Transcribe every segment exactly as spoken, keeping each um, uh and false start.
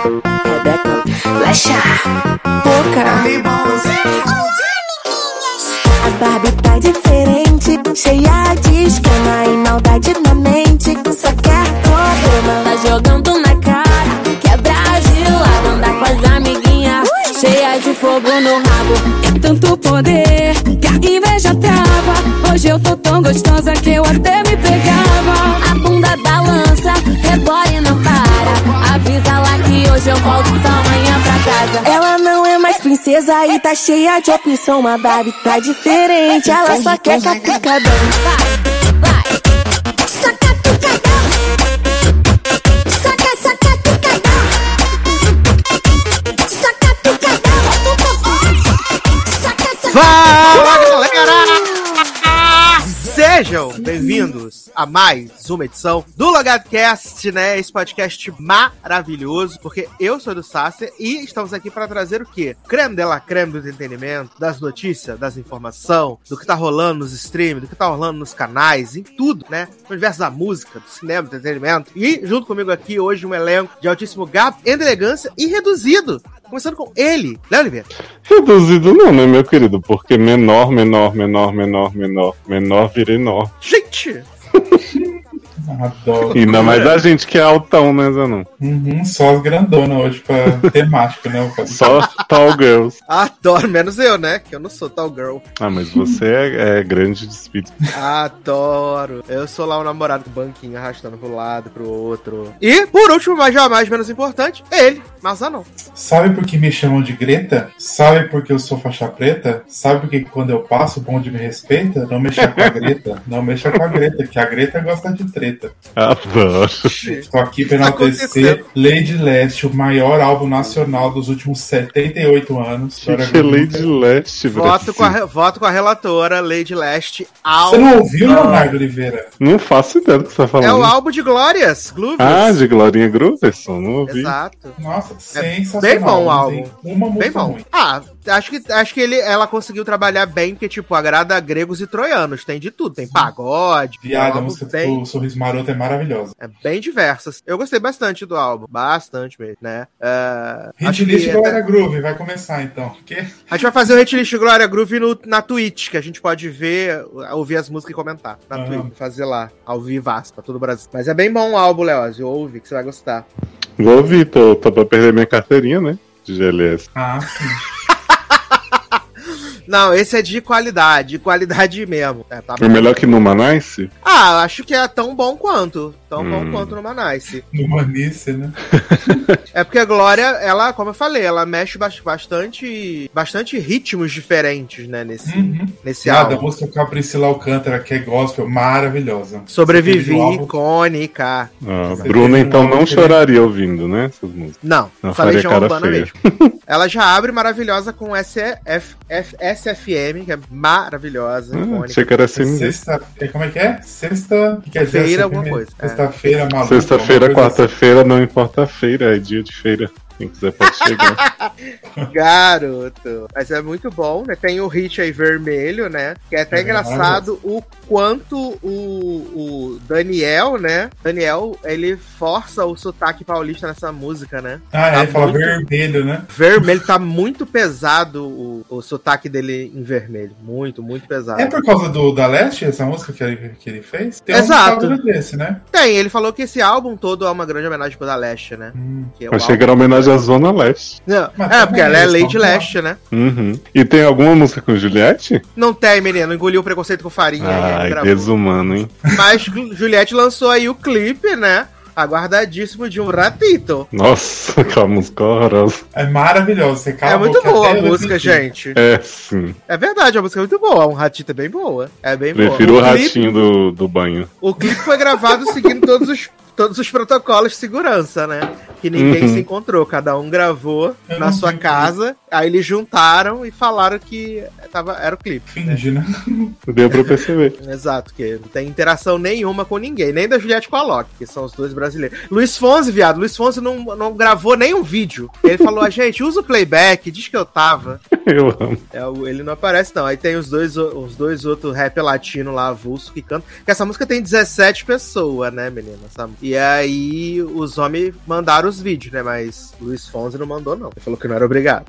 Rebeca, Lecha, Boca. A Barbie tá diferente, cheia de esquema e maldade na mente. Só quer problema. Tá jogando na cara, quer Brasil. Andar com as amiguinhas, cheia de fogo no rabo. É tanto poder que a inveja trava. Hoje eu tô tão gostosa que eu até me pegava. A bunda balança, rebola e não para. Avisa lá que hoje eu volto só amanhã pra casa. Ela não é mais princesa e tá cheia de opção. Uma Barbie tá diferente, ela só quer catucadão. Vai, vai, só catucadão. Soca, só catucadão. Só catucadão. Soca, só Fala, galera! Sejam bem-vindos a mais uma edição do LogadoCast, né? Esse podcast maravilhoso, porque eu sou do Sácia e estamos aqui para trazer o quê? Creme de la creme do entretenimento, das notícias, das informações, do que tá rolando nos streams, do que tá rolando nos canais, em tudo, né? No universo da música, do cinema, do entretenimento. E junto comigo aqui hoje um elenco de altíssimo gabo, elegância e reduzido. Começando com ele, Léo Oliveira. Reduzido não, né, meu querido? Porque menor, menor, menor, menor, menor, menor vira enorme. Gente! Adoro. Ainda mais a gente que é altão, né, Zanon? Uhum, só as grandonas hoje pra temático, né? Só tall girls. Adoro, menos eu, né? Que eu não sou tall girl. Ah, mas você é, é grande de espírito. Adoro. Eu sou lá o namorado do banquinho, arrastando pro lado, pro outro. E, por último, mas jamais menos importante, ele, Mazanon. Sabe por que me chamam de Greta? Sabe por que eu sou faixa preta? Sabe por que quando eu passo o bonde me respeita? Não mexa com a Greta. Não mexa com a Greta, que a Greta gosta de treta. Adoro. Estou aqui para enaltecer Lady Leste, o maior álbum nacional dos últimos setenta e oito anos. Que é Lady Leste, voto com, a, voto com a relatora, Lady Leste. Você não ouviu, Leonardo Oliveira? Não faço ideia do que você tá falando. É o álbum de Glórias, Glórias. Ah, de Glorinha Grooverson, não ouvi. Exato. Nossa, é sensacional. Bem bom o álbum. Uma música bem bom. Ruim. Ah, acho que, acho que ele, ela conseguiu trabalhar bem, porque, tipo, agrada gregos e troianos. Tem de tudo. Tem pagode. Viada, a música bem... do Sorriso Maroto é maravilhosa. É bem diversas. Eu gostei bastante do álbum. Bastante mesmo, né? Uh, Hitlist Glória Groove, vai começar então. Que? A gente vai fazer o Hitlist Glória Groove no, na Twitch, que a gente pode ver, ouvir as músicas e comentar. Na uhum. Twitch, fazer lá, ao vivaço, pra todo o Brasil. Mas é bem bom o álbum, Leózio. Ouve, que você vai gostar. Vou ouvir, tô, tô pra perder minha carteirinha, né? De G L S. Ah, sim. Não, esse é de qualidade, de qualidade mesmo. É, tá é melhor que no Manice? Ah, acho que é tão bom quanto. Tão hum. bom quanto no Manice. No Manice, né? É porque a Glória, ela, como eu falei, ela mexe bastante, bastante ritmos diferentes, né, nesse, uhum. nesse ah, álbum. Da música com a Priscila Alcântara, que é gospel, maravilhosa. Sobrevivi, icônica. Ah, Bruna, então, não choraria ouvindo, né, essas músicas? Não, não falei de uma urbana mesmo. Ela já abre maravilhosa com S F F M, que é maravilhosa, ah, icônica. Achei que era assim. Sexta, como é que é? Sexta... Que quer dizer feira, alguma coisa. Sexta-feira, é. maluca. Sexta-feira, quarta-feira, assim. Não importa a feira, é dia de feira. Quem quiser pode chegar. Garoto. Mas é muito bom, né? Tem o hit aí vermelho, né? Que é até é engraçado o quanto o, o Daniel, né? Daniel, ele força o sotaque paulista nessa música, né? Ah, tá é, fala vermelho, né? Vermelho, tá muito pesado o, o sotaque dele em vermelho. Muito, muito pesado. É por causa do da Leste, essa música que ele, que ele fez? Tem Exato. um desse, né? Tem, ele falou que esse álbum todo é uma grande homenagem pro da Leste, né? Hum. Que é Achei que era homenagem à Zona Leste. Não, é, porque ela é Lady Leste, né? Uhum. E tem alguma música com Juliette? Não tem, menino. Engoliu o preconceito com farinha. Ai, desumano, hein? Mas Juliette lançou aí o clipe, né? Aguardadíssimo de um ratito. Nossa, aquela música horrorosa. É maravilhosa. Você é muito boa a música, gente. É, sim. É verdade, a música é muito boa. Um ratito é bem boa. É bem boa. Prefiro o, o ratinho clipe, do, do banho. O clipe foi gravado seguindo todos os todos os protocolos de segurança, né? Que ninguém uhum. se encontrou, cada um gravou Eu na sua casa, que... aí eles juntaram e falaram que tava, era o clipe. Finge, né? né? Deu pra perceber. Exato, que não tem interação nenhuma com ninguém, nem da Juliette com a Loki, que são os dois brasileiros. Luiz Fonsi, viado, Luiz Fonsi não, não gravou nenhum vídeo. Ele falou, a gente, usa o playback, diz que eu tava. Eu amo. É, ele não aparece, não. Aí tem os dois, os dois outros rap latino lá, avulso, que cantam. Que essa música tem dezessete pessoas, né, menina? Essa... E aí os homens mandaram os os vídeos, né? Mas Luiz Fonsi não mandou, não. Ele falou que não era obrigado.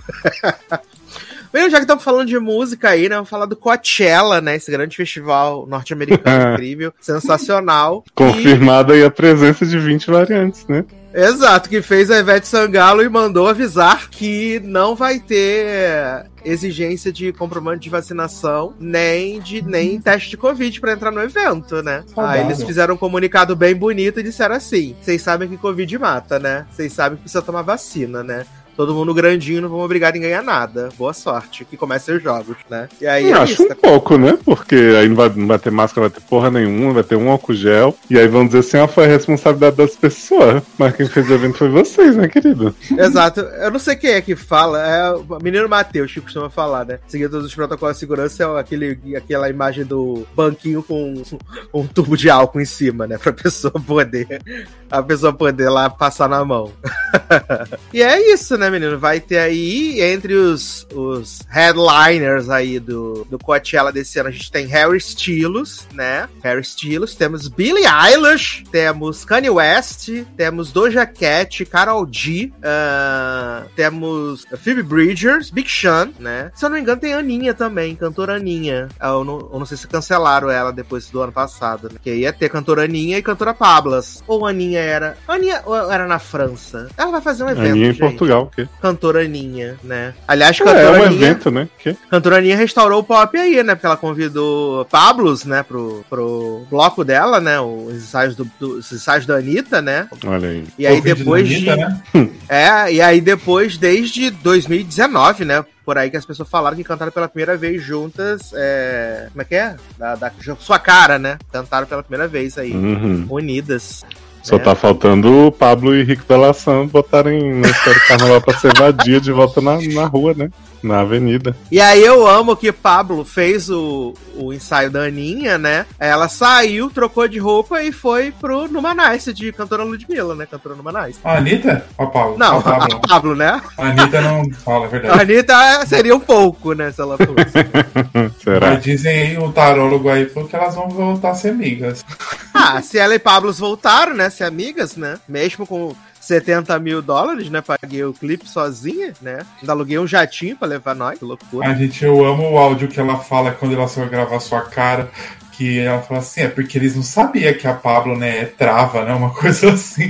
Bem, já que estamos falando de música aí, né? Vamos falar do Coachella, né? Esse grande festival norte-americano incrível, sensacional. Confirmada e... aí a presença de vinte variantes, né? Exato, que fez a Ivete Sangalo e mandou avisar que não vai ter exigência de comprovante de vacinação, nem de nem teste de Covid pra entrar no evento, né? Aí eles fizeram um comunicado bem bonito e disseram assim: vocês sabem que Covid mata, né? Vocês sabem que precisa tomar vacina, né? Todo mundo grandinho, não vão obrigar ninguém a nada. Boa sorte, que comecem os jogos, né? E aí, eu é acho isso, um tá... pouco, né? Porque aí não vai, não vai ter máscara, não vai ter porra nenhuma, vai ter um álcool gel. E aí vão dizer assim, ah, foi a responsabilidade das pessoas. Mas quem fez o evento foi vocês, né, querido? Exato. Eu não sei quem é que fala, é o menino Matheus que costuma falar, né? Seguindo todos os protocolos de segurança, é aquele, aquela imagem do banquinho com um tubo de álcool em cima, né? Pra pessoa poder, a pessoa poder lá passar na mão. E é isso, né, menino? Vai ter aí, entre os, os headliners aí do, do Coachella desse ano, a gente tem Harry Styles, né? Harry Styles, temos Billie Eilish, temos Kanye West, temos Doja Cat, Karol G, uh, temos Phoebe Bridgers, Big Sean, né? Se eu não me engano, tem Aninha também, cantora Aninha. Eu não, eu não sei se cancelaram ela depois do ano passado, né? Que ia ter cantora Aninha e cantora Pablas. Ou Aninha era... Aninha ou era na França? Ela vai fazer um evento, Aninha em gente. Portugal, o quê? Cantora Aninha, né? Aliás, É, cantora é um Aninha, evento, né? Que? Cantora Aninha restaurou o pop aí, né? Porque ela convidou Pablos, né? Pro, pro bloco dela, né? Os ensaios, do, do, os ensaios da Anitta, né? Olha aí. E aí O vídeo depois da de... Anitta, né? É, e aí depois, desde dois mil e dezenove, né? Por aí que as pessoas falaram que cantaram pela primeira vez juntas, é... como é que é? Da, da Sua Cara, né? Cantaram pela primeira vez aí, Uhum. unidas. Só É. tá faltando o Pablo e Rico da Laçã botarem na história do carnaval pra ser vadia de volta na, na rua, né? Na avenida. E aí eu amo que Pablo fez o, o ensaio da Aninha, né? Ela saiu, trocou de roupa e foi pro Numanice de cantora Ludmilla, né? Cantora Numanice. A Anitta? Ou a Pablo? Não, A Pablo. a Pablo, né? A Anitta não fala, é A verdade. Anitta seria um pouco, né? Se ela fosse. Será? Mas dizem aí, o tarólogo aí falou que elas vão voltar a ser amigas. Ah, se ela e Pablo voltaram, né? Ser amigas, né? Mesmo com setenta mil dólares, né? Paguei o clipe sozinha, né? Ainda aluguei um jatinho pra levar nós, que loucura. A gente, eu amo o áudio que ela fala quando ela foi gravar Sua Cara. Que ela fala assim, é porque eles não sabiam que a Pablo, né, é trava, né? Uma coisa assim.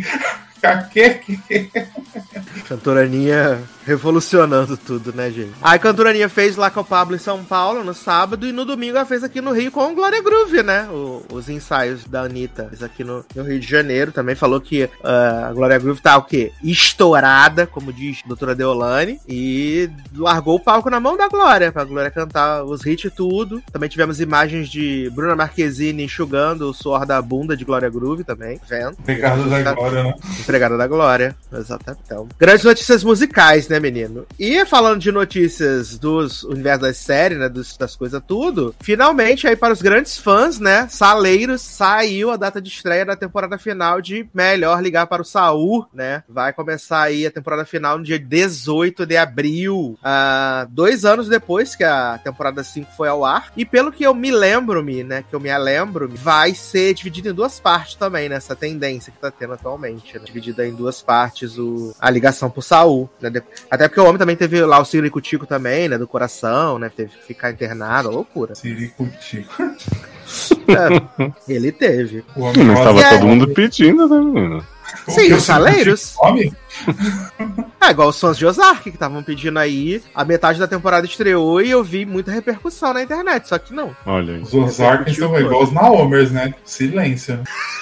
Cantora Aninha revolucionando tudo, né, gente? Aí a Cantora Aninha fez lá com o Pablo em São Paulo no sábado e no domingo ela fez aqui no Rio com o Glória Groove, né? O, os ensaios da Anitta. Fez aqui no, no Rio de Janeiro. Também falou que uh, a Glória Groove tá o quê? Estourada, como diz a doutora Deolane. E largou o palco na mão da Glória, pra Glória cantar os hits e tudo. Também tivemos imagens de Bruna Marquezine enxugando o suor da bunda de Glória Groove também. Vendo? Pegada da Glória, né? Empregada da Glória, exatamente. Então, grandes notícias musicais, né, menino? E falando de notícias dos universos das séries, né, dos, das coisas tudo, finalmente aí para os grandes fãs, né, saleiros, saiu a data de estreia da temporada final de Melhor Ligar para o Saul, né? Vai começar aí a temporada final no dia dezoito de abril, uh, dois anos depois que a temporada cinco foi ao ar. E pelo que eu me lembro-me, né, que eu me lembro, vai ser dividido em duas partes também, nessa tendência que tá tendo atualmente, né? Dividida em duas partes o, a ligação pro Saul, né? Até porque o homem também teve lá o Ciricutico também, né? Do coração, né? Teve que ficar internado, loucura. Ciricutico. É, ele teve. O homem Mas quase- tava é- todo mundo pedindo, né, menino? O Sim, que os o saleiros. Ciricutico come? É, igual os fãs de Ozark, que estavam pedindo aí. A metade da temporada estreou e eu vi muita repercussão na internet, só que não. Olha aí. Os Ozark são igual os Naomers, né? Silêncio.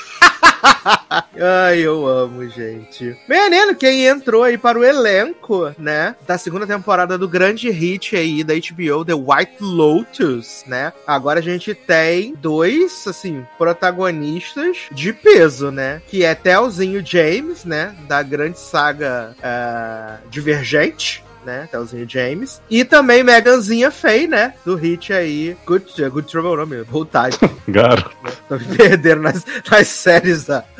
Ai, eu amo, gente. Menino, quem entrou aí para o elenco, né, da segunda temporada do grande hit aí da H B O, The White Lotus, né? Agora a gente tem dois, assim, protagonistas de peso, né? Que é Telzinho James, né, da grande saga uh, Divergente, né, Telzinho James, e também Meganzinha Faye, né, do hit aí, Good, Good Trouble, não, meu, Roll Tide. Garoto. Tô me perdendo nas, nas séries da,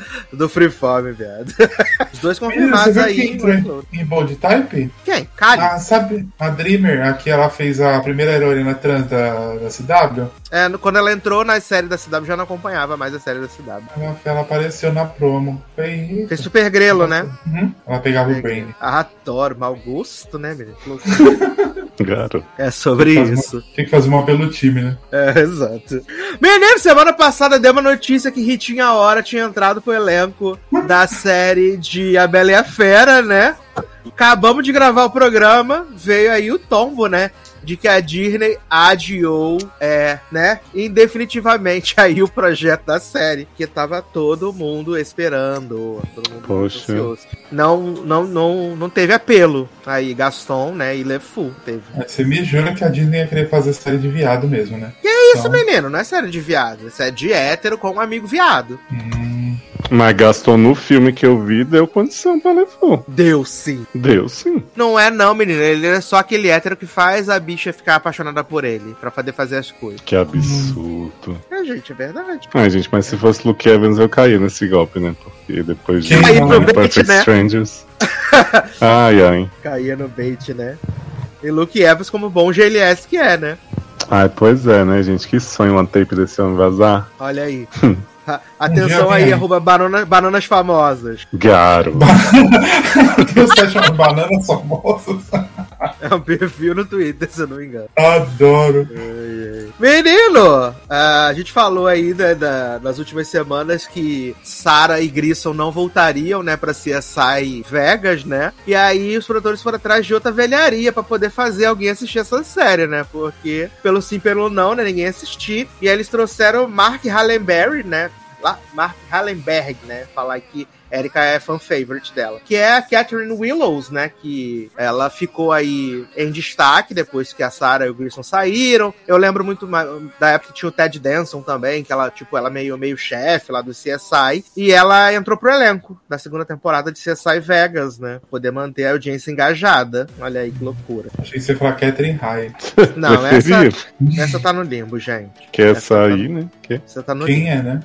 do Freeform, viado. Os dois confirmados Você viu aí. quem entrou em, em Bold Type? Quem? Kali? Ah, sabe, a Dreamer, aqui ela fez a primeira heroína trans da, da C W. É, no- quando ela entrou na série da C W, já não acompanhava mais a série da C W. Ela, ela apareceu na promo. Foi... Fez Super Grelo, né? Uhum. Ela pegava o Brain. Ah, adoro. Mau gosto, né, menino? Que loucura. Garoto. É sobre Faz uma- isso. Tem que fazer uma pelo time, né? É, exato. Menino, semana passada deu uma notícia que Ritinha Hora tinha entrado pro elenco da série de A Bela e a Fera, né? Acabamos de gravar o programa, veio aí o tombo, né? De que a Disney adiou, é, né? Indefinitivamente aí o projeto da série, que tava todo mundo esperando. Todo mundo Poxa. ansioso. Não, não, não, não teve apelo. Aí Gaston, né? E LeFou teve. Mas você me jura que a Disney ia querer fazer série de viado mesmo, né? Que é isso, menino? Não é série de viado. Isso é de hétero com um amigo viado. Hum, Mas gastou no filme que eu vi, deu condição pra levar. Deu sim. Deu sim. Não é não, menino. Ele é só aquele hétero que faz a bicha ficar apaixonada por ele. Pra poder fazer as coisas. Que absurdo. É, gente, é verdade. Ai, gente, mas se fosse Luke Evans, eu caía nesse golpe, né? Porque depois de Quem Caí no bait, Perfect né? Strangers. Ai, ai. Caía no bait, né? E Luke Evans como bom G L S que é, né? Ai, pois é, né, gente? Que sonho uma tape desse homem vazar. Olha aí. A- Atenção Um dia aí, vem. arroba banana, bananas famosas. Garo. Tem site chamado Bananas Famosas. É um perfil no Twitter, se eu não me engano. Adoro. Menino, a gente falou aí né, da- nas últimas semanas que Sarah e Grissom não voltariam, né, pra C S I Vegas, né? E aí os produtores foram atrás de outra velharia pra poder fazer alguém assistir essa série, né? Porque pelo sim, pelo não, né, ninguém assistir. E aí eles trouxeram Mark Hallenberry, né? Lá, Mark Hallenberg, né? Falar que Erika é fan favorite dela. Que é a Catherine Willows, né? Que ela ficou aí em destaque depois que a Sarah e o Grissom saíram. Eu lembro muito mais da época que tinha o Ted Danson também, que ela, tipo, ela meio, meio chefe lá do C S I. E ela entrou pro elenco da segunda temporada de C S I Vegas, né? Poder manter a audiência engajada. Olha aí que loucura. Achei que você ia falar Catherine High. Não, essa, Preferia. essa tá no limbo, gente. Quer Essa sair, tá- né? Quer? Essa tá no Quem é, né?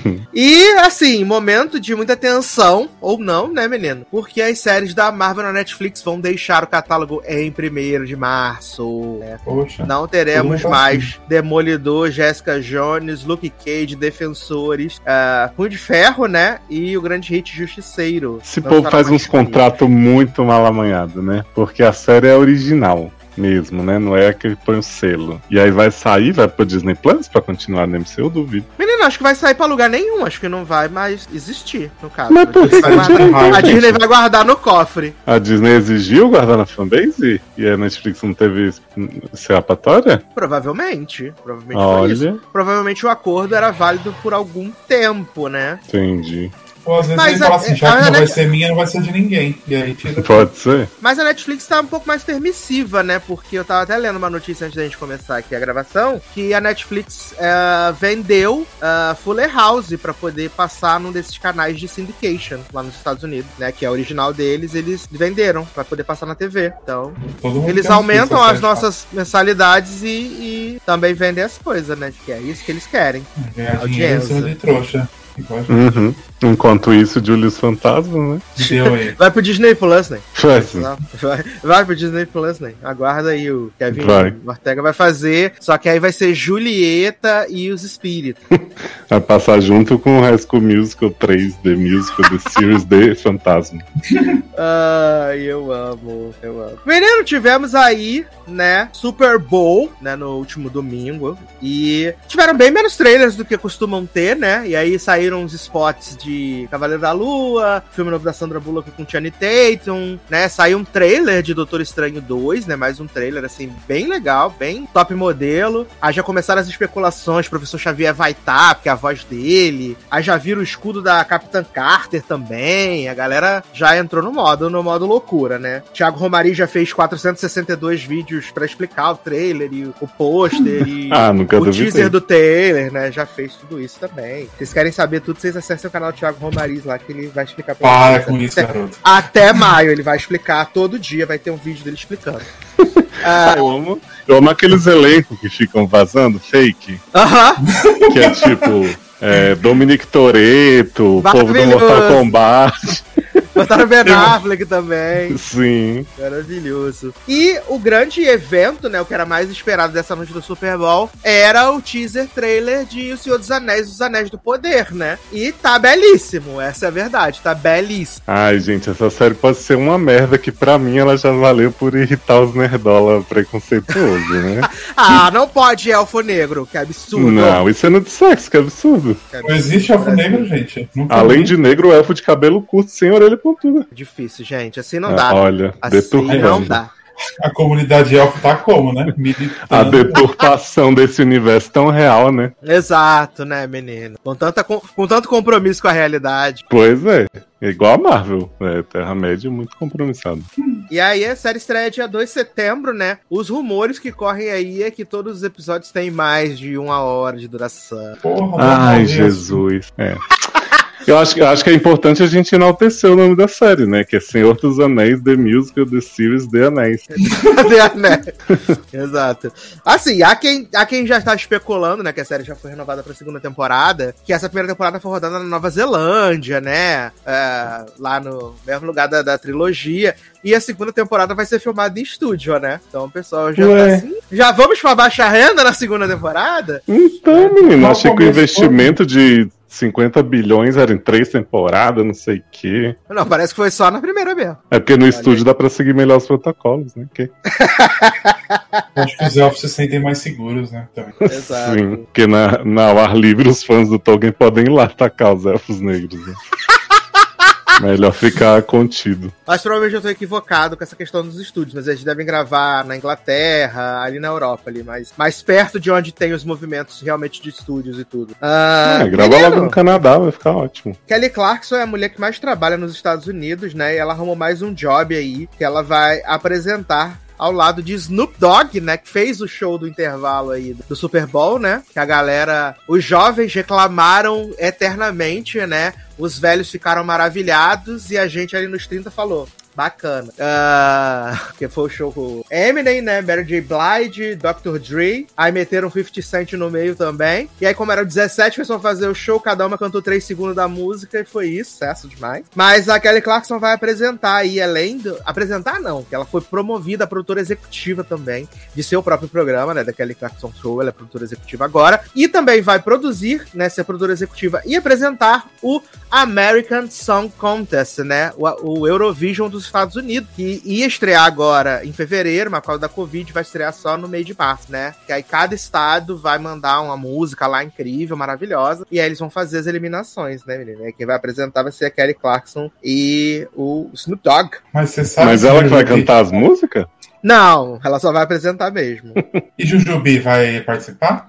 E, assim, momento de muita tensão, ou não, né, menino? Porque as séries da Marvel na Netflix vão deixar o catálogo em primeiro de março. Né? Poxa. Não teremos Todo mundo mais Demolidor, Jessica Jones, Luke Cage, Defensores, uh, Punho de Ferro, né? E o grande hit Justiceiro. Esse Não povo estará faz mais uns disponível. contratos muito mal amanhados, né? Porque a série é original mesmo, né? Não é que põe o selo. E aí vai sair, vai pro Disney Plus pra continuar no M C U, eu duvido. Menino, acho que vai sair pra lugar nenhum. Acho que não vai mais existir, no caso. Mas por que Vai que guardar- não? a Disney vai guardar no cofre. A Disney exigiu guardar na fanbase? E a Netflix não teve escapatória? Provavelmente. Provavelmente foi isso. Olha, Provavelmente o acordo era válido por algum tempo, né? entendi. Pô, às vezes Mas ele a- fala assim, já a- que não a vai Net- ser minha, não vai ser de ninguém. E aí tira. Pode ser? Mas a Netflix tá um pouco mais permissiva, né? Porque eu tava até lendo uma notícia antes da gente começar aqui a gravação, que a Netflix eh, vendeu eh, Fuller House pra poder passar num desses canais de syndication lá nos Estados Unidos, né? Que é original deles, eles venderam pra poder passar na T V. Então, Todo mundo eles quer aumentam assistir as essa nossas mensalidades e, e também vendem as coisas, né? Que é isso que eles querem. série. Ganhar dinheiro em cima audiência. de trouxa. Igual a gente Uhum. Enquanto isso, Julius Fantasma, né? deu aí. Vai pro Disney Plus, né? Faz. Vai, vai pro Disney Plus, né? Aguarda aí, o Kevin Vai. Ortega vai fazer, só que aí vai ser Julieta e os Espíritos. Vai passar junto com o High School Musical três, The Musical, The Series de Fantasma. Ai, eu amo, eu amo. Menino, tivemos aí, né, Super Bowl, né, no último domingo, e tiveram bem menos trailers do que costumam ter, né, e aí saíram uns spots de Cavaleiro da Lua, filme novo da Sandra Bullock com Channing Tatum, né, saiu um trailer de Doutor Estranho dois, né, mais um trailer, assim, bem legal, bem top modelo. Aí já começaram as especulações, Professor Xavier vai estar, porque é a voz dele, aí já viram o escudo da Capitã Carter também, a galera já entrou no modo, no modo loucura, né. Thiago Romari já fez quatrocentos e sessenta e dois vídeos pra explicar o trailer e o pôster e Ah, nunca o duvidei. teaser do trailer, né, já fez tudo isso também. Se vocês querem saber tudo, vocês acessem o canal do Thiago Romariz lá, que ele vai explicar pra Para vocês. com isso, Até- garoto. Até maio ele vai explicar, todo dia vai ter um vídeo dele explicando. Ah, Ah, eu amo, eu amo aqueles elencos que ficam vazando, fake, Aham. que é tipo É, Dominic Toretto, o povo do Mortal Kombat. Botaram Ben Affleck também. Sim. Maravilhoso. E o grande evento, né, o que era mais esperado dessa noite do Super Bowl, era o teaser trailer de O Senhor dos Anéis, Os Anéis do Poder, né? E tá belíssimo, essa é a verdade, tá belíssimo. Ai, gente, essa série pode ser uma merda que pra mim ela já valeu por irritar os nerdola preconceituosos, né? Ah, não pode elfo negro, que absurdo. Não, isso é no de sexo, que absurdo. Que absurdo. Não existe elfo negro, gente. Nunca Além vi. de negro, elfo de cabelo curto, sem orelha pontuda. Difícil, gente, assim não Ah, dá. olha, assim deturpando. não dá. A comunidade elfo tá como, né? Militando. A deturpação desse universo tão real, né? Exato, né, menino? Com, tanta, com, com tanto compromisso com a realidade. Pois é. É igual a Marvel. É, Terra-média muito compromissado. E aí a série estreia dia dois de setembro, né? Os rumores que correm aí é que todos os episódios têm mais de uma hora de duração. Porra, Ai, não, Jesus. É. Eu acho, eu acho que é importante a gente enaltecer o nome da série, né? Que é Senhor dos Anéis, The Musical, The Series, The Anéis. The Anéis. Exato. Assim, há quem, há quem já está especulando, né? Que a série já foi renovada para a segunda temporada. Que essa primeira temporada foi rodada na Nova Zelândia, né? É, lá no mesmo lugar da, da trilogia. E a segunda temporada vai ser filmada em estúdio, né? Então o pessoal já Ué. tá assim. Já vamos pra baixa renda na segunda temporada? Então, menino, Mal achei que o começou. investimento de cinquenta bilhões era em três temporadas, não sei o quê. Não, parece que foi só na primeira mesmo. É porque no estúdio dá pra seguir melhor os protocolos, né? Que... Acho que os elfos se sentem mais seguros, né? Também. Exato. Sim, porque na, na ao ar livre os fãs do Tolkien podem ir lá atacar os elfos negros, né? Melhor ficar contido. Mas provavelmente eu tô equivocado com essa questão dos estúdios, mas eles devem gravar na Inglaterra, ali na Europa, ali, mais, mais perto de onde tem os movimentos realmente de estúdios e tudo. Ah, É, grava menino, logo no Canadá, vai ficar ótimo. Kelly Clarkson é a mulher que mais trabalha nos Estados Unidos, né? E ela arrumou mais um job aí, que ela vai apresentar ao lado de Snoop Dogg, né, que fez o show do intervalo aí do Super Bowl, né, que a galera, os jovens reclamaram eternamente, né, os velhos ficaram maravilhados e a gente ali nos trinta falou, bacana. Uh, que foi o show com Eminem, né? Mary J. Blige, doutor Dre. Aí meteram fifty Cent no meio também. E aí, como eram dezessete pessoas fazer o show, cada uma cantou três segundos da música e foi isso, sucesso demais. Mas a Kelly Clarkson vai apresentar aí, além do... Apresentar não, que ela foi promovida a produtora executiva também de seu próprio programa, né? Da Kelly Clarkson Show, ela é produtora executiva agora. E também vai produzir, né? Ser produtora executiva e apresentar o American Song Contest, né? O, o Eurovision dos Estados Unidos, que ia estrear agora em fevereiro, mas por causa da Covid vai estrear só no meio de março, né? Que aí cada estado vai mandar uma música lá incrível, maravilhosa, e aí eles vão fazer as eliminações, né, menina? E quem vai apresentar vai ser a Kelly Clarkson e o Snoop Dogg. Mas você sabe. Mas se ela que vai Jujubi- cantar as músicas? Não, ela só vai apresentar mesmo. E Jujubi vai participar?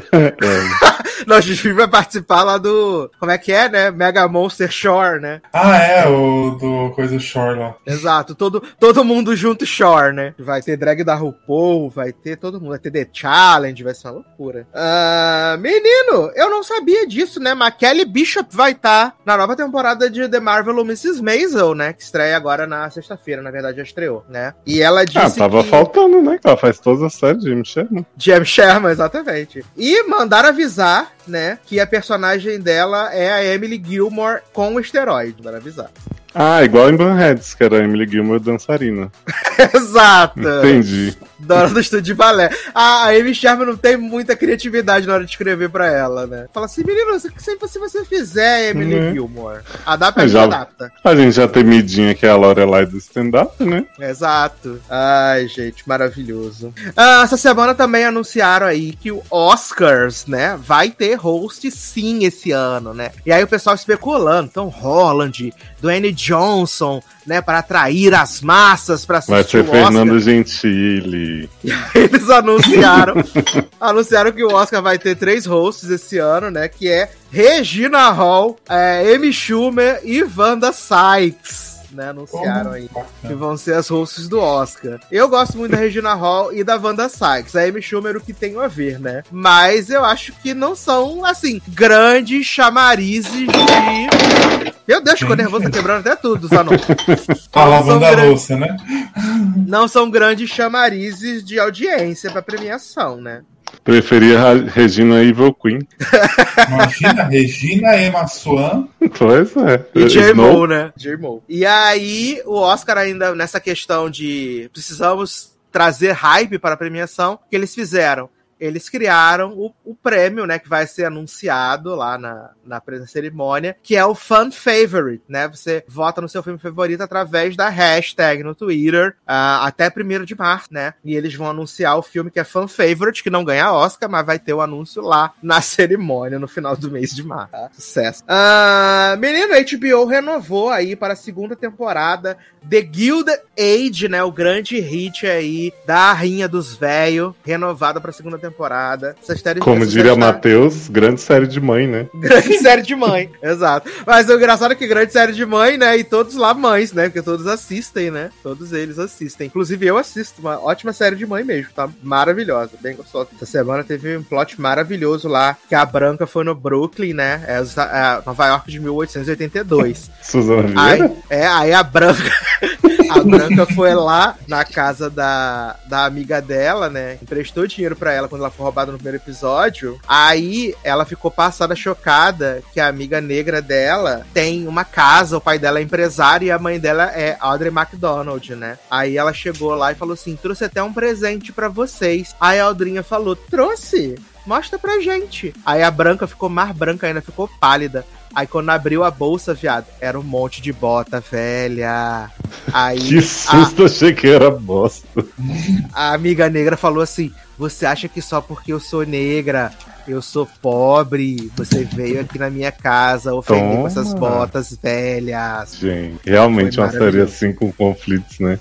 É. Não, a gente vai participar lá do... Como é que é, né? Mega Monster Shore, né? Ah, é, o do coisa Shore lá. Exato, todo, todo mundo junto Shore, né? Vai ter drag da RuPaul, vai ter todo mundo, vai ter The Challenge, vai ser uma loucura. Ah, menino, eu não sabia disso, né? Mas Kelly Bishop vai estar na nova temporada de The Marvelous missus Maisel, né? Que estreia agora na sexta-feira, na verdade já estreou, né? E ela disse Ah, tava que... faltando, né? Ela faz todas as séries de Jimmy Sherman. Jam Sherman, exatamente. E mandaram avisar, né, que a personagem dela é a Emily Gilmore com esteroide. Mandaram avisar. Ah, igual em Bunheads, que era a Emily Gilmore dançarina. Exato. Entendi. Dona do estúdio de balé. A Amy Sherman não tem muita criatividade na hora de escrever pra ela, né? Fala assim, menino, se, se você fizer Emily Uhum. Gilmore, adapta, a Mas gente já- adapta. A gente já tem Midinha, que é a Lorelai do stand-up, né? Exato. Ai, gente, maravilhoso. Ah, essa semana também anunciaram aí que o Oscars, né, vai ter host sim esse ano, né? E aí o pessoal especulando, Tom Holland, Dwayne Johnson, né, para atrair as massas pra assistir Vai ser o Oscar. Fernando Gentili. Eles anunciaram, anunciaram que o Oscar vai ter três hosts esse ano, né? Que é Regina Hall, é, Amy Schumer e Wanda Sykes. Né, anunciaram aí que vão ser as hosts do Oscar. Eu gosto muito da Regina Hall e da Wanda Sykes. A Amy Schumer o que tem a ver, né? Mas eu acho que não são, assim, grandes chamarizes de... Meu Deus, ficou nervoso, tá quebrando até tudo, Zanon. Tá lavando a grandes- louça, né? Não são grandes chamarizes de audiência pra premiação, né? Preferia a Regina Evil Queen. Imagina, Regina, Emma Swan. Pois é. E J-Mo, né? J-Mo. E aí, o Oscar ainda, nessa questão de precisamos trazer hype para a premiação, o que eles fizeram? Eles criaram o, o prêmio, né, que vai ser anunciado lá na, na cerimônia, que é o Fan Favorite, né? Você vota no seu filme favorito através da hashtag no Twitter, uh, até primeiro de março, né? E eles vão anunciar o filme que é Fan Favorite, que não ganha Oscar, mas vai ter o anúncio lá na cerimônia, no final do mês de março. Tá? Sucesso. Uh, menino, a H B O renovou aí para a segunda temporada The Gilded Age, né? O grande hit aí da Rainha dos Véios, renovada para a segunda temporada. temporada. Como diria Matheus, grande série de mãe, né? Grande série de mãe, exato. Mas o engraçado é que grande série de mãe, né? E todos lá mães, né? Porque todos assistem, né? Todos eles assistem. Inclusive eu assisto, uma ótima série de mãe mesmo, tá? Maravilhosa, bem gostosa. Essa semana teve um plot maravilhoso lá, que a Branca foi no Brooklyn, né? É a Nova York de mil oitocentos e oitenta e dois. Suzana Vieira? Aí, é, aí a Branca... A Branca foi lá na casa da, da amiga dela, né? Emprestou dinheiro pra ela quando ela foi roubada no primeiro episódio. Aí ela ficou passada, chocada, que a amiga negra dela tem uma casa, o pai dela é empresário e a mãe dela é Audrey McDonald, né? Aí ela chegou lá e falou assim, trouxe até um presente pra vocês. Aí a Audrinha falou, trouxe? Mostra pra gente. Aí a Branca ficou mais branca ainda, ficou pálida. Aí quando abriu a bolsa, viado, era um monte de bota velha. Aí, que susto, a, achei que era bosta. A amiga negra falou assim, você acha que só porque eu sou negra, eu sou pobre, você veio aqui na minha casa ofender Toma. com essas botas velhas. Gente, realmente uma série assim com conflitos, né?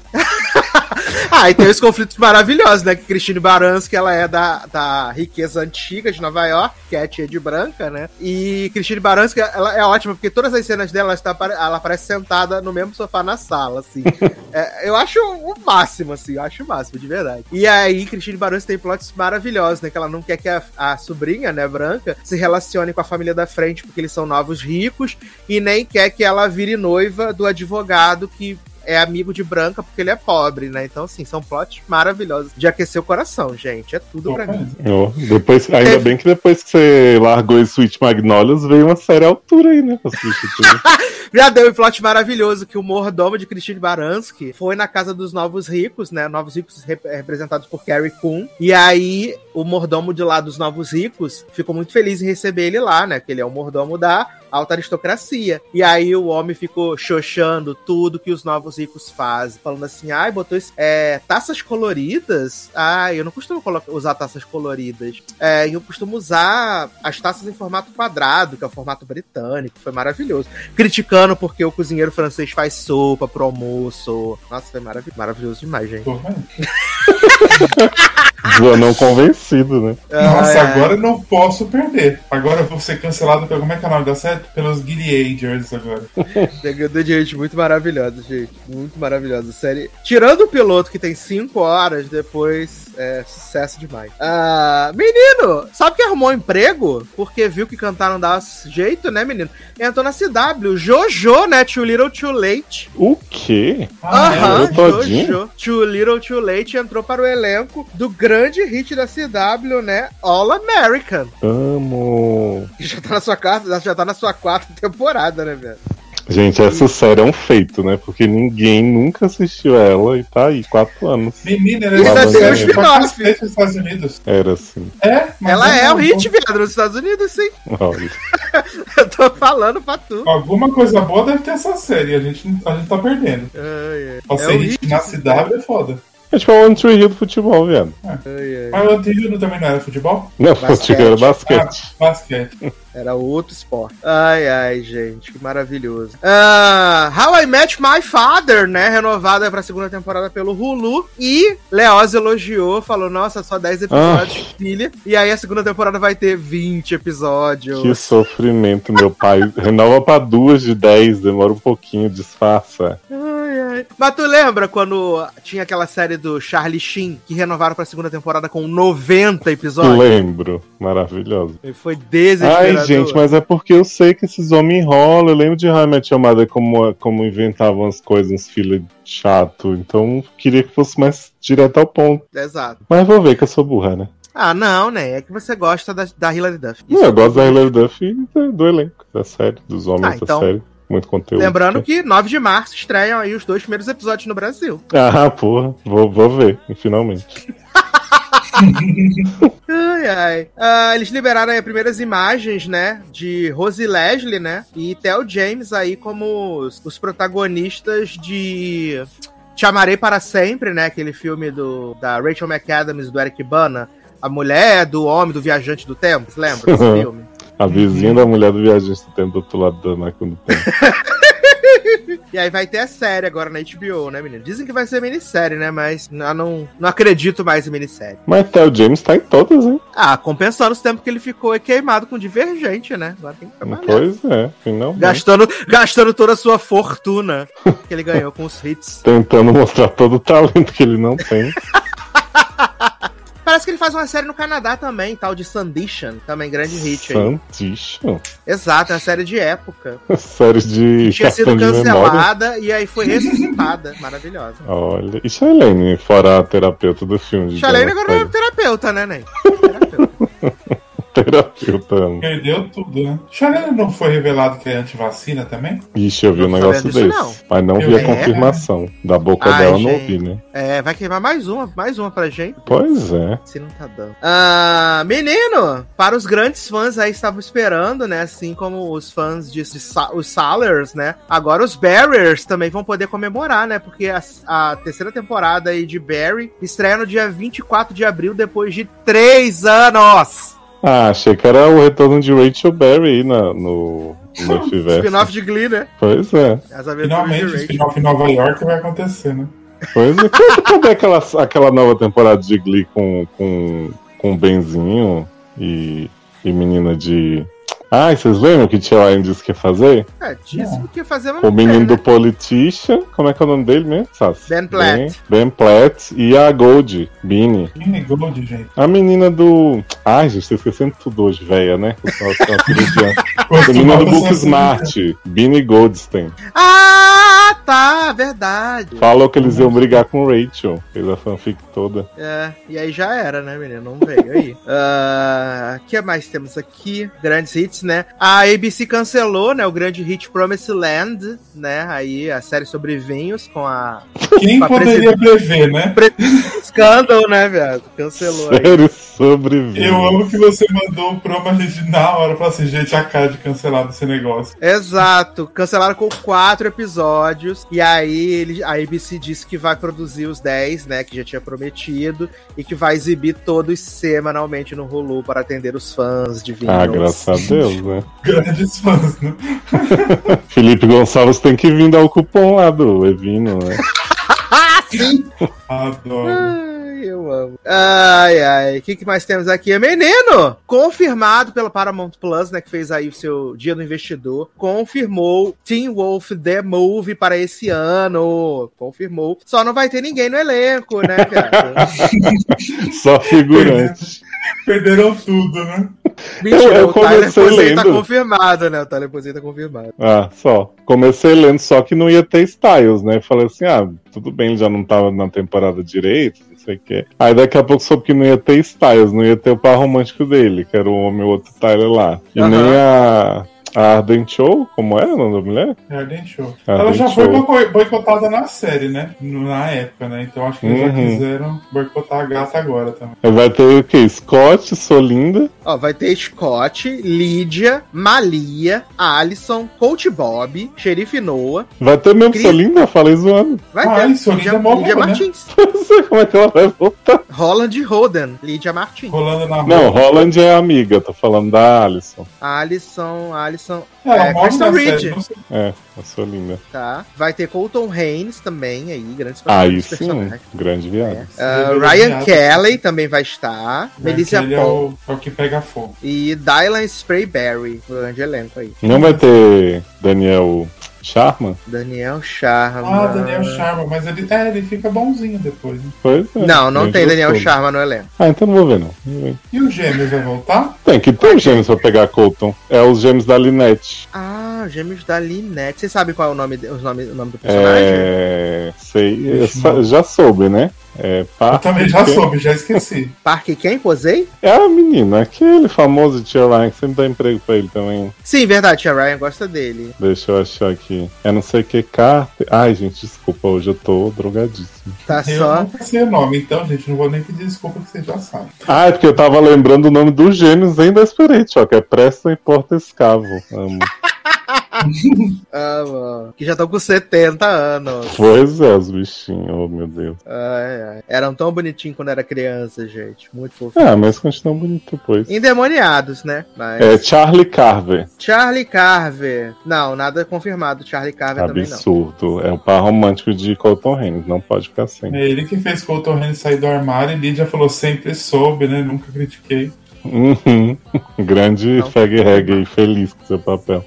Ah, e tem os conflitos maravilhosos, né? Que Christine Baranski, ela é da, da riqueza antiga de Nova York, que é a tia de Branca, né? E Christine Baranski, ela é ótima, porque todas as cenas dela, ela, está, ela aparece sentada no mesmo sofá na sala, assim. É, eu acho o máximo, assim, eu acho o máximo, de verdade. E aí, Christine Baranski tem plots maravilhosos, né? Que ela não quer que a, a sobrinha, né, Branca, se relacione com a família da frente, porque eles são novos ricos, e nem quer que ela vire noiva do advogado que é amigo de Branca porque ele é pobre, né? Então, assim, são plots maravilhosos de aquecer o coração, gente. É tudo pra mim. Oh, depois, ainda Teve... bem que depois que você largou esse Sweet Magnolias, veio uma série à altura aí, né? Pra substituir. Já deu um plot maravilhoso que o mordomo de Christine Baranski foi na casa dos novos ricos, né? Novos ricos rep- representados por Carrie Coon. E aí, o mordomo de lá dos novos ricos ficou muito feliz em receber ele lá, né? Que ele é o mordomo da alta aristocracia. E aí, o homem ficou xoxando tudo que os novos ricos fazem. Falando assim, ai, botou é, taças coloridas. Ai, eu não costumo colocar, usar taças coloridas. É, eu costumo usar as taças em formato quadrado, que é o formato britânico. Foi maravilhoso. Criticando porque o cozinheiro francês faz sopa pro almoço. Nossa, foi marav- maravilhoso demais, gente. Eu não convencido, né? Nossa, é... agora eu não posso perder. Agora eu vou ser cancelado pelo, como é que é o nome da série? Pelos Gileaders agora. Gente, muito maravilhosa, gente. Muito maravilhosa. Série. Tirando o piloto que tem cinco horas, depois é sucesso demais. Ah, menino, sabe que arrumou um emprego? Porque viu que cantar não dava jeito, né, menino? Entrou na C W. Jojo, né? Too Little Too Late. O quê? Aham, uh-huh, Jojo. Too Little Too Late entrou para o elenco do grande hit da C W, né? All American. Amo. Que já tá na sua quarta, já tá na sua quarta temporada, né, velho? Gente, essa série é um feito, né? Porque ninguém nunca assistiu ela e tá aí, quatro anos. Menina, ela era ser um spin-off nos Estados Unidos. Era assim. É? Mas ela é um hit, viado, nos Estados Unidos, sim. Olha. Eu tô falando pra tu. Alguma coisa boa deve ter essa série, a gente, a gente tá perdendo. Ai, ai. Pra é ser hit, hit na C W é foda. É tipo o One Tree Hill do futebol, viado. É. Ai, ai. Mas o One Tree Hill também não era futebol? Não, o One Tree Hill era basquete. Ah, basquete. Era outro esporte. Ai, ai, gente, que maravilhoso. Uh, How I Met My Father, né? Renovada pra segunda temporada pelo Hulu. E Leoz elogiou, falou, nossa, só dez episódios, ah. filha. E aí a segunda temporada vai ter vinte episódios. Que sofrimento, meu pai. Renova pra duas de dez, demora um pouquinho, disfarça. Ai, ai. Mas tu lembra quando tinha aquela série do Charlie Sheen, que renovaram pra segunda temporada com noventa episódios? Lembro, maravilhoso. E foi desesperador. Ai, gente, mas é porque eu sei que esses homens enrolam. Eu lembro de How I Met Your Mother como, como inventavam as coisas, uns filhos chato. Então, queria que fosse mais direto ao ponto. Exato. Mas vou ver que eu sou burra, né? Ah, não, né? É que você gosta da, da Hilary Duff. Não, eu gosto da Hilary Duff e do, do elenco, da série, dos homens Ah, então, da série. Muito conteúdo. Lembrando que nove de março estreiam aí os dois primeiros episódios no Brasil. Ah, porra. Vou, vou ver, finalmente. Ai, ai. Ah, eles liberaram aí as primeiras imagens, né, de Rosie Leslie, né, e Theo James aí como os, os protagonistas de Te Amarei Para Sempre, né, aquele filme do, da Rachel McAdams, do Eric Bana, a mulher do homem, do viajante do tempo, você lembra desse filme? A vizinha da mulher do viajante do tempo do outro lado da máquina do tempo. E aí vai ter a série agora na H B O, né, menino? Dizem que vai ser minissérie, né? Mas eu não, não acredito mais em minissérie. Mas Theo James tá em todas, hein? Ah, compensando os tempos que ele ficou queimado com Divergente, né? Agora tem que trabalhar. Pois é, finalmente. Gastando, gastando toda a sua fortuna que ele ganhou com os hits. Tentando mostrar todo o talento que ele não tem. Parece que ele faz uma série no Canadá também, tal de Sandition, também grande hit aí. Sandition? Exato, é uma série de época. Série de que tinha sido cartão de cancelada memória. E aí foi ressuscitada. Maravilhosa. Olha, e Charlene, fora a terapeuta do filme? De Charlene agora é terapeuta, né, Ney? Terapeuta. Terapeuta. Perdeu tudo, né? Charlene não foi revelado que é antivacina também? Ixi, eu vi um Não tô negócio sabendo desse. disso, não. Mas não Eu vi a vi. confirmação. Da boca Ai, dela eu não gente. ouvi, né? É, vai queimar mais uma, mais uma pra gente. Pois é. Se não tá dando. Ah, menino, para os grandes fãs aí estavam esperando, né? Assim como os fãs de, de Sa- os Salers, né? Agora os Barriers também vão poder comemorar, né? Porque a, a terceira temporada aí de Barry estreia no dia vinte e quatro de abril, depois de três anos. Ah, achei que era o retorno de Rachel Berry aí na, no, no F-Verso. Spin-off de Glee, né? Pois é. As aventuras Finalmente, de o Rachel. spin-off em Nova York vai acontecer, né? Pois é. Cadê, cadê aquela, aquela nova temporada de Glee com, com, com Benzinho e, e menina de... Ah, vocês lembram que o Tia Ryan disse que ia fazer? É, disse que ia fazer, mas O não menino fez, do né? Politician, como é que é o nome dele mesmo? Sassi? Ben Platt. Ben, Ben Platt e a Gold, Beanie. Mini Gold, gente. A menina do... Ai, gente, tô esquecendo tudo hoje, velha, né? A menina do Costumava Book ser assim, Smart, Beanie Goldstein. Ah, tá, verdade. Falou que eles iam brigar com Rachel. Fez a fanfic toda. É, e aí já era, né, menino? Não veio aí. O que mais temos aqui? Grandes hits, né? A A B C cancelou, né, o grande hit Promised Land, né? Aí a série sobre vinhos com a... Quem com a poderia prever, né? Pre... Scandal, né, viado? Cancelou aí. Sério sobre vinho. Eu amo que você mandou o promo, a gente na hora falou assim, gente, a cara de cancelar esse negócio. Exato, cancelaram com quatro episódios. E aí ele, a A B C disse que vai produzir os dez, né? Que já tinha prometido. E que vai exibir todos semanalmente no Hulu para atender os fãs de vinhos. Ah, graças a Deus, né? Grandes fãs, né? Felipe Gonçalves tem que vir dar o cupom lá do Evino, né? Adoro. Ai, eu amo. Ai, ai. O que, que mais temos aqui? Menino! Confirmado pela Paramount Plus, né? Que fez aí o seu Dia do Investidor. Confirmou Teen Wolf The Movie para esse ano. Confirmou. Só não vai ter ninguém no elenco, né, cara? Só figurante. Perderam tudo, né? Mentira, Eu- eu o Tyler comecei Posey tá lendo. confirmado, né? O Tyler Posey tá confirmado. Ah, só. Comecei lendo só que não ia ter Styles, né? Falei assim, ah, tudo bem, ele já não tava na temporada direito, não sei o que. Aí daqui a pouco soube que não ia ter Styles, não ia ter o par romântico dele, que era o homem o outro Tyler lá. E Aham. nem a... A Ardent Show, como era o nome da mulher? Ardent Show. Ardent Ela já Show. foi boi- boicotada na série, né? Na época, né? Então acho que eles já Uhum. quiseram boicotar a gata agora também. Aí vai ter o quê? Scott, Solinda. Ó, vai ter Scott, Lídia, Malia, Alison, Coach Bob, Xerife Noah. Vai ter mesmo Cris- Solinda? Falei zoando. Vai Ai, ter Solinda Lídia, morreu, Lídia né? Martins. Não sei como é que ela vai voltar. Roland Roden, Lídia Martins. Rolando na rua. Não, Holland é amiga, tô falando da Alison. Alison, Alison, Ela é, morre Crystal na Reed, série, não sei. É, a Solinda. tá? Vai ter Colton Haynes também aí, grandes Aí grandes sim, grande viagem. Ah, Sim, Ryan viado. Kelly também vai estar. Melissa Aquele é Paul o, é o que pega fogo. e Dylan Sprayberry, grande elenco aí. Não vai ter Daniel Sharman? Daniel Sharma. Ah, Daniel Sharma, mas ele, é, ele fica bonzinho depois, né? Pois é. Não, não Gente tem Daniel gostoso. Sharma no elenco. Ah, então não vou ver não. Não vou ver. E o Gêmeos vai voltar? Tem que ter os gêmeos pra pegar Colton. É os gêmeos da Lynette. Ah, os gêmeos da Lynette. Vocês sabem qual é o nome, os nome, o nome do personagem? É... Sei, eu sa- já soube, né? É, eu também já quem? soube, já esqueci. Parque quem? Posei? É a menina, aquele famoso Tia Ryan que sempre dá emprego pra ele também. Sim, verdade, Tia Ryan gosta dele. Deixa eu achar aqui. É não sei que Carter. Ai, gente, desculpa, hoje eu tô drogadíssimo. Tá eu só. Eu não sei o nome, então, gente, não vou nem pedir desculpa que você já sabe. Ah, é porque eu tava lembrando o nome dos gêmeos em Desperate, ó, que é Preston e Porta Escavo. Amo. Ah, mano. Que já estão com setenta anos. Pois é, os bichinhos, oh meu Deus. Ai, ai. Eram tão bonitinhos quando era criança, gente. Muito fofinho. Ah, mas continuam bonitos depois. Endemoniados, né? Mas... É Charlie Carver. Charlie Carver. Não, nada confirmado. Charlie Carver Absurdo. também não. Absurdo. É o par romântico de Colton Haynes, não pode ficar sem. É ele que fez Colton Haynes sair do armário e Lídia falou, sempre soube, né? Nunca critiquei. Uhum. Grande fag reggae feliz com seu papel.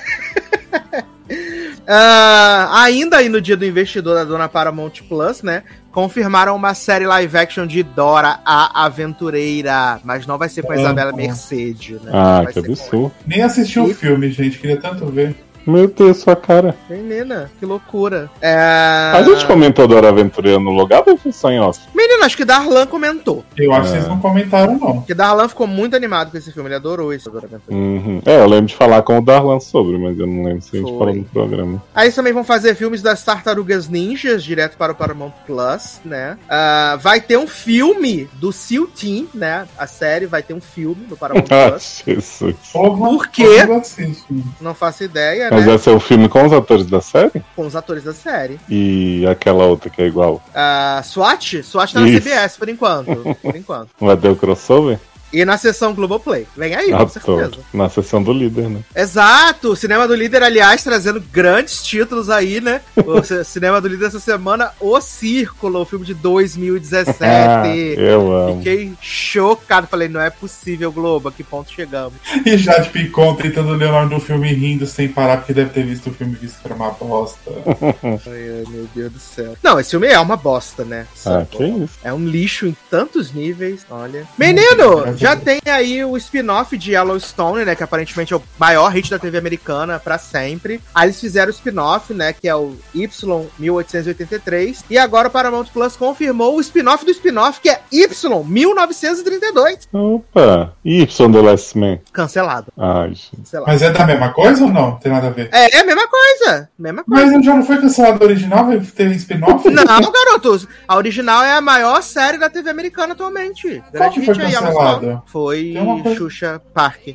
Uh, ainda aí no dia do investidor da dona Paramount Plus, né? Confirmaram uma série live action de Dora a Aventureira. Mas não vai ser com a Isabela Mercedes, né? Ah, vai que absurdo. Nem assisti o filme, gente. Queria tanto ver. Meu Deus, sua cara. Menina, que loucura. É... A gente comentou Dora Aventureira no logado ou foi só em off? Menina, acho que Darlan comentou. Eu acho é. que vocês não comentaram, não. Porque Darlan ficou muito animado com esse filme. Ele adorou isso, Dora Aventureira. Uhum. É, eu lembro de falar com o Darlan sobre, mas eu não lembro se a gente Foi. falou no programa. Aí eles também vão fazer filmes das Tartarugas Ninjas, direto para o Paramount Plus, né? Uh, vai ter um filme do Seal Team, né? A série vai ter um filme no Paramount Plus. Ah, Jesus. Por quê? Não faço ideia, mas né? vai ser o filme com os atores da série? Com os atores da série. E aquela outra que é igual? Uh, SWAT? SWAT tá na Isso. C B S, por enquanto. Por enquanto. Vai ter o crossover? E na sessão Globoplay. Vem aí, com certeza. Na sessão do líder, né? Exato! O Cinema do Líder, aliás, trazendo grandes títulos aí, né? O Cinema do Líder essa semana, O Círculo, o filme de dois mil e dezessete. Ah, eu amo. Fiquei chocado. Falei, não é possível, Globo, a que ponto chegamos? E Jade Picon tentando ler o nome do filme rindo sem parar, porque deve ter visto o filme visto que era uma bosta. Ai, meu Deus do céu. Não, esse filme é uma bosta, né? Ah, que isso? É um lixo em tantos níveis, olha. Menino! Já tem aí o spin-off de Yellowstone, né? Que aparentemente é o maior hit da T V americana pra sempre. Aí eles fizeram o spin-off, né? Que é o Y mil oitocentos e oitenta e três. E agora o Paramount Plus confirmou o spin-off do spin-off, que é Y mil novecentos e trinta e dois. Opa! Y The Last Man. Cancelado. Ai, gente. Cancelado. Mas é da mesma coisa ou não? Tem nada a ver? É, é a mesma coisa. Mesma coisa. Mas já não foi cancelado o original? Vai ter spin-off? Não, garotos. A original é a maior série da T V americana atualmente. Qual que foi cancelado? Foi coisa... Xuxa Park.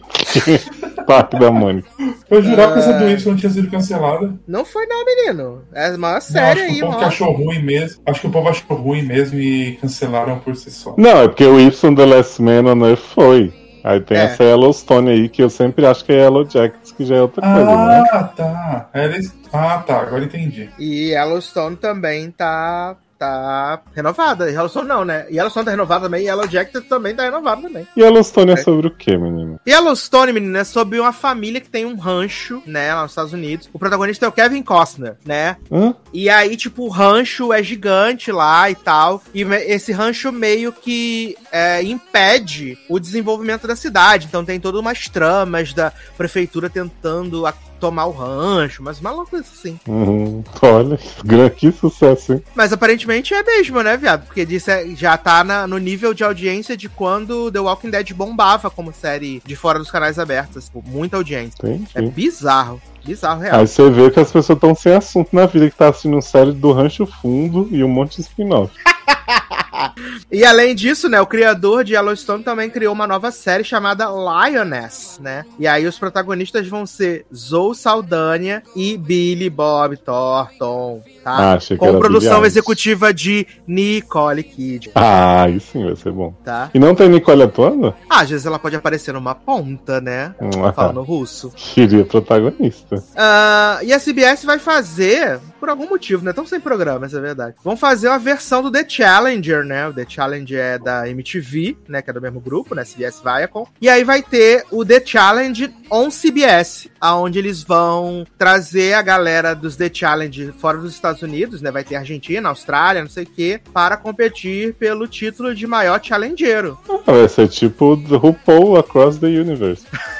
Parque da Mônica. Eu jurava uh... que essa do Y não tinha sido cancelada. Não foi não, menino. É a maior série não, acho aí, que o povo que achou ruim mesmo. Acho que o povo achou ruim mesmo e cancelaram por si só. Não, é porque o Y The Last Man né, foi. Aí tem é. essa Yellowstone aí, que eu sempre acho que é Yellow Jackets, que já é outra coisa, ah, né? Ah, tá. Eles... Ah, tá. Agora entendi. E Yellowstone também tá... Tá renovada. Yellowstone não, né? Yellowstone tá renovada também. E Yellow Jacket também tá renovada também. Yellowstone é, é sobre o quê, menino? Yellowstone, menino, é sobre uma família que tem um rancho, né? Lá nos Estados Unidos. O protagonista é o Kevin Costner, né? Hã? E aí, tipo, o rancho é gigante lá e tal. E esse rancho meio que é, impede o desenvolvimento da cidade. Então tem todas umas tramas da prefeitura tentando... A tomar o rancho, mas maluco assim. Uhum. Olha, que sucesso, hein? Mas aparentemente é mesmo, né, viado? Porque disse, já tá na, no nível de audiência de quando The Walking Dead bombava como série de fora dos canais abertos. Tipo, muita audiência. Entendi. É bizarro. Bizarro, real. Aí você vê que as pessoas estão sem assunto na vida, que tá assistindo série do Rancho Fundo e um monte de spin-off. E além disso, né, o criador de Yellowstone também criou uma nova série chamada Lioness, né? E aí os protagonistas vão ser Zoe Saldana e Billy Bob Thornton, tá? Ah, achei que com era produção brilhante. executiva de Nicole Kidman. Ah, aí sim vai ser bom. Tá? E não tem Nicole atuando? Ah, às vezes ela pode aparecer numa ponta, né? Ah, falando russo. Queria protagonista. Uh, e a C B S vai fazer, por algum motivo, né? Tão sem programa, essa é a verdade. Vão fazer uma versão do The Challenger, né? O The Challenger é da M T V, né? Que é do mesmo grupo, né? C B S Viacom. E aí vai ter o The Challenge on C B S, aonde eles vão trazer a galera dos The Challenge fora dos Estados Unidos, né? Vai ter Argentina, Austrália, não sei o quê, para competir pelo título de maior challengeiro. Ah, vai ser tipo o RuPaul Across the Universe.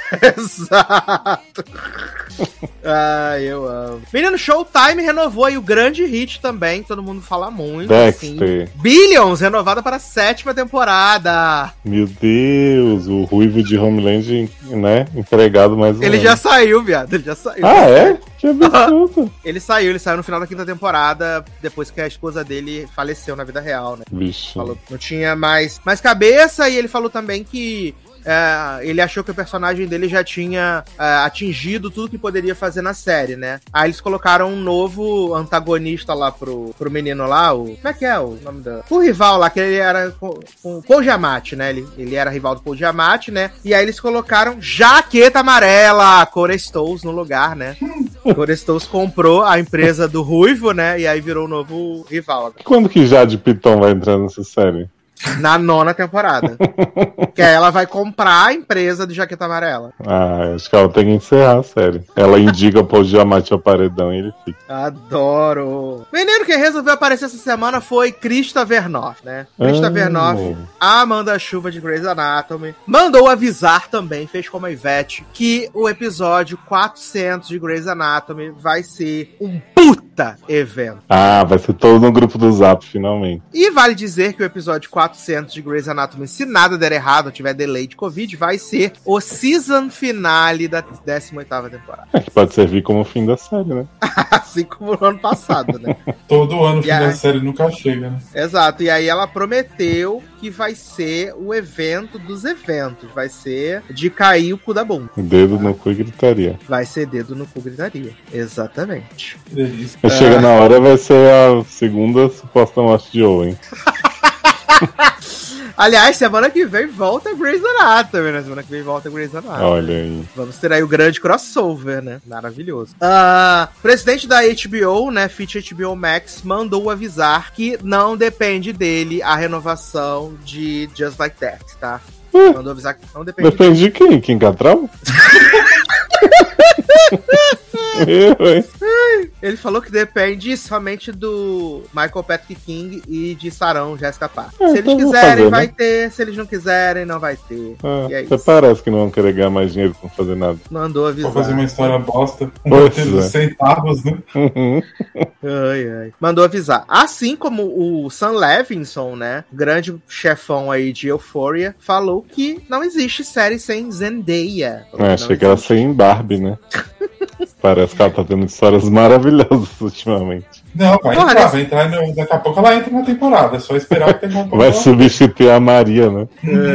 Exato. Ai, eu amo. Menino, Showtime renovou aí o grande hit também, todo mundo fala muito. Dexter. Assim. Billions, renovada para a sétima temporada. Meu Deus, o ruivo de Homeland, né? Empregado mais um Ele ano. já saiu, viado. Ele já saiu. Ah, é? Que absurdo. Ele saiu, ele saiu no final da quinta temporada, depois que a esposa dele faleceu na vida real, né? Bicho. Falou que não tinha mais, mais cabeça, e ele falou também que é, ele achou que o personagem dele já tinha é, atingido tudo que poderia fazer na série, né? Aí eles colocaram um novo antagonista lá pro, pro menino lá, o... Como é que é o nome da... O rival lá, que ele era com o Paul Giamatti, né? Ele, ele era rival do Paul Giamatti, né? E aí eles colocaram Jaqueta Amarela, Corey Stoles no lugar, né? Corey Stoles comprou a empresa do Ruivo, né? E aí virou o novo rival. Quando que Jade Piton vai entrar nessa série? Na nona temporada. Que aí ela vai comprar a empresa de Jaqueta Amarela. Ah, acho que ela tem que encerrar a série. Ela indica Paul Giamatti ao paredão e ele fica. Adoro! Menino, quem resolveu aparecer essa semana foi Krista Vernoff, né? Krista Ah. Vernoff, a manda-chuva de Grey's Anatomy, mandou avisar também, fez como a Ivete, que o episódio quatrocentos de Grey's Anatomy vai ser um puta evento. Ah, vai ser todo no grupo do Zap, finalmente. E vale dizer que o episódio quatrocentos de Grey's Anatomy, se nada der errado, tiver delay de Covid, vai ser o season finale da décima oitava temporada. É que pode servir como fim da série, né? Assim como no ano passado, né? Todo ano o fim E aí- da série nunca chega, né? Exato, e aí ela prometeu que vai ser o evento dos eventos, vai ser de cair o cu da bunda. Dedo no cu e gritaria. Vai ser dedo no cu gritaria. Exatamente. Que delícia. Mas chega na hora, vai ser a segunda suposta morte de Owen. Aliás, semana que vem volta Grey's Anatomy, né? Semana que vem volta Grey's Anatomy. Olha aí. Vamos ter aí o grande crossover, né? Maravilhoso. Ah, presidente da H B O, né? Fit H B O Max, mandou avisar que não depende dele a renovação de Just Like That, tá? Uh, Mandou avisar que não depende dele. Depende de quem? Kim Cattrall? Eu, hein? Ele falou que depende somente do Michael Patrick King e de Sarão Jessica Parker. É, se eles então vou quiserem, fazer, vai né? ter. Se eles não quiserem, não vai ter. Ah, E é até isso. parece que não vão querer ganhar mais dinheiro pra não fazer nada. Mandou Pra avisar. fazer uma história bosta. Um Pois roteiro dos é. centavos, né? Uhum. Ai, ai. Mandou avisar. Assim como o Sam Levinson, né? Grande chefão aí de Euphoria, falou que não existe série sem Zendaya. Falou É, que achei não que ela existe. ia em Barbie, né? Parece que ela tá tendo histórias maravilhosas ultimamente. Não, vai Porra, entrar, nesse- vai entrar. No, daqui a pouco ela entra na temporada. É só esperar que tem uma Vai substituir a Maria, né?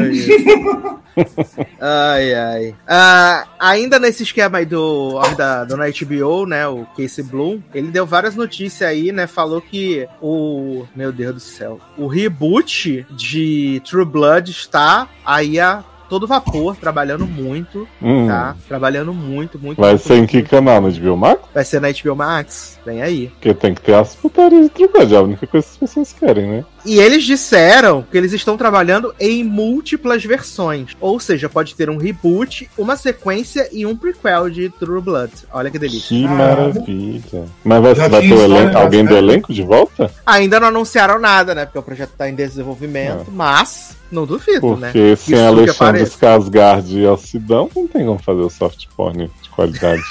Ai, ai. Ah, ainda nesse esquema aí do, da, do na H B O, né, o Casey Bloom, ele deu várias notícias aí, né, falou que o, meu Deus do céu, o reboot de True Blood está aí a todo vapor, trabalhando muito, Hum. tá? Trabalhando muito, muito. Vai muito, ser em muito. que canal? No H B O Max? Vai ser na H B O Max, vem aí. Porque tem que ter as putarias de trocadilho. É a única coisa que as pessoas querem, né? E eles disseram que eles estão trabalhando em múltiplas versões. Ou seja, pode ter um reboot, uma sequência e um prequel de True Blood. Olha que delícia. Que Caralho. maravilha. Mas vai, Já vai tinha ter o história elen- já, alguém do né? elenco de volta? Ainda não anunciaram nada, né? Porque o projeto tá em desenvolvimento, mas não duvido, né? Porque sem Isso que Alexandre apareça. Skarsgård e Alcidão, não tem como fazer o soft porn de qualidade.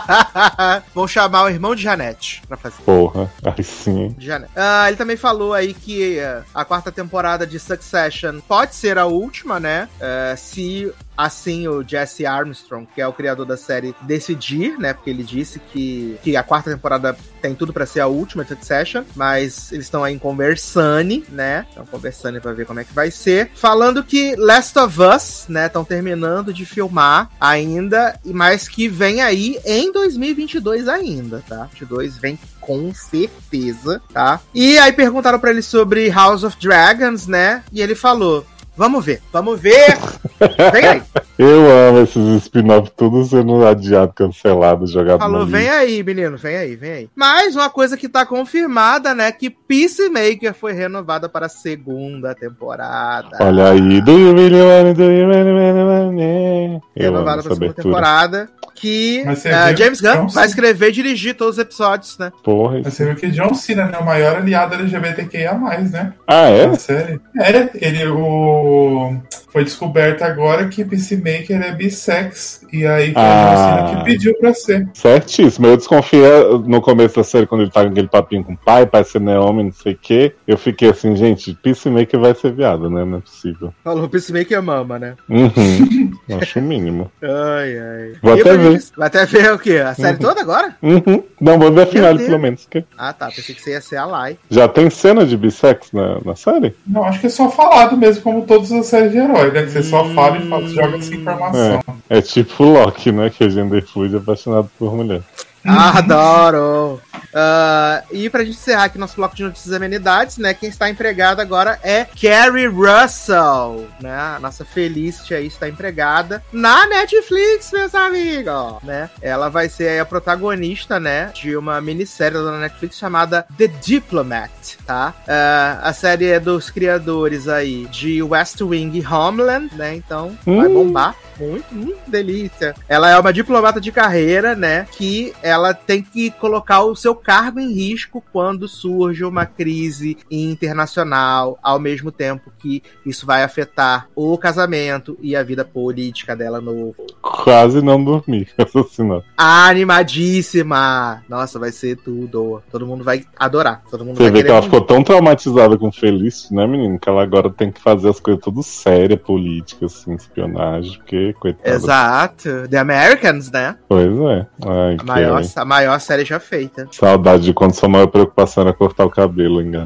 Vão chamar o irmão de Janete pra fazer. Porra. Aí sim. De Janete. Ah, ele também falou aí que eh, a quarta temporada de Succession pode ser a última, né? Eh, se assim o Jesse Armstrong, que é o criador da série, decidir, né? Porque ele disse que, que a quarta temporada tem tudo pra ser a última de Succession, mas eles estão aí conversando, né? Estão conversando pra ver como é que vai ser. Falando que Last of Us, né? Estão terminando de filmar ainda, e mas que vem aí em dois mil e vinte e dois ainda, tá? vinte e dois vem com certeza, tá? E aí perguntaram pra ele sobre House of Dragons, né? E ele falou: vamos ver, vamos ver. Vem aí. Eu amo esses spin-off tudo sendo adiado, cancelado, jogado Falou, no vem lixo. aí, menino, vem aí, vem aí. Mas uma coisa que tá confirmada, né? Que Peacemaker foi renovada para a segunda temporada. Olha aí. Do you really wanna, do you really wanna, wanna? Eu amo Renovada essa para a segunda abertura. temporada. Que Mas você eh, viu? James Gunn Então, vai sim. escrever e dirigir todos os episódios, né? Porra. Mas Isso... você viu que John Cena, né? O maior aliado L G B T Q I A mais, né? Ah, é? Na série. É, ele, o. foi descoberto agora que Peacemaker é bissex. E aí foi Ah. a Lucina que pediu pra ser. Certíssimo. Eu desconfiei no começo da série, quando ele tá com aquele papinho com o pai, pai ser homem, não sei o quê. Eu fiquei assim, gente, Peacemaker vai ser viado, né? Não é possível. Falou Peacemaker mama, né? Uhum. Acho o mínimo. Ai, ai. Vou E até pra ver. gente- Vai até ver o quê? A série toda agora? Uhum. Não, vou ver a final, Deus. pelo menos. Que Ah, tá. Pensei que você ia ser a Lai. já tem cena de bissex na, na série? Não, acho que é só falado mesmo, como todas as séries de herói, né? Que você só fala e fala, joga essa informação. É tipo o Loki, né? Que é gender fluid apaixonado por mulher. Adoro! Ah, e pra gente encerrar aqui nosso bloco de notícias e amenidades, né? Quem está empregada agora é Kerry Russell, né? A nossa Felicity aí está empregada na Netflix, meus amigos, né? Ela vai ser aí a protagonista, né? De uma minissérie da Netflix chamada The Diplomat, tá? Ah, a série é dos criadores aí de West Wing e Homeland, né? Então vai Hum. bombar. Muito, hum, delícia. Ela é uma diplomata de carreira, né? Que ela tem que colocar o seu cargo em risco quando surge uma crise internacional, ao mesmo tempo que isso vai afetar o casamento e a vida política dela no... Quase não dormi com essa sinal. Animadíssima! Nossa, vai ser tudo. Todo mundo vai adorar. Todo mundo Você vai vê que querer ela muito. ficou tão traumatizada com Felicity, né, menino? Que ela agora tem que fazer as coisas tudo sérias, políticas, assim, espionagem, porque, coitada. Exato. The Americans, né? Pois é. Ai, A maior, Kerry. a maior série já feita. Saudade de quando sua maior preocupação era cortar o cabelo, engano.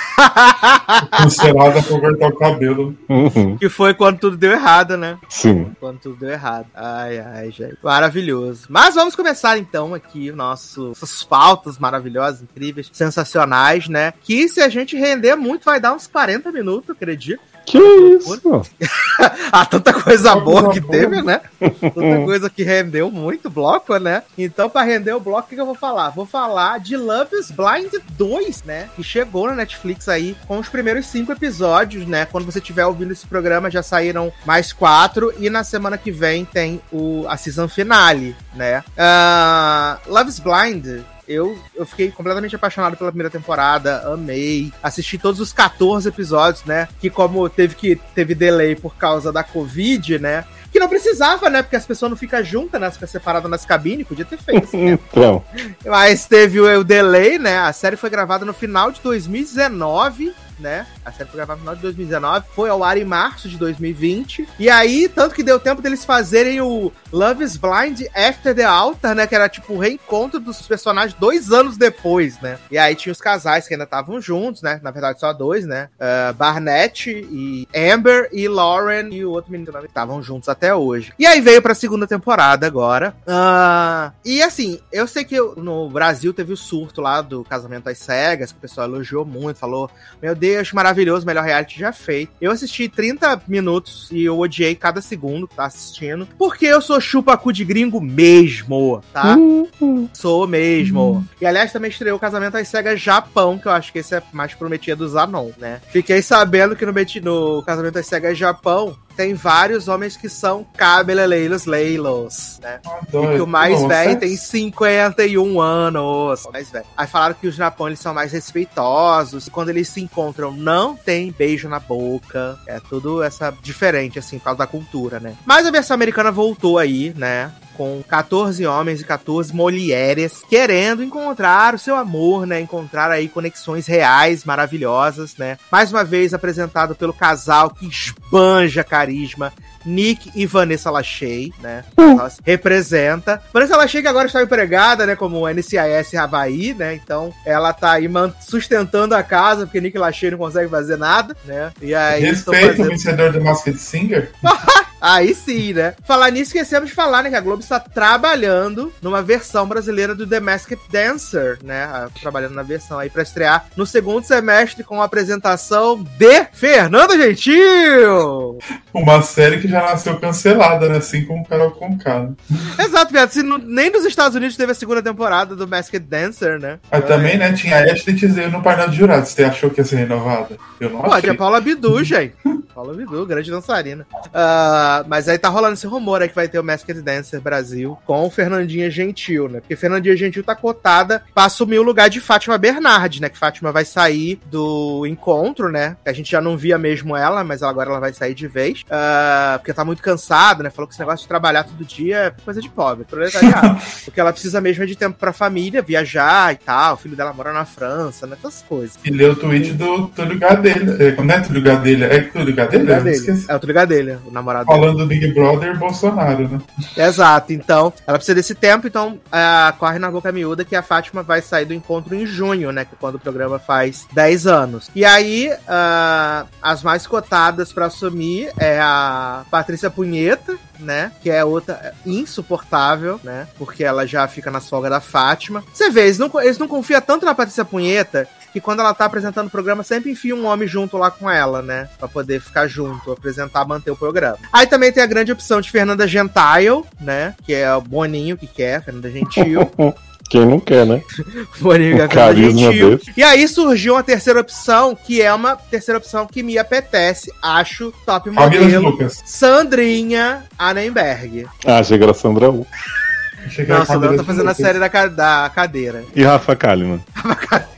Cancelada pra cortar o cabelo. Uhum. Que foi quando tudo deu errado, né? Sim. Quando tudo deu errado. Ai, ai, gente. Maravilhoso. Mas vamos começar então aqui o nosso, nossas pautas maravilhosas, incríveis, sensacionais, né? Que se a gente render muito, vai dar uns quarenta minutos, acredito. Que isso? Ah, tanta coisa boa Coisa que boa. teve, né? Tanta coisa que rendeu muito bloco, né? Então, pra render o bloco, o que, que eu vou falar? Vou falar de Love is Blind dois, né? Que chegou na Netflix aí com os primeiros cinco episódios, né? Quando você estiver ouvindo esse programa, já saíram mais quatro. E na semana que vem tem o, a season finale, né? Uh, Love is Blind... Eu, eu fiquei completamente apaixonado pela primeira temporada, amei. Assisti todos os catorze episódios, né? Que como teve que teve delay por causa da Covid, né? Que não precisava, né? Porque as pessoas não ficam juntas, né? Ficam separadas nas cabines, podia ter feito. Né? Então, Mas teve o, o delay, né? A série foi gravada no final de dois mil e dezenove. Né? A série foi gravada no final de dois mil e dezenove, foi ao ar em março de dois mil e vinte. E aí, tanto que deu tempo deles fazerem o Love is Blind After the Altar, né? Que era tipo o reencontro dos personagens dois anos depois, né? E aí tinha os casais que ainda estavam juntos, né? Na verdade, só dois, né? Uh, Barnett e Amber e Lauren e o outro menino que estavam juntos até hoje. E aí veio pra segunda temporada agora. Uh, e assim, eu sei que eu, no Brasil teve o surto lá do Casamento às Cegas, que o pessoal elogiou muito, falou: meu Deus, maravilhoso, melhor reality já feito. Eu assisti trinta minutos e eu odiei cada segundo que tá assistindo, porque eu sou chupa-cu de gringo mesmo, tá? Uhum. Sou mesmo. Uhum. E aliás, também estreou o Casamento às Cegas Japão, que eu acho que esse é mais prometido dos Zanon, né? Fiquei sabendo que no, no Casamento às Cegas Japão tem vários homens que são cabeleireiros leilos, né? Adoro. E que o mais Nossa. velho tem cinquenta e um anos. Mais velho. Aí falaram que os Japão eles são mais respeitosos. E quando eles se encontram, não tem beijo na boca. É tudo essa diferente, assim, por causa da cultura, né? Mas a versão americana voltou aí, né? Com catorze homens e catorze mulheres querendo encontrar o seu amor, né? Encontrar aí conexões reais, maravilhosas, né? Mais uma vez apresentado pelo casal que esbanja carisma, Nick e Vanessa Lachey, né? Ela representa. Vanessa Lachey que agora está empregada, né? Como N C I S Havaí, né? Então ela tá aí sustentando a casa, porque Nick Lachey não consegue fazer nada, né? E aí Respeita fazendo... o vencedor do Masked Singer. Aí sim, né? Falar nisso, esquecemos de falar, né? Que a Globo está trabalhando numa versão brasileira do The Masked Dancer, né? Trabalhando na versão aí pra estrear no segundo semestre com a apresentação de Fernanda Gentil! Uma série que já nasceu cancelada, né? Assim como Carol Conká. Né? Exato, viado. Se não, nem nos Estados Unidos teve a segunda temporada do Masked Dancer, né? Mas também, né? Tinha a Ashley Tisdale no painel de jurados. Você achou que ia ser renovada? Eu não Pode, achei. é Paula Abdul, gente. Paula Abdul, grande dançarina. Uh, Uh, mas aí tá rolando esse rumor aí que vai ter o Masked Dancer Brasil com Fernandinha Gentil, né? Porque Fernandinha Gentil tá cotada pra assumir o lugar de Fátima Bernardes, né? Que Fátima vai sair do encontro, né? A gente já não via mesmo ela, mas agora ela vai sair de vez. Uh, porque tá muito cansada, né? Falou que esse negócio de trabalhar todo dia é coisa de pobre, proletariado. Porque ela precisa mesmo é de tempo pra família, viajar e tal. O filho dela mora na França, né? Essas coisas. E leu o tweet do Túlio Gadelha. Não é Túlio Gadelha? É Túlio Gadelha? É o Túlio Gadelha, o namorado Falando dele. Do Big Brother Bolsonaro, né? Exato. Então, ela precisa desse tempo, então uh, corre na boca miúda que a Fátima vai sair do encontro em junho, né? Que é quando o programa faz dez anos. E aí, uh, as mais cotadas pra assumir é a Patrícia Punheta, né? Que é outra insuportável, né? Porque ela já fica na folga da Fátima. Você vê, eles não, eles não confiam tanto na Patrícia Punheta que quando ela tá apresentando o programa, sempre enfia um homem junto lá com ela, né? Pra poder ficar junto, apresentar, manter o programa. Aí também tem a grande opção de Fernanda Gentile, né? Que é o Boninho que quer, Fernanda Gentil. Quem não quer, né? Boninho que é Fernanda Gentil. Desse. E aí surgiu uma terceira opção, que é uma terceira opção que me apetece. Acho top modelo. Sandrinha Annemberg. Ah, achei que era Sandra U. Não, a Sandra tá fazendo a série da, da cadeira. E Rafa Kalimann. Rafa Kalimann.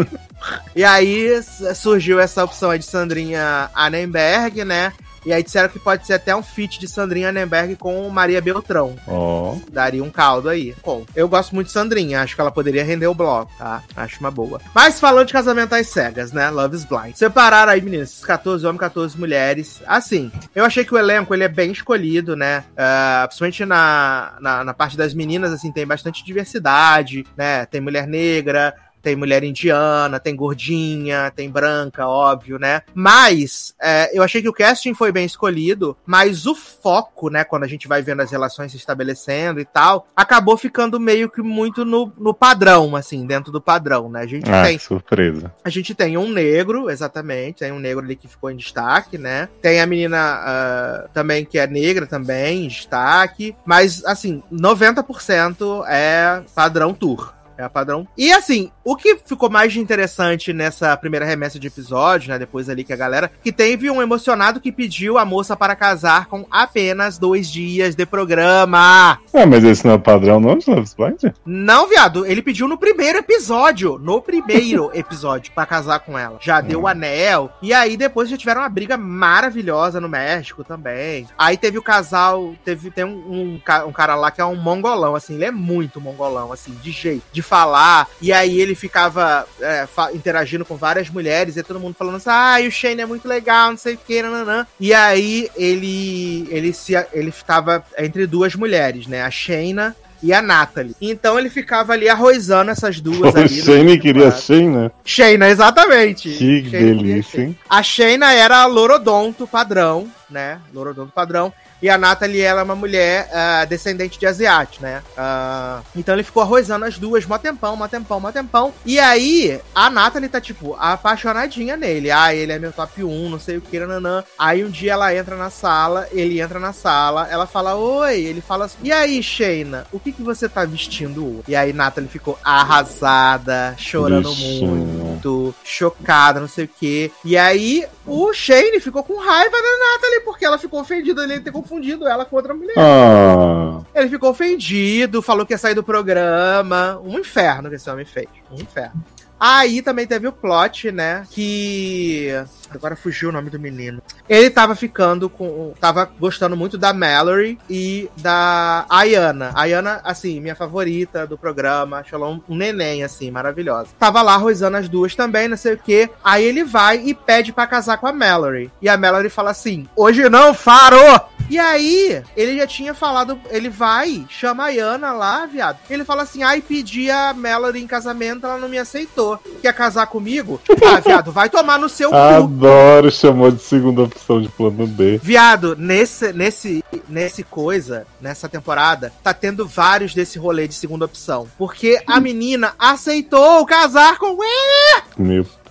E aí surgiu essa opção aí de Sandrinha Annemberg, né? E aí disseram que pode ser até um feat de Sandrinha Annemberg com Maria Beltrão. Oh. Daria um caldo aí. Bom, eu gosto muito de Sandrinha. Acho que ela poderia render o bloco, tá? Acho uma boa. Mas falando de casamento às cegas, né? Love is Blind. Separaram aí, meninas, esses catorze homens, catorze mulheres. Assim, eu achei que o elenco, ele é bem escolhido, né? Uh, principalmente na, na, na parte das meninas, assim, tem bastante diversidade, né? Tem mulher negra, tem mulher indiana, tem gordinha, tem branca, óbvio, né? Mas, é, eu achei que o casting foi bem escolhido, mas o foco, né, quando a gente vai vendo as relações se estabelecendo e tal, acabou ficando meio que muito no, no padrão, assim, dentro do padrão, né? A gente ah, tem... que surpresa. A gente tem um negro, exatamente, tem um negro ali que ficou em destaque, né? Tem a menina uh, também que é negra também, em destaque, mas, assim, noventa por cento é padrão tour. É a padrão. E assim, o que ficou mais interessante nessa primeira remessa de episódio, né? Depois ali que a galera... Que teve um emocionado que pediu a moça para casar com apenas dois dias de programa. Ah, mas esse não é o padrão não de Love is Blind? Não, viado. Ele pediu no primeiro episódio. No primeiro episódio, pra casar com ela. Já deu o anel. E aí depois já tiveram uma briga maravilhosa no México também. Aí teve o casal... Teve, tem um, um, um cara lá que é um mongolão, assim. Ele é muito mongolão, assim, de jeito. De falar, e aí ele ficava é, fa- interagindo com várias mulheres, e todo mundo falando assim, ah, o Shane é muito legal, não sei o que, nananã. E aí ele ele se ele ficava entre duas mulheres, né, a Shayna e a Natalie. Então ele ficava ali arrozando essas duas. O ali. O Shane queria Shayna? Shayna, exatamente. Que Shayna delícia, hein? A Shayna era a Lorodonto padrão, né, Lorodonto padrão. E a Natalie, ela é uma mulher uh, descendente de asiático, né? Uh, então ele ficou arrozando as duas, mó tempão, mó tempão, mó tempão. E aí, a Natalie tá, tipo, apaixonadinha nele. Ah, ele é meu top um, não sei o que, nananã. Aí um dia ela entra na sala, ele entra na sala, ela fala, oi, ele fala assim, e aí, Shayna, o que que você tá vestindo hoje? E aí Natalie ficou arrasada, chorando Bichinho. muito, chocada, não sei o que. E aí, o Shane ficou com raiva da Natalie, porque ela ficou ofendida dele ter confundido ela com outra mulher. Ah. Ele ficou ofendido, falou que ia sair do programa. Um inferno que esse homem fez. Um inferno. Aí também teve o plot, né, que... Agora fugiu o nome do menino. Ele tava ficando com... Tava gostando muito da Mallory e da Ayana. Ayana, assim, minha favorita do programa. Achou ela um, um neném, assim, maravilhosa. Tava lá arrozando as duas também, não sei o quê. Aí ele vai e pede pra casar com a Mallory. E a Mallory fala assim, hoje não, Faro! E aí, ele já tinha falado... Ele vai, chama a Ayana lá, viado. Ele fala assim, ai, pedi a Mallory em casamento, ela não me aceitou. Quer casar comigo? Ah, viado, vai tomar no seu cu. Adoro, chamou de segunda opção de plano B. Viado, nesse, nesse, nesse coisa, nessa temporada, tá tendo vários desse rolê de segunda opção. Porque a menina aceitou casar com ele! Meu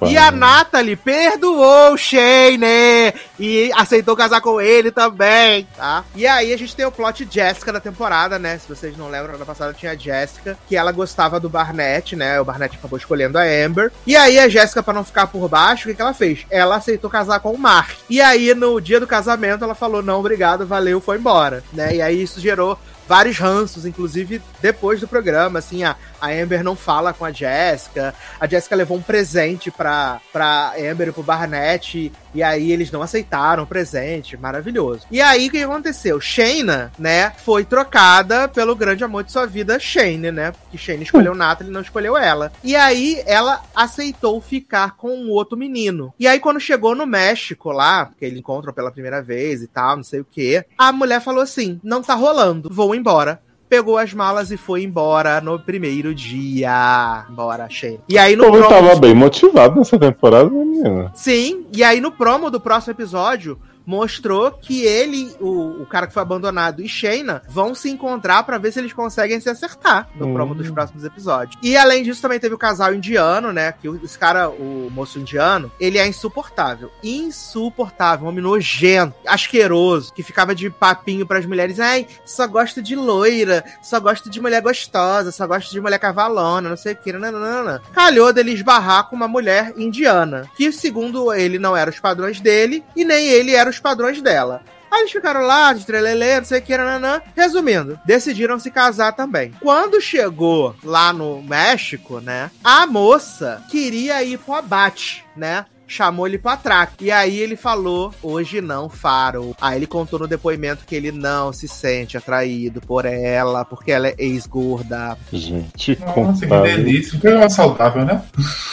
E a Natalie perdoou o Shane e aceitou casar com ele também, tá? E aí a gente tem o plot Jessica da temporada, né? Se vocês não lembram, na passada tinha a Jessica, que ela gostava do Barnett, né? O Barnett acabou escolhendo a Amber. E aí a Jessica, pra não ficar por baixo, o que, que ela fez? Ela aceitou casar com o Mark. E aí no dia do casamento ela falou, não, obrigado, valeu, foi embora, né? E aí isso gerou vários ranços, inclusive depois do programa, assim, a, a Amber não fala com a Jessica, a Jessica levou um presente pra, pra Amber e pro Barnett, e aí eles não aceitaram o presente, maravilhoso. E aí, o que aconteceu? Shayna, né, foi trocada pelo grande amor de sua vida, Shane, né, porque Shane escolheu Natalie e não escolheu ela. E aí, ela aceitou ficar com um outro menino. E aí, quando chegou no México lá, porque eles encontram pela primeira vez e tal, não sei o quê, a mulher falou assim, não tá rolando, vou embora. Pegou as malas e foi embora no primeiro dia. Embora, Shane. E aí no promo... Eu tava promo... bem motivado nessa temporada, menina. Sim, e aí no promo do próximo episódio, mostrou que ele, o, o cara que foi abandonado e Shayna vão se encontrar pra ver se eles conseguem se acertar no hum. promo dos próximos episódios. E além disso, também teve o casal indiano, né? Que esse cara, o moço indiano, ele é insuportável. Insuportável, um homem nojento, asqueroso, que ficava de papinho pras mulheres. Ai, só gosto de loira, só gosto de mulher gostosa, só gosto de mulher cavalona, não sei o que, não, não, não, não. Calhou dele esbarrar com uma mulher indiana, que segundo ele não eram os padrões dele, e nem ele era os padrões dela. Aí eles ficaram lá, de trelelê, não sei o que, nananã. Resumindo, decidiram se casar também. Quando chegou lá no México, né, a moça queria ir pro abate, né? Chamou ele pra trás. E aí ele falou, hoje não, Faro. Aí ele contou no depoimento que ele não se sente atraído por ela, porque ela é ex-gorda. Gente, nossa, que delícia. Que é saudável, né?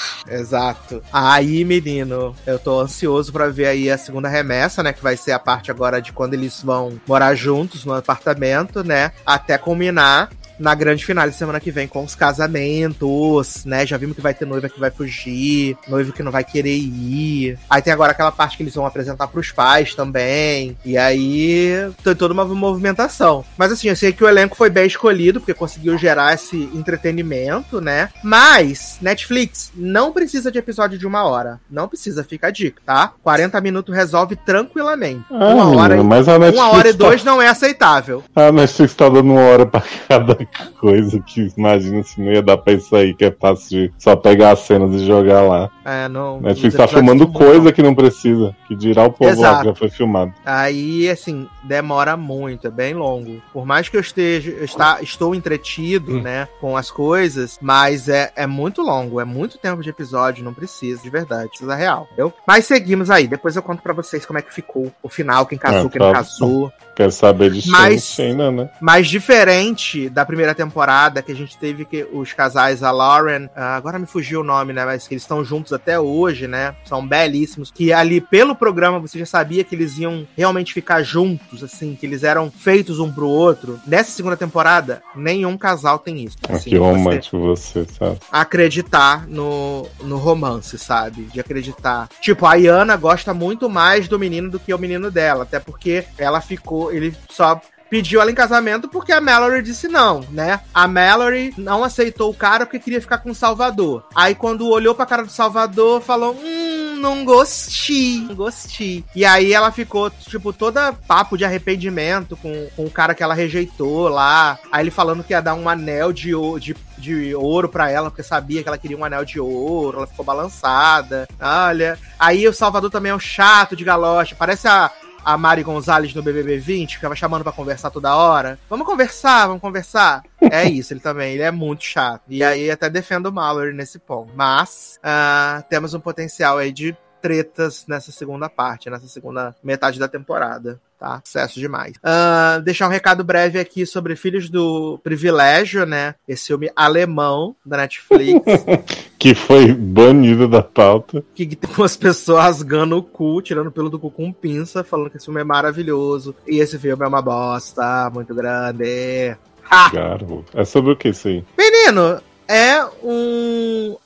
Exato. Aí, menino, eu tô ansioso pra ver aí a segunda remessa, né? Que vai ser a parte agora de quando eles vão morar juntos no apartamento, né? Até culminar na grande finale semana que vem com os casamentos, né? Já vimos que vai ter noiva que vai fugir, noivo que não vai querer ir. Aí tem agora aquela parte que eles vão apresentar pros pais também. E aí tem toda uma movimentação. Mas assim, eu sei que o elenco foi bem escolhido, porque conseguiu gerar esse entretenimento, né? Mas Netflix não precisa de episódio de uma hora. Não precisa, fica a dica, tá? quarenta minutos resolve tranquilamente. Ah, uma, menina, hora e, mas a Netflix uma hora e tá... dois não é aceitável. A Netflix tá dando uma hora pra cada coisa que imagina se não ia dar pra isso aí, que é fácil de só pegar as cenas e jogar lá. É, não. Netflix tá filmando coisa não. que não precisa, que dirá o povo Exato. lá que já foi filmado. Aí, assim, demora muito, é bem longo. Por mais que eu esteja, eu está, estou entretido, hum. né, com as coisas, mas é, é muito longo, é muito tempo de episódio, não precisa, de verdade, precisa real, entendeu? Mas seguimos aí, depois eu conto pra vocês como é que ficou o final, quem casou, é, quem não casou. Quero saber de Shayna, né? Mas diferente da primeira temporada, que a gente teve que os casais, a Lauren, agora me fugiu o nome, né? Mas que eles estão juntos até hoje, né? São belíssimos. Que ali, pelo programa, você já sabia que eles iam realmente ficar juntos, assim, que eles eram feitos um pro outro. Nessa segunda temporada, nenhum casal tem isso. Assim, que romântico você, você, sabe? Acreditar no, no romance, sabe? De acreditar. Tipo, a Iana gosta muito mais do menino do que o menino dela, até porque ela ficou, ele só pediu ela em casamento porque a Mallory disse não, né? A Mallory não aceitou o cara porque queria ficar com o Salvador. Aí quando olhou pra cara do Salvador, falou, hum, não gostei, não gostei. E aí ela ficou, tipo, toda papo de arrependimento com, com o cara que ela rejeitou lá. Aí ele falando que ia dar um anel de, de, de ouro pra ela, porque sabia que ela queria um anel de ouro. Ela ficou balançada. Olha. Aí o Salvador também é um chato de galocha. Parece a... a Mari Gonzalez no B B B vinte, ficava chamando pra conversar toda hora. Vamos conversar, vamos conversar. É isso, ele também, ele é muito chato. E aí até defendo o Mallory nesse ponto. Mas uh, temos um potencial aí de tretas nessa segunda parte, nessa segunda metade da temporada. Tá? Sucesso demais. Uh, deixar um recado breve aqui sobre Filhos do Privilégio, né? Esse filme alemão da Netflix. Que foi banido da pauta. Que tem umas pessoas rasgando o cu, tirando pelo do cu com pinça, falando que esse filme é maravilhoso. E esse filme é uma bosta muito grande. Ha! Garo. É sobre o que isso aí? Menino, é um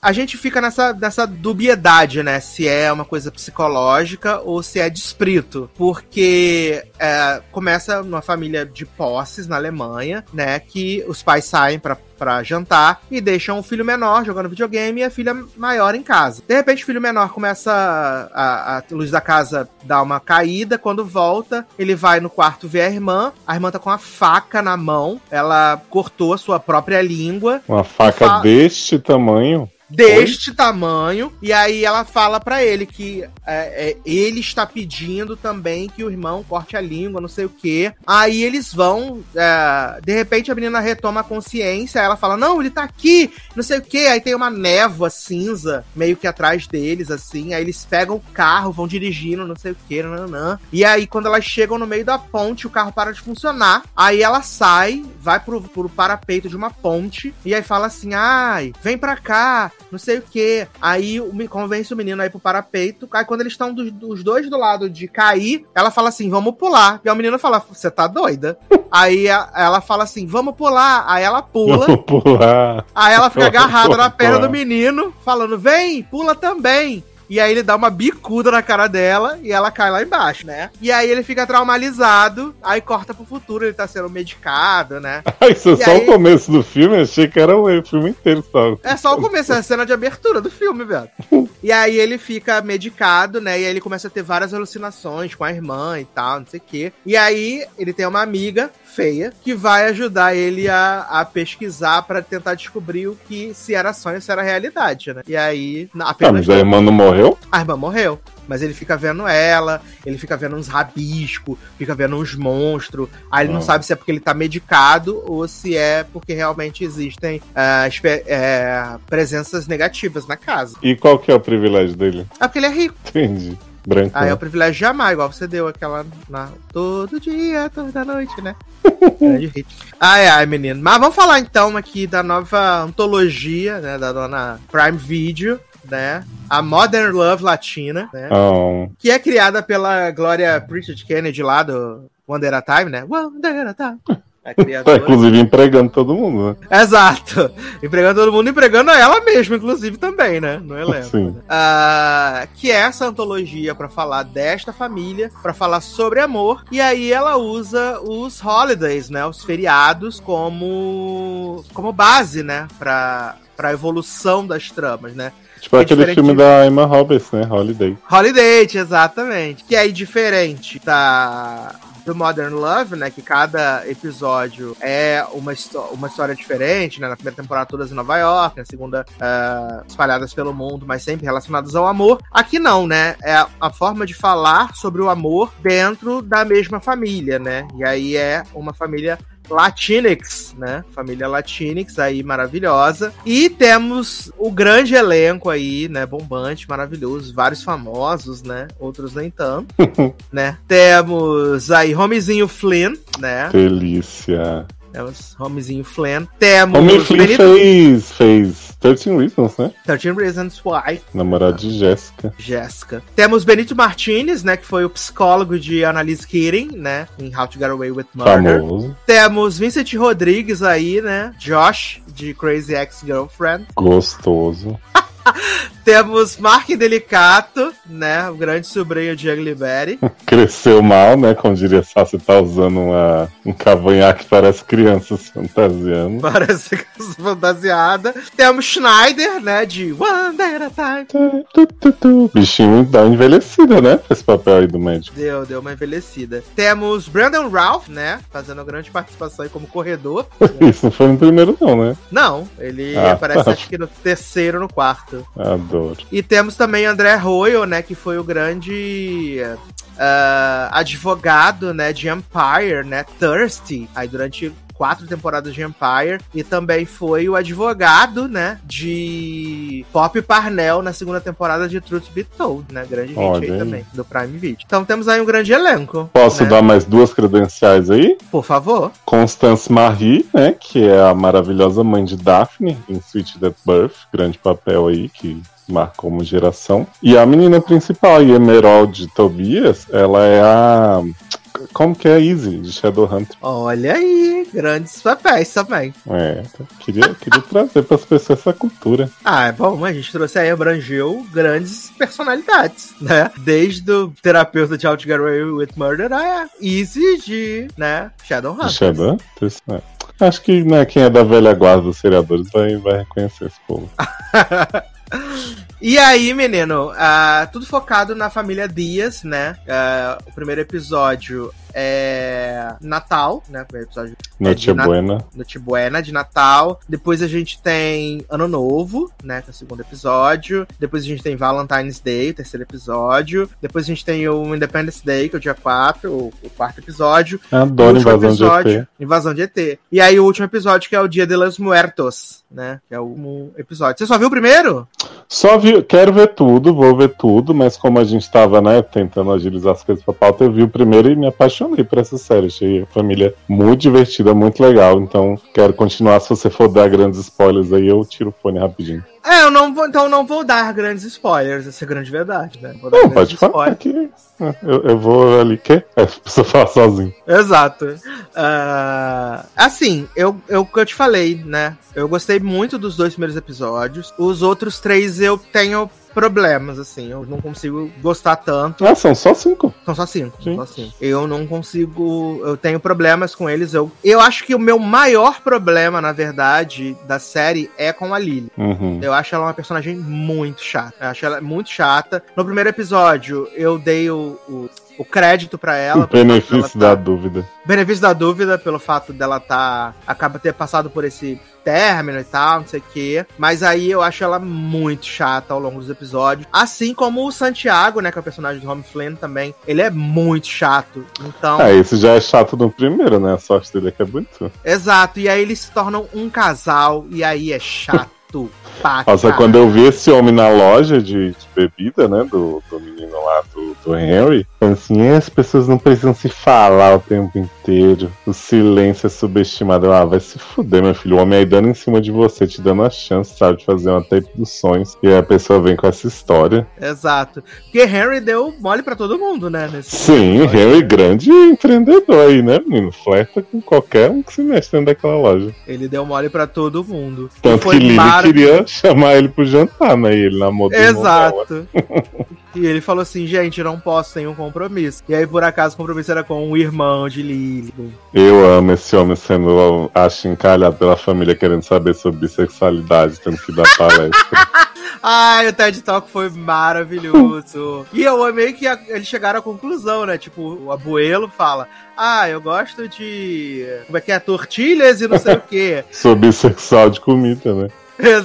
a gente fica nessa, nessa dubiedade, né? Se é uma coisa psicológica ou se é de espírito. Porque é, começa numa família de posses na Alemanha, né? Que os pais saem pra, pra jantar e deixam o filho menor jogando videogame e a filha maior em casa. De repente o filho menor começa a, a, a luz da casa dar uma caída. Quando volta, ele vai no quarto ver a irmã. A irmã tá com uma faca na mão. Ela cortou a sua própria língua. Uma faca fa- deste tamanho? Deste Oi? tamanho, e aí ela fala pra ele que é, é, ele está pedindo também que o irmão corte a língua, não sei o quê. Aí eles vão, é, de repente a menina retoma a consciência, ela fala, não, ele tá aqui, não sei o quê. Aí tem uma névoa cinza meio que atrás deles, assim, aí eles pegam o carro, vão dirigindo, não sei o quê, nananã. E aí quando elas chegam no meio da ponte, o carro para de funcionar, aí ela sai, vai pro, pro parapeito de uma ponte, e aí fala assim, ai, vem pra cá, não sei o que. Aí me convence o menino aí pro parapeito. Aí quando eles estão dos, dos dois do lado de cair, ela fala assim, vamos pular. E o menino fala, você tá doida? Aí a, ela fala assim, vamos pular. Aí ela pula. Vamos pular. Aí ela fica agarrada na perna do menino, falando, vem, pula também. E aí ele dá uma bicuda na cara dela e ela cai lá embaixo, né? E aí ele fica traumatizado, aí corta pro futuro, ele tá sendo medicado, né? Ah, isso é e só aí... o começo do filme? Eu achei que era o filme inteiro só. É só o começo, é a cena de abertura do filme, velho. E aí ele fica medicado, né? E aí ele começa a ter várias alucinações com a irmã e tal, não sei o quê. E aí ele tem uma amiga feia que vai ajudar ele a, a pesquisar pra tentar descobrir o que, se era sonho, se era realidade, né? E aí... Ah, mas a irmã não morreu? A irmã morreu. Mas ele fica vendo ela, ele fica vendo uns rabiscos, fica vendo uns monstros. Aí ele ah. não sabe se é porque ele tá medicado ou se é porque realmente existem uh, espe- é, presenças negativas na casa. E qual que é o privilégio dele? É porque ele é rico. Entendi. Branco. Aí é o privilégio de amar, igual você deu aquela na todo dia, toda noite, né? Grande hit. Ai, ai, menino. Mas vamos falar então aqui da nova antologia, né? Da dona Prime Video, né? A Modern Love Latina, né? Oh. Que é criada pela Gloria Pritchard Kennedy lá do One Day at a Time, né? One Day at a Time. Tá, inclusive empregando todo mundo, né? Exato. Empregando todo mundo, empregando ela mesma, inclusive, também, né? No elenco. Sim. Né? Uh, que é essa antologia pra falar desta família, pra falar sobre amor. E aí ela usa os holidays, né? Os feriados como, como base, né? Pra, pra evolução das tramas, né? Tipo é aquele filme da Emma Roberts, né? Holiday. Holiday, exatamente. Que é diferente da... do Modern Love, né, que cada episódio é uma, uma história diferente, né, na primeira temporada todas em Nova York, na segunda uh, espalhadas pelo mundo, mas sempre relacionadas ao amor. Aqui não, né, é a forma de falar sobre o amor dentro da mesma família, né, e aí é uma família Latinx, né? Família Latinx aí, maravilhosa. E temos o grande elenco aí, né? Bombante, maravilhoso. Vários famosos, né? Outros nem tanto, né? Temos aí Homezinho Flynn, né? Delícia. Temos Homezinho Flynn. Temos... Home Flynn Benito... fez, fez thirteen Reasons, né? thirteen Reasons Why. Namorado de Jéssica. Jéssica. Temos Benito Martinez, né? Que foi o psicólogo de Annalise Keating, né? Em How to Get Away with Murder. Famoso. Temos Vincent Rodrigues aí, né? Josh, de Crazy Ex-Girlfriend. Gostoso. Temos Mark Delicato, né? O grande sobrinho de Ugly Betty. Cresceu mal, né? Como diria Sassi, tá usando uma, um cavanhaque que parece criança se fantasiando. Parece criança fantasiada. Temos Schneider, né? De One Day at a Time. Tu, tu, tu. Bichinho dá uma envelhecida, né? Esse papel aí do médico. Deu, deu uma envelhecida. Temos Brandon Routh, né? Fazendo grande participação aí como corredor. Isso não foi no primeiro, não, né? Não, ele ah, aparece tá. acho que no terceiro, no quarto. Adoro. E temos também André Royo, né, que foi o grande uh, advogado, né, de Empire, né, Thirsty, aí durante quatro temporadas de Empire, e também foi o advogado, né, de Pop Parnell na segunda temporada de Truth Be Told, né, grande hit aí também, do Prime Video. Então temos aí um grande elenco. Posso né? dar mais duas credenciais aí? Por favor. Constance Marie, né, que é a maravilhosa mãe de Daphne em Sweet Death Birth, grande papel aí que marcou uma geração. E a menina principal, a Emerald Tobias, ela é a como que é Easy, de Shadowhunter. Olha aí, grandes papéis também. É, queria, queria trazer para as pessoas essa cultura. Ah, é bom, a gente trouxe aí, abrangeu grandes personalidades, né? Desde o terapeuta de How to Get Away with Murder a Easy de, né, Shadowhunter. Shadowhunter, é. Acho que, né, quem é da velha guarda dos seriadores vai, vai reconhecer esse povo. E aí, menino, uh, tudo focado na família Diaz, né? Uh, o primeiro episódio é Natal, né? O primeiro episódio Noite é de Buena. Na... Noite Buena, de Natal. Depois a gente tem Ano Novo, né? Que é o segundo episódio. Depois a gente tem Valentine's Day, o terceiro episódio. Depois a gente tem o Independence Day, que é o dia quatro, o, o quarto episódio. Adoro Invasão episódio, de E T. Invasão de E T. E aí o último episódio, que é o Dia de los Muertos, né? Que é o último episódio. Você só viu o primeiro? Só vi, quero ver tudo, vou ver tudo, mas como a gente tava, né, tentando agilizar as coisas pra pauta, eu vi o primeiro e me apaixonei por essa série. Achei a família muito divertida, muito legal, então quero continuar. Se você for dar grandes spoilers aí, eu tiro o fone rapidinho. É, eu não vou, então não vou dar grandes spoilers, essa é a grande verdade, né? Vou dar não, pode falar aqui. Eu, eu vou ali, quê? É, precisa falar sozinho. Exato. Uh, assim, eu, eu, eu te falei, né? Eu gostei muito dos dois primeiros episódios. Os outros três eu tenho problemas, assim. Eu não consigo gostar tanto. Ah, são só cinco? São só cinco. Só cinco. Eu não consigo... Eu tenho problemas com eles. Eu, eu acho que o meu maior problema, na verdade, da série é com a Lily. Uhum. Eu acho ela uma personagem muito chata. Eu acho ela muito chata. No primeiro episódio, eu dei o... o o crédito pra ela. O benefício da dúvida. Benefício da dúvida pelo fato dela tá... Acaba ter passado por esse término e tal, não sei o quê. Mas aí eu acho ela muito chata ao longo dos episódios. Assim como o Santiago, né? Que é o personagem do Home Flynn também. Ele é muito chato. Então... Ah, esse já é chato no primeiro, né? A sorte dele é que é bonito. Exato. E aí eles se tornam um casal. E aí é chato. Pá, Nossa, cara. Quando eu vi esse homem na loja de, de bebida, né, do, do menino lá, do, do Henry, assim, as pessoas não precisam se falar o tempo inteiro, o silêncio é subestimado. Ah, vai se fuder, meu filho, o homem aí dando em cima de você, te dando a chance, sabe, de fazer uma tape dos sonhos, e aí a pessoa vem com essa história. Exato, porque Henry deu mole pra todo mundo, né, nesse Sim, episódio, Henry, né? Grande empreendedor aí, né, menino, flerta com qualquer um que se mexe dentro daquela loja. Ele deu mole pra todo mundo. Tanto que Lily mar... queria chamar ele pro jantar, né? E ele namorou. Exato. E ele falou assim, gente, não posso, tem um compromisso. E aí, por acaso, o compromisso era com o irmão de Lily. Eu amo esse homem sendo achincalhado pela família, querendo saber sobre bissexualidade, tendo que dar palestra. Ai, o TED Talk foi maravilhoso. E eu amei que a, eles chegaram à conclusão, né? Tipo, o abuelo fala... Ah, eu gosto de... Como é que é? Tortilhas e não sei o quê. Sou bissexual de comida, né?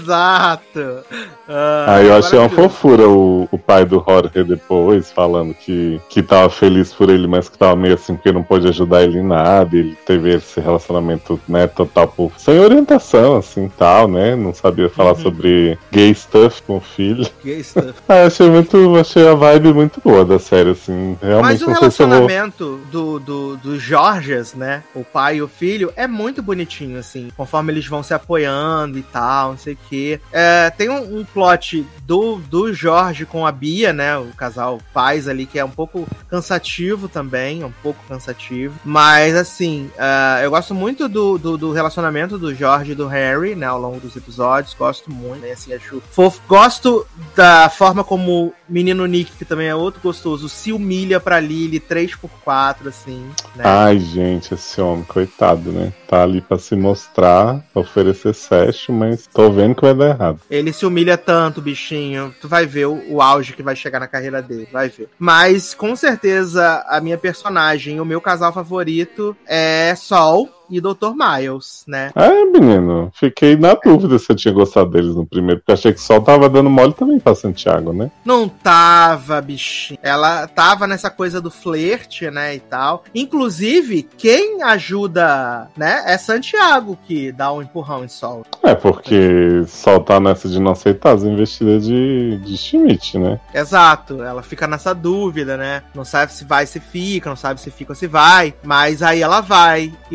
Exato. Ah, Aí eu achei uma fofura o, o pai do Jorge depois falando que, que tava feliz por ele, mas que tava meio assim porque não pôde ajudar ele em nada. Ele teve esse relacionamento, né, total por sem orientação, assim, tal, né? Não sabia falar uhum. sobre gay stuff com o filho. Gay stuff. Ah, achei muito, achei a vibe muito boa da série, assim. Realmente. Mas o não relacionamento se vou... do, do, do Jorges, né? O pai e o filho, é muito bonitinho, assim. Conforme eles vão se apoiando e tal, não sei o quê. É, tem um, um plot do, do Jorge com a Bia, né? O casal pais ali, que é um pouco cansativo também, um pouco cansativo. Mas, assim, uh, eu gosto muito do, do, do relacionamento do Jorge e do Harry, né? Ao longo dos episódios. Gosto muito, né? Assim, acho fofo. Gosto da forma como o menino Nick, que também é outro gostoso, se humilha pra Lily três por quatro, assim, né? Ai, gente, esse homem, coitado, né? Tá ali pra se mostrar, pra oferecer sexo, mas tô vendo que vai dar errado. Ele se humilha tanto, bichinho. Tu vai ver o, o auge que vai chegar na carreira dele, vai ver. Mas, com certeza, a minha personagem, o meu casal favorito é Sol e doutor Miles, né? É, menino, fiquei na dúvida se eu tinha gostado deles no primeiro, porque achei que Sol tava dando mole também pra Santiago, né? Não tava, bichinho. Ela tava nessa coisa do flerte, né, e tal. Inclusive, quem ajuda, né, é Santiago, que dá um empurrão em Sol. É, porque Sol tá nessa de não aceitar as investidas de, de Schmidt, né? Exato, ela fica nessa dúvida, né? Não sabe se vai, se fica, não sabe se fica ou se vai, mas aí ela vai. E o relacionamento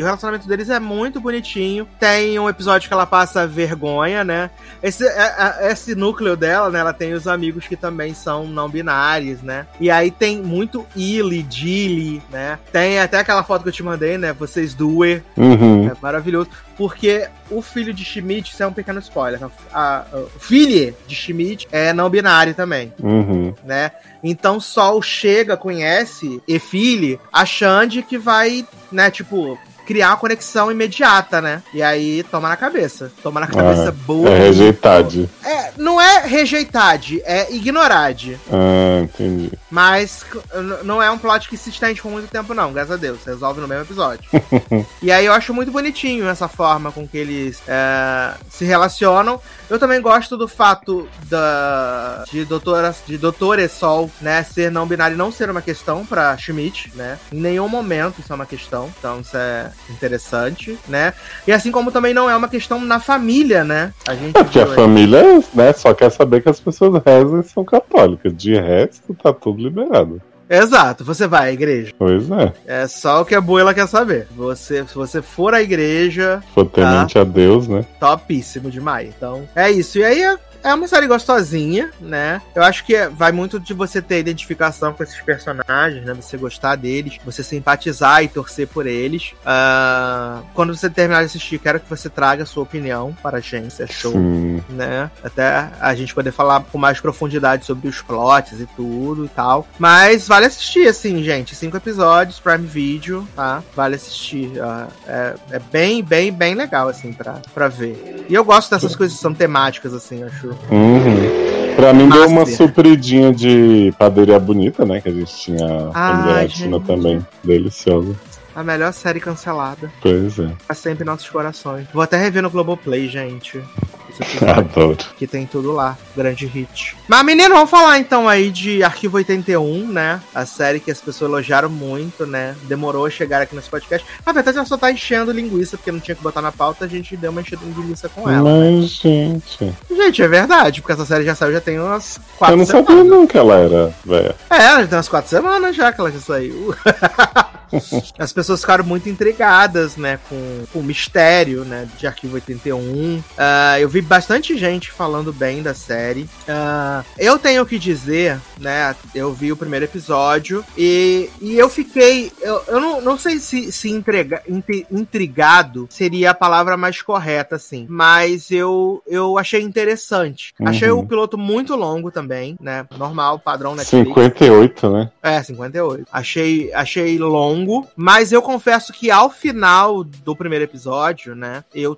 relacionamento deles é muito bonitinho. Tem um episódio que ela passa vergonha, né? Esse, é, é, esse núcleo dela, né? Ela tem os amigos que também são não binários, né? E aí tem muito Illy, Dilly, né? Tem até aquela foto que eu te mandei, né? Vocês duer. Uhum. É maravilhoso. Porque o filho de Schmidt, isso é um pequeno spoiler, a, a, a, o filho de Schmidt é não binário também, uhum. né? Então Sol chega, conhece e filho, achando que vai, né, tipo, criar uma conexão imediata, né? E aí toma na cabeça. Toma na cabeça ah, boa. É rejeitade. É, não é rejeitade, é ignorade. Ah, entendi. Mas não é um plot que se estende por muito tempo, não, graças a Deus. Resolve no mesmo episódio. E aí eu acho muito bonitinho essa forma com que eles é, se relacionam. Eu também gosto do fato da, de doutora, de doutora Sol, né, ser não binário e não ser uma questão pra Schmidt, né? Em nenhum momento isso é uma questão. Então isso é interessante, né? E assim como também não é uma questão na família, né? A gente é porque a aí. família, né, só quer saber que as pessoas rezam e são católicas. De resto, tá tudo liberado. Exato, você vai à igreja. Pois é. É só o que a Buela quer saber. Você, se você for à igreja... For temente a Deus, né? Topíssimo demais. Então, é isso. E aí... É uma série gostosinha, né? Eu acho que vai muito de você ter identificação com esses personagens, né? Você gostar deles, você simpatizar e torcer por eles. Uh, quando você terminar de assistir, quero que você traga a sua opinião para a gente, é show, Sim. né? Até a gente poder falar com mais profundidade sobre os plots e tudo e tal. Mas vale assistir, assim, gente. Cinco episódios, Prime Video, tá? Vale assistir. Uh, é, é bem, bem, bem legal, assim, pra, pra ver. E eu gosto dessas coisas que são temáticas, assim, acho. Uhum. Pra mim Master. Deu uma supridinha de Padaria Bonita, né? Que a gente tinha a Família Latina também. Deliciosa. A melhor série cancelada. Pois é. Pra sempre em nossos corações. Vou até rever no Globoplay, gente. Adoro. Que tem tudo lá. Grande hit. Mas, menino, vamos falar então aí de Arquivo oitenta e um, né? A série que as pessoas elogiaram muito, né? Demorou a chegar aqui nesse podcast. Na verdade, ela só tá enchendo linguiça, porque não tinha que botar na pauta, a gente deu uma enchida de linguiça com ela. Mas, né? gente... Gente, é verdade, porque essa série já saiu, já tem umas quatro semanas. Eu não semanas. sabia não que ela era velha. É, já tem umas quatro semanas já que ela já saiu. As pessoas ficaram muito intrigadas, né, com, com o mistério, né, de Arquivo oitenta e um. Uh, eu vi bastante gente falando bem da série. Uh, eu tenho que dizer, né, eu vi o primeiro episódio e, e eu fiquei... Eu, eu não, não sei se, se entrega, intrigado seria a palavra mais correta, assim, mas eu, eu achei interessante. Uhum. Achei o piloto muito longo também, né, normal, padrão Netflix. cinquenta e oito, né? É, cinquenta e oito. Achei, achei longo. Mas eu confesso que ao final do primeiro episódio, né, eu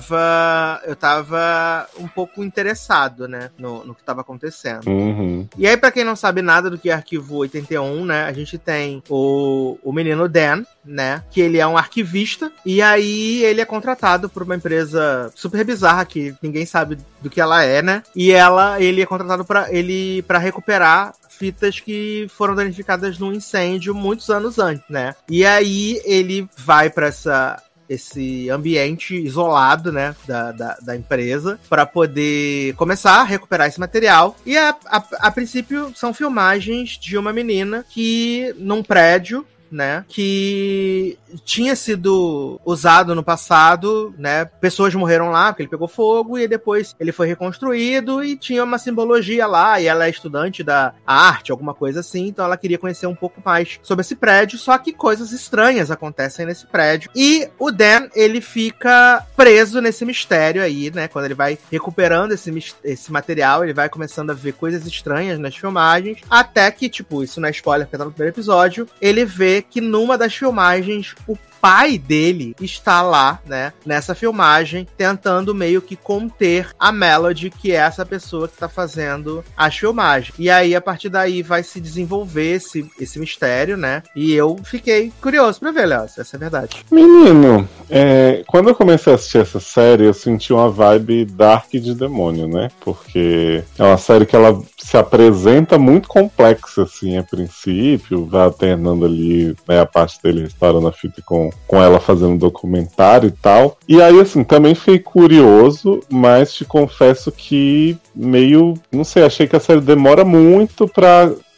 tava eu tava um pouco interessado, né, no, no que tava acontecendo. Uhum. E aí, pra quem não sabe nada do que é Arquivo oitenta e um, né, a gente tem o, o menino Dan, né, que ele é um arquivista, e aí ele é contratado por uma empresa super bizarra, que ninguém sabe do que ela é, né, e ela, ele é contratado pra, ele, pra recuperar fitas que foram danificadas num incêndio muitos anos antes, né? E aí ele vai pra essa... esse ambiente isolado, né, da, da, da empresa, para poder começar a recuperar esse material. E a, a, a princípio são filmagens de uma menina que, num prédio, né, que tinha sido usado no passado, né, pessoas morreram lá porque ele pegou fogo e depois ele foi reconstruído e tinha uma simbologia lá, e ela é estudante da arte, alguma coisa assim, então ela queria conhecer um pouco mais sobre esse prédio, só que coisas estranhas acontecem nesse prédio, e o Dan, ele fica preso nesse mistério aí, né, quando ele vai recuperando esse, esse material, ele vai começando a ver coisas estranhas nas filmagens, até que, tipo, isso não é spoiler porque tá no primeiro episódio, ele vê que numa das filmagens o pai dele está lá, né, nessa filmagem, tentando meio que conter a Melody, que é essa pessoa que tá fazendo as filmagens. E aí, a partir daí, vai se desenvolver esse, esse mistério, né, e eu fiquei curioso pra ver, Léo, essa é a verdade. Menino, é, quando eu comecei a assistir essa série, eu senti uma vibe dark de demônio, né, porque é uma série que ela se apresenta muito complexa, assim, a princípio, vai alternando ali, né, a parte dele restaurando a fita com, com ela fazendo documentário e tal. E aí, assim, também fiquei curioso, mas te confesso que meio, não sei, achei que a série demora muito pra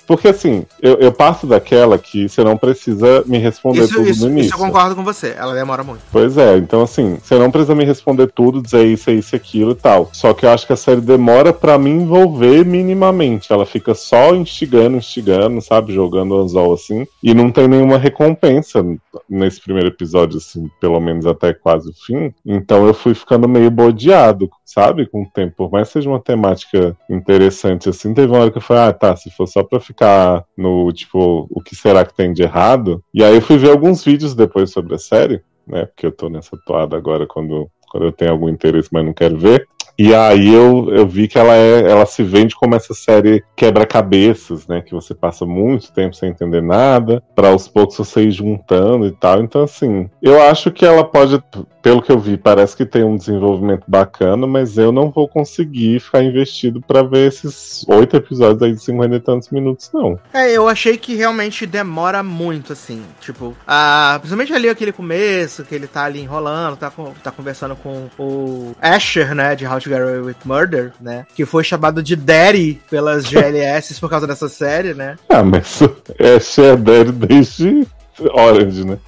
Porque assim, eu, eu passo daquela que você não precisa me responder isso, tudo isso, no início. Isso eu concordo com você, ela demora muito. Pois é, então assim, você não precisa me responder tudo, dizer isso, isso, aquilo e tal. Só que eu acho que a série demora pra me envolver minimamente. Ela fica só instigando, instigando, sabe? Jogando o anzol assim. E não tem nenhuma recompensa nesse primeiro episódio, assim, pelo menos até quase o fim. Então eu fui ficando meio bodeado, sabe? Com o tempo. Por mais que seja uma temática interessante, assim, teve uma hora que eu falei, ah, tá, se for só pra ficar no, tipo, o que será que tem de errado? E aí eu fui ver alguns vídeos depois sobre a série, né? Porque eu tô nessa toada agora quando, quando eu tenho algum interesse, mas não quero ver. E aí eu, eu vi que ela, é, ela se vende como essa série quebra-cabeças, né? Que você passa muito tempo sem entender nada, pra aos poucos você ir juntando e tal. Então, assim, eu acho que ela pode, pelo que eu vi, parece que tem um desenvolvimento bacana, mas eu não vou conseguir ficar investido pra ver esses oito episódios aí de cinquenta e tantos minutos, não. É, eu achei que realmente demora muito, assim. Tipo, ah, principalmente ali aquele começo, que ele tá ali enrolando, tá, com, tá conversando com o Asher, né? De How to Get Away with Murder, né? Que foi chamado de Daddy pelas G L S por causa dessa série, né? Ah, mas Asher é Daddy desde Orange, né?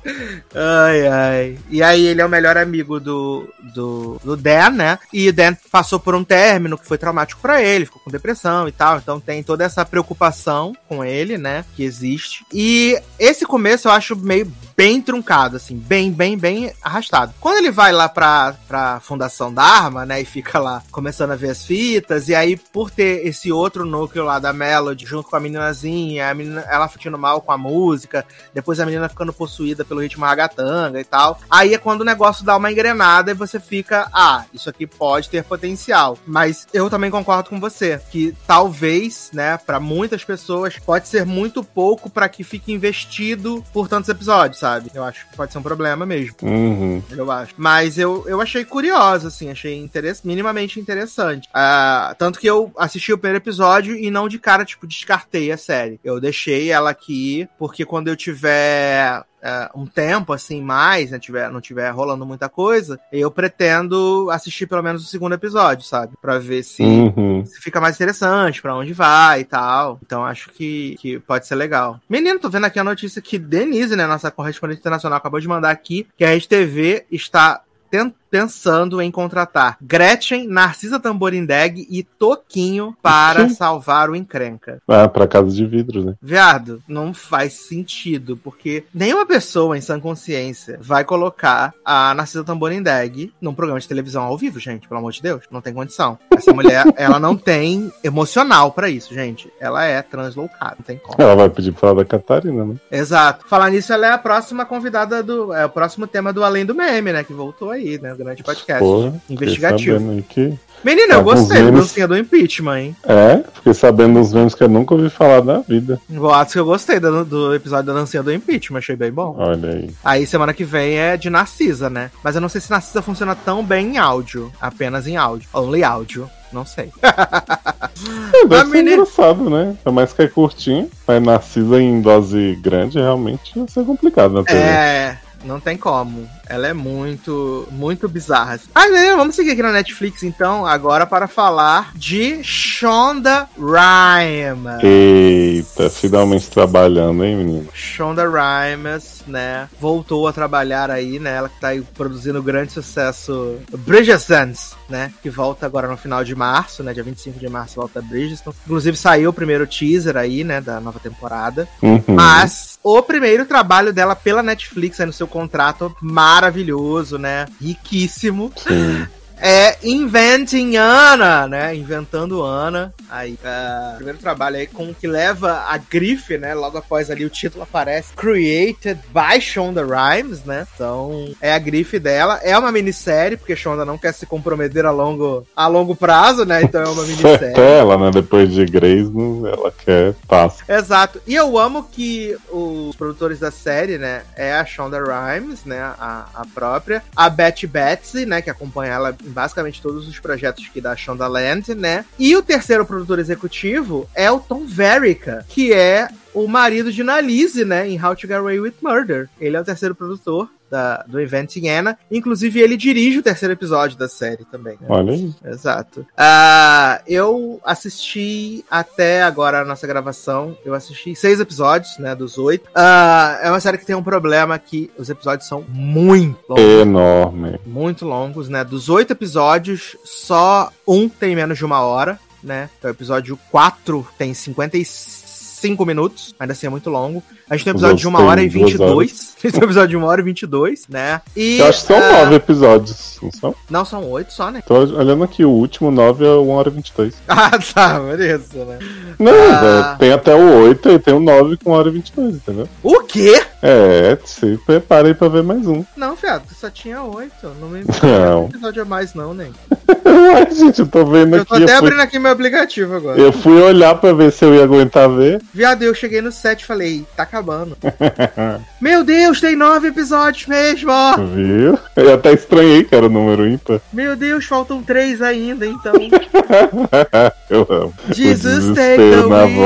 Ai, ai. E aí ele é o melhor amigo do, do, do Dan, né? E o Dan passou por um término que foi traumático pra ele, ficou com depressão e tal. Então tem toda essa preocupação com ele, né? Que existe. E esse começo eu acho meio bem truncado, assim, bem, bem, bem arrastado. Quando ele vai lá pra, pra Fundação Dharma, né, e fica lá começando a ver as fitas, e aí por ter esse outro núcleo lá da Melody, junto com a meninazinha, a menina, ela ficando mal com a música, depois a menina ficando possuída pelo ritmo ragatanga e tal, aí é quando o negócio dá uma engrenada e você fica, ah, isso aqui pode ter potencial. Mas eu também concordo com você, que talvez, né, pra muitas pessoas, pode ser muito pouco pra que fique investido por tantos episódios, sabe? Sabe? Eu acho que pode ser um problema mesmo. Uhum. Eu acho. Mas eu, eu achei curiosa, assim, achei interess- minimamente interessante. Uh, tanto que eu assisti o primeiro episódio e não de cara, tipo, descartei a série. Eu deixei ela aqui, porque quando eu tiver Uh, um tempo, assim, mais, né, tiver, não tiver rolando muita coisa, eu pretendo assistir pelo menos o segundo episódio, sabe? Pra ver se, uhum. se fica mais interessante, pra onde vai e tal. Então acho que, que pode ser legal. Menino, tô vendo aqui a notícia que Denise, né, nossa correspondente internacional, acabou de mandar aqui que a Rede T V está tent- pensando em contratar Gretchen, Narcisa Tamborindeg e Toquinho para Sim. salvar o encrenca. Ah, pra Casa de Vidro, né? Viado, não faz sentido, porque nenhuma pessoa em sã consciência vai colocar a Narcisa Tamborindeg num programa de televisão ao vivo, gente, pelo amor de Deus. Não tem condição. Essa mulher, ela não tem emocional pra isso, gente. Ela é translocada, não tem como. Ela vai pedir pra falar da Catarina, né? Exato. Falar nisso, ela é a próxima convidada do... É o próximo tema do Além do Meme, né? Que voltou aí, né? O grande podcast. Porra, investigativo. Aí que... Menina, eu Alguns gostei do memes... dancinha do impeachment, hein? É, fiquei sabendo uns memes que eu nunca ouvi falar na vida. Boatos que eu gostei do, do episódio da dancinha do impeachment, achei bem bom. Olha aí. Aí semana que vem é de Narcisa, né? Mas eu não sei se Narcisa funciona tão bem em áudio. Apenas em áudio. Only áudio. Não sei. É, deve ser menina... engraçado, né? Por mais que é curtinho, mas Narcisa em dose grande realmente vai ser complicado na T V. É... Não tem como. Ela é muito, muito bizarra. Ah, menina, vamos seguir aqui na Netflix, então, agora para falar de Shonda Rhimes. Eita, finalmente trabalhando, hein, menino? Shonda Rhimes, né, voltou a trabalhar aí, né, ela que tá aí produzindo grande sucesso Bridgerton, né, que volta agora no final de março, né, dia vinte e cinco de março volta Bridgerton. Inclusive saiu o primeiro teaser aí, né, da nova temporada. Uhum. Mas o primeiro trabalho dela pela Netflix, aí no seu contrato maravilhoso, né, riquíssimo. Sim. É Inventing Anna, né? Inventando Anna. Aí, uh, primeiro trabalho aí com que leva a grife, né? Logo após ali o título aparece Created by Shonda Rhimes, né? Então, é a grife dela. É uma minissérie, porque Shonda não quer se comprometer a longo, a longo prazo, né? Então é uma minissérie. Ela, né? Depois de Grey's, ela quer passo. Exato. E eu amo que os produtores da série, né? É a Shonda Rhimes, né? A, a própria. A Betty Betsy, né? Que acompanha ela em basicamente todos os projetos aqui da Shondaland, né? E o terceiro produtor executivo é o Tom Verica, que é o marido de Nalise, né? Em How to Get Away with Murder. Ele é o terceiro produtor. da, do Inventing Anna. Inclusive, ele dirige o terceiro episódio da série também. Né? Olha aí. Exato. Uh, eu assisti até agora a nossa gravação, eu assisti seis episódios, né, dos oito. Uh, é uma série que tem um problema que os episódios são muito longos. Enorme. Muito longos, né? Dos oito episódios, só um tem menos de uma hora, né? Então, o episódio quatro tem cinquenta e cinco minutos, ainda assim é muito longo. A gente tem um episódio de uma hora e vinte e dois. A gente tem um episódio de uma hora e vinte e dois, né? E, eu acho que são uh... nove episódios, não são? Não, são oito só, né? Tô olhando aqui, o último nove é uma hora e vinte e dois. Ah, tá, beleza, né? Não, ah... tem até o oito e tem o nove com uma hora e vinte e dois, entendeu? O quê? É, se prepara aí pra ver mais um. Não, fiado, só tinha oito. Não me não. Um episódio a mais, não, nem. Ué, gente, eu tô vendo eu aqui. Tô até eu fui... abrindo aqui meu aplicativo agora. Eu fui olhar pra ver se eu ia aguentar ver. Viado, eu cheguei no sete e falei, tá acabando. Meu Deus, tem nove episódios mesmo! Viu? Eu até estranhei que era o número ímpar. Meu Deus, faltam três ainda, então. Eu amo. Jesus take the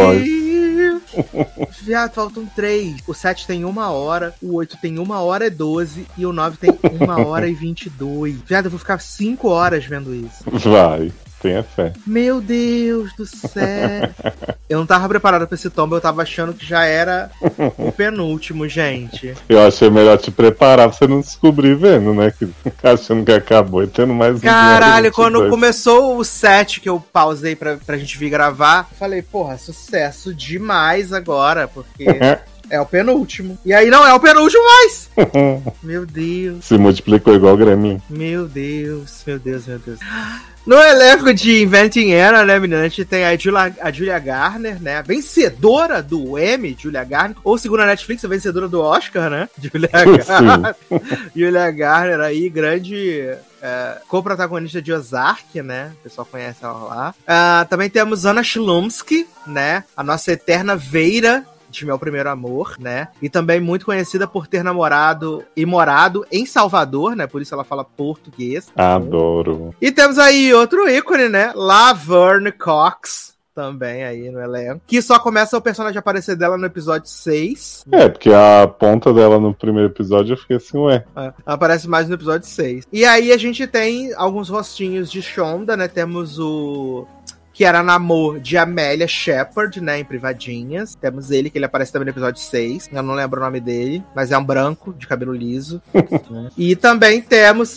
wheel. Viado, faltam três. O sete tem uma hora, o oito tem uma hora e doze e o nove tem uma hora e vinte e dois. Viado, eu vou ficar cinco horas vendo isso. Vai. Tenha fé. Meu Deus do céu. Eu não tava preparado pra esse tombo, eu tava achando que já era o penúltimo, gente. Eu achei melhor te preparar pra você não descobrir vendo, né? Que, achando que acabou e tendo mais um. Caralho, quando começou o set que eu pausei pra, pra gente vir gravar, eu falei, porra, sucesso demais agora, porque... É o penúltimo. E aí não é o penúltimo mais. Meu Deus. Se multiplicou igual o Grêmio. Meu Deus, meu Deus, meu Deus. No elenco de Inventing Anna, né, menina, a gente tem a Julia, a Julia Garner, né, a vencedora do Emmy, Julia Garner, ou segundo a Netflix, a vencedora do Oscar, né, Julia Garner. Julia Garner aí, grande... É, co-protagonista de Ozark, né? O pessoal conhece ela lá. Uh, também temos Anna Chlumsky, né? A nossa eterna Veira de Meu Primeiro Amor, né? E também muito conhecida por ter namorado e morado em Salvador, né? Por isso ela fala português. Adoro. E temos aí outro ícone, né? Laverne Cox. Também aí no elenco. Que só começa o personagem a aparecer dela no episódio seis. É, porque a ponta dela no primeiro episódio eu fiquei assim, ué. É, aparece mais no episódio seis. E aí a gente tem alguns rostinhos de Shonda, né? Temos o... que era namor de Amélia Shepard, né, em Privadinhas. Temos ele, que ele aparece também no episódio seis. Eu não lembro o nome dele, mas é um branco, de cabelo liso. Né? E também temos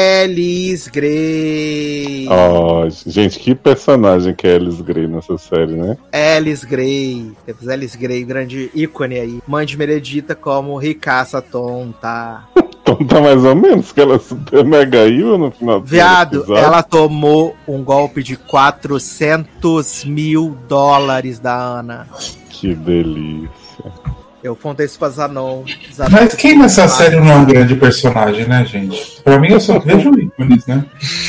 Alice Grey. Oh, gente, que personagem que é Alice Grey nessa série, né? Alice Grey. Temos Alice Grey, grande ícone aí. Mãe de Meredita como Ricaça Tonta. Então tá mais ou menos, que ela é super mega evil no final do Viado, episódio. Ela tomou um golpe de quatrocentos mil dólares da Ana. Que delícia. Eu contei isso pra Zanon. Zanon. Mas quem nessa série não é um grande personagem, né, gente? Pra mim eu só vejo ícones, né?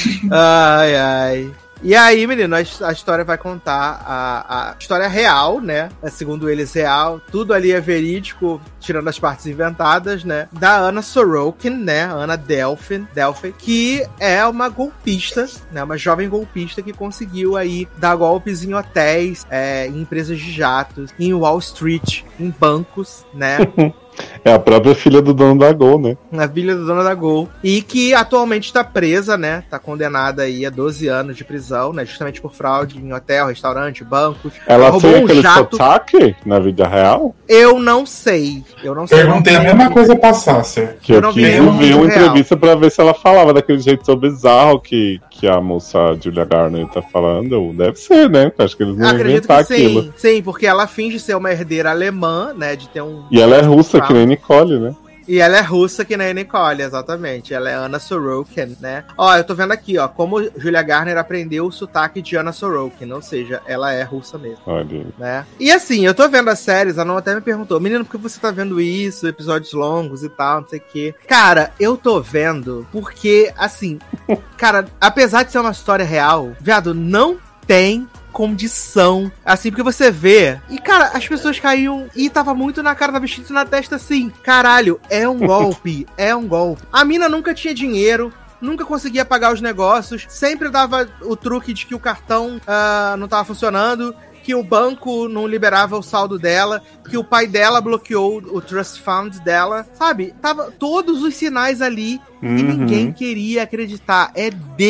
Ai, ai. E aí, menino, a, a história vai contar a, a história real, né? É, segundo eles, real. Tudo ali é verídico, tirando as partes inventadas, né? Da Anna Sorokin, né? Anna Delphin, Delphin, que é uma golpista, né? Uma jovem golpista que conseguiu aí dar golpes em hotéis, é, em empresas de jatos, em Wall Street, em bancos, né? É a própria filha do dono da Gol, né? A filha do dono da Gol. E que atualmente está presa, né? Tá condenada aí a doze anos de prisão, né? Justamente por fraude em hotel, restaurante, bancos. Ela roubou tem um aquele jato... sotaque na vida real? Eu não sei. Eu não sei. Perguntei a mesma coisa pra Sasser. Que eu, Eu não quis vi nenhum ver uma vídeo real. entrevista pra ver se ela falava daquele jeito tão bizarro que, que a moça Julia Garner tá falando. Deve ser, né? Acho que eles não iam Acredito inventar que sim. aquilo. Sim, porque ela finge ser uma herdeira alemã, né? De ter um... E ela é russa, que nem Nicole, né? E ela é russa que nem a Nicole, exatamente. Ela é Anna Sorokin, né? Ó, eu tô vendo aqui, ó, como Julia Garner aprendeu o sotaque de Anna Sorokin, ou seja, ela é russa mesmo. Olha. Né? E assim, eu tô vendo as séries, a Ana até me perguntou, menino, por que você tá vendo isso, episódios longos e tal, não sei o quê. Cara, eu tô vendo porque, assim, cara, apesar de ser uma história real, viado, não tem condição, assim, porque você vê, e cara, as pessoas caíam e tava muito na cara da vestido na testa, assim, caralho, é um golpe, é um golpe. A mina nunca tinha dinheiro, nunca conseguia pagar os negócios, sempre dava o truque de que o cartão uh, não tava funcionando, que o banco não liberava o saldo dela, que o pai dela bloqueou o trust fund dela, sabe? Tava todos os sinais ali Uhum. e ninguém queria acreditar. É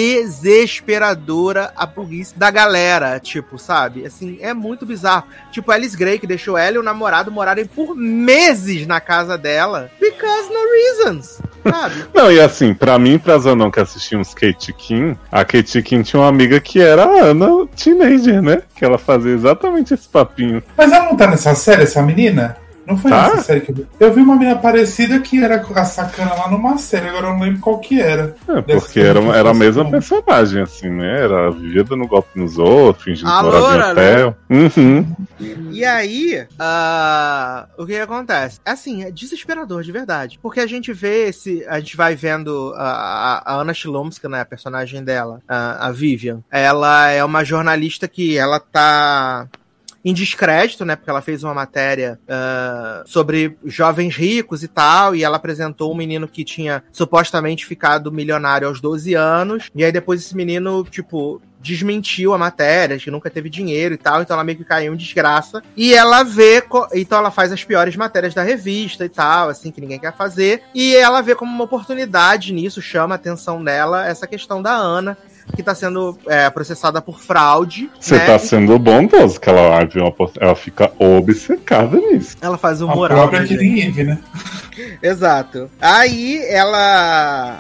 desesperadora a burrice da galera, tipo, sabe? Assim, é muito bizarro. Tipo, Alice Gray, que deixou ela e o namorado morarem por meses na casa dela, because no reasons, sabe? Não, e assim, pra mim, pra Zanon que assistimos Kate Kim, a Kate Kim tinha uma amiga que era a Ana teenager, né? Que ela fazia exatamente esse papinho. Mas ela não tá nessa série, essa menina? Não foi Tá? nessa série que eu vi. Eu vi uma menina parecida que era a sacana lá numa série, agora eu não lembro qual que era. É, Deve porque ser era, muito era a mesma bom. personagem, assim, né? Era vivia dando golpe nos outros, fingindo A que morava loura, em hotel. Uhum. E aí, ah, o que, que acontece? Assim, é desesperador, de verdade. Porque a gente vê esse. A gente vai vendo a, a, a Anna Chlumsky, né? A personagem dela, a, a Vivian. Ela é uma jornalista que ela tá em descrédito, né, porque ela fez uma matéria uh, sobre jovens ricos e tal, e ela apresentou um menino que tinha supostamente ficado milionário aos doze anos, e aí depois esse menino, tipo, desmentiu a matéria, que nunca teve dinheiro e tal, então ela meio que caiu em desgraça, e ela vê, então ela faz as piores matérias da revista e tal, assim, que ninguém quer fazer, e ela vê como uma oportunidade nisso, chama a atenção dela essa questão da Ana, que tá sendo é, processada por fraude. Você né? tá sendo bondoso, que ela, ela fica obcecada nisso. Ela faz o A moral. própria né, Killing gente? Eve, né? Exato. Aí ela.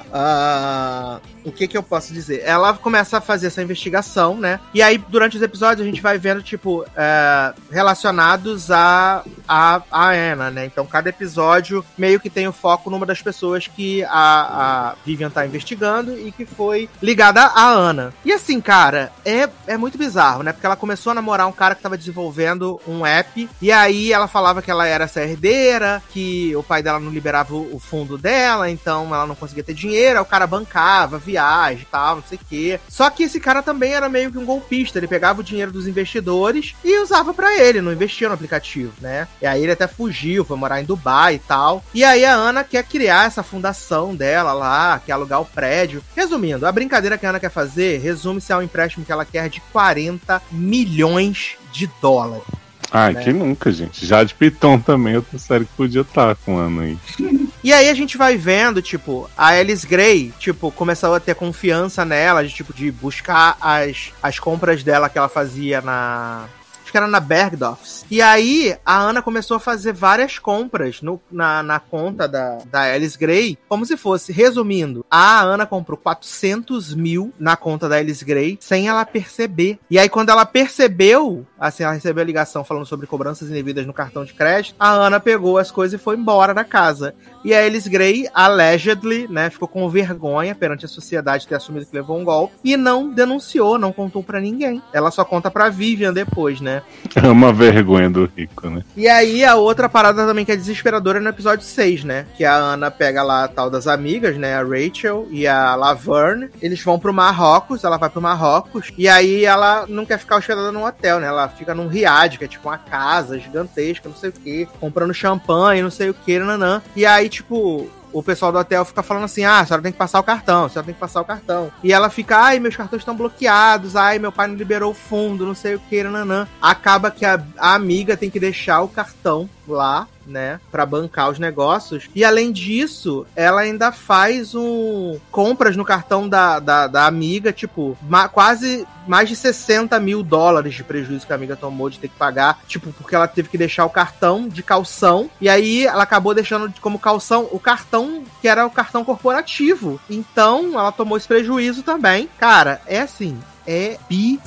Uh, o que que eu posso dizer? Ela começa a fazer essa investigação, né? E aí, durante os episódios, a gente vai vendo, tipo, uh, relacionados a, a, a Anna, né? Então, cada episódio meio que tem o foco numa das pessoas que a, a Vivian tá investigando e que foi ligada a Ana. E assim, cara, é, é muito bizarro, né? Porque ela começou a namorar um cara que tava desenvolvendo um app, e aí ela falava que ela era essa herdeira, que o pai dela não liberava o fundo dela, então ela não conseguia ter dinheiro, aí o cara bancava, viagem e tal, não sei o quê. Só que esse cara também era meio que um golpista, ele pegava o dinheiro dos investidores e usava pra ele, não investia no aplicativo, né? E aí ele até fugiu, foi morar em Dubai e tal. E aí a Ana quer criar essa fundação dela lá, quer alugar o prédio. Resumindo, a brincadeira que a Ana quer fazer resume-se ao empréstimo que ela quer de quarenta milhões de dólares. Ai, né? que nunca, gente. Já de Piton também, outra série que podia estar com a Ana aí. E aí a gente vai vendo, tipo, a Alice Gray, tipo, começou a ter confiança nela, de, tipo, de buscar as, as compras dela que ela fazia na... Acho que era na Bergdorf's. E aí, a Ana começou a fazer várias compras no, na, na conta da, da Alice Gray, como se fosse, resumindo, a Ana comprou quatrocentos mil na conta da Alice Gray, sem ela perceber. E aí, quando ela percebeu, assim, ela recebeu a ligação falando sobre cobranças indevidas no cartão de crédito, a Ana pegou as coisas e foi embora da casa. E a Alice Gray, allegedly, né, ficou com vergonha perante a sociedade de ter assumido que levou um golpe, e não denunciou, não contou pra ninguém. Ela só conta pra Vivian depois, né? É uma vergonha do rico, né? E aí, a outra parada também que é desesperadora é no episódio seis, né? Que a Ana pega lá a tal das amigas, né? A Rachel e a Laverne. Eles vão pro Marrocos, ela vai pro Marrocos. E aí, ela não quer ficar hospedada num hotel, né? Ela fica num riad, que é tipo uma casa gigantesca, não sei o quê. Comprando champanhe, não sei o quê, nanã. E aí, tipo... o pessoal do hotel fica falando assim, ah, a senhora tem que passar o cartão, a senhora tem que passar o cartão. E ela fica, ai, meus cartões estão bloqueados, ai, meu pai não liberou o fundo, não sei o que, nanã. Acaba que a, a amiga tem que deixar o cartão lá, né, pra bancar os negócios. E além disso, ela ainda faz um compras no cartão da, da, da amiga, tipo, ma, quase mais de sessenta mil dólares de prejuízo que a amiga tomou de ter que pagar, tipo, porque ela teve que deixar o cartão de calção, e aí ela acabou deixando como calção o cartão que era o cartão corporativo. Então, ela tomou esse prejuízo também. Cara, é assim... é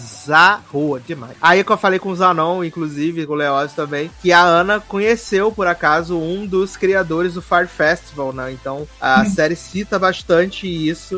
bizarro demais. Aí que eu falei com o Zanon, inclusive, com o Leózio também, que a Ana conheceu, por acaso, um dos criadores do Fire Festival, né? Então, a hum. série cita bastante isso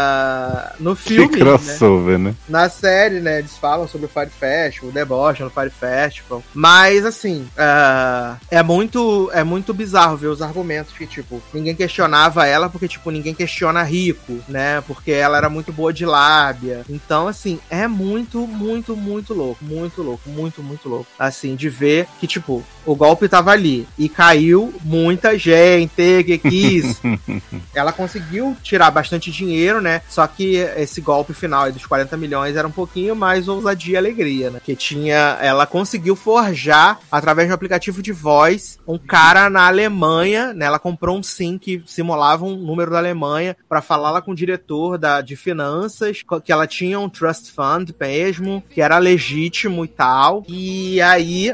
uh, no filme, que crossover, né? né? Na série, né? Eles falam sobre o Fire Festival, o deboche no Fire Festival. Mas, assim, uh, é muito é muito bizarro ver os argumentos que, tipo, ninguém questionava ela porque, tipo, ninguém questiona rico, né? Porque ela era muito boa de lábia. Então, assim, assim, é muito, muito, muito louco. Muito louco, muito, muito louco. Assim, de ver que, tipo, o golpe tava ali e caiu muita gente que quis. Ela conseguiu tirar bastante dinheiro, né? Só que esse golpe final aí dos quarenta milhões era um pouquinho mais ousadia e alegria, né? Que tinha... Ela conseguiu forjar, através de um aplicativo de voz, um cara na Alemanha, né? Ela comprou um SIM que simulava um número da Alemanha pra falar lá com o diretor da, de finanças, que ela tinha um trust fund mesmo, que era legítimo e tal. E aí,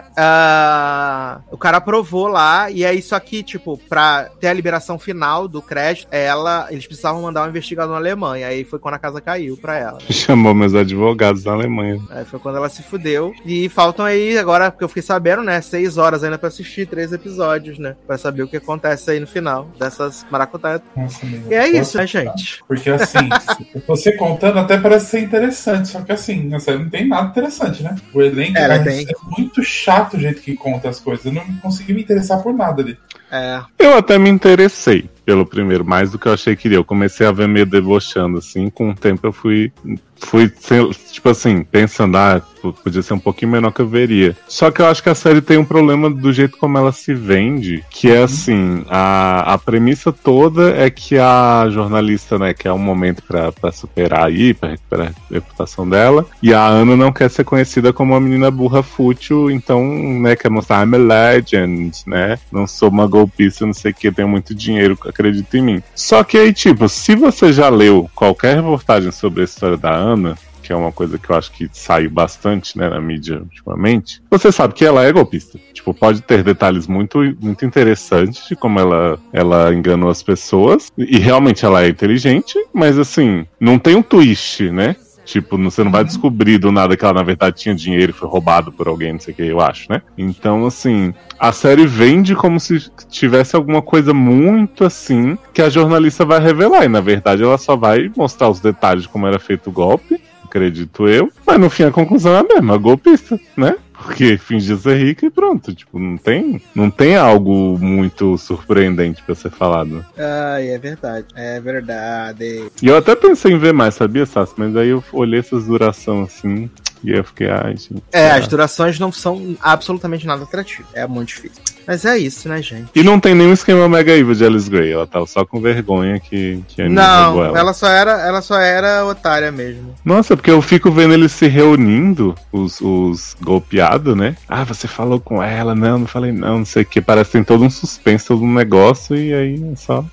uh, o cara aprovou lá, e aí só que, tipo, pra ter a liberação final do crédito, ela, eles precisavam mandar um investigador na Alemanha. Aí foi quando a casa caiu pra ela. Chamou meus advogados da Alemanha. Aí foi quando ela se fudeu. E faltam aí, agora, porque eu fiquei sabendo, né, seis horas ainda pra assistir três episódios, né, pra saber o que acontece aí no final dessas maracutaias. Nossa, amiga. E é isso, né, gente? Porque assim, você contando até parece ser interessante, só que assim, na série não tem nada interessante, né? O elenco Ela é, tem. é muito chato o jeito que conta as coisas. Eu não consegui me interessar por nada ali. É. Eu até me interessei pelo primeiro, mais do que eu achei que iria. Eu comecei a ver meio debochando, assim, com o tempo eu fui, fui tipo assim, pensando, ah, podia ser um pouquinho menor que eu veria. Só que eu acho que a série tem um problema do jeito como ela se vende, que é assim, a, a premissa toda é que a jornalista, né, quer um momento pra, pra superar aí, pra recuperar a reputação dela, e a Ana não quer ser conhecida como uma menina burra fútil, então, né, quer mostrar, I'm a legend, né, não sou uma golpista, não sei o que, tenho muito dinheiro, acredita em mim. Só que aí, tipo, se você já leu qualquer reportagem sobre a história da Ana, que é uma coisa que eu acho que saiu bastante, né, na mídia ultimamente, você sabe que ela é golpista. Tipo, pode ter detalhes muito, muito interessantes de como ela, ela enganou as pessoas, e realmente ela é inteligente, mas assim, não tem um twist, né? Tipo, você não vai descobrir do nada que ela na verdade tinha dinheiro e foi roubado por alguém, não sei o que, eu acho, né? Então, assim, a série vende como se tivesse alguma coisa muito assim que a jornalista vai revelar. E na verdade ela só vai mostrar os detalhes de como era feito o golpe, acredito eu. Mas no fim a conclusão é a mesma, golpista, né? Porque fingia ser rica e pronto, tipo, não tem, não tem algo muito surpreendente pra ser falado. Ai, é verdade, é verdade. E eu até pensei em ver mais, sabia, Sassi? Mas aí eu olhei essas durações assim, e aí eu fiquei, ai, gente. É, as durações não são absolutamente nada atrativas, é muito difícil. Mas é isso, né, gente? E não tem nenhum esquema mega evil de Alice Grey, ela tava só com vergonha que, que a Annie roubou Não, ela. ela só era, ela só era otária mesmo. Nossa, porque eu fico vendo eles se reunindo, os, os golpeados, né? Ah, você falou com ela, não, não falei não, não sei o que. Parece que tem todo um suspense, todo um negócio, e aí é só...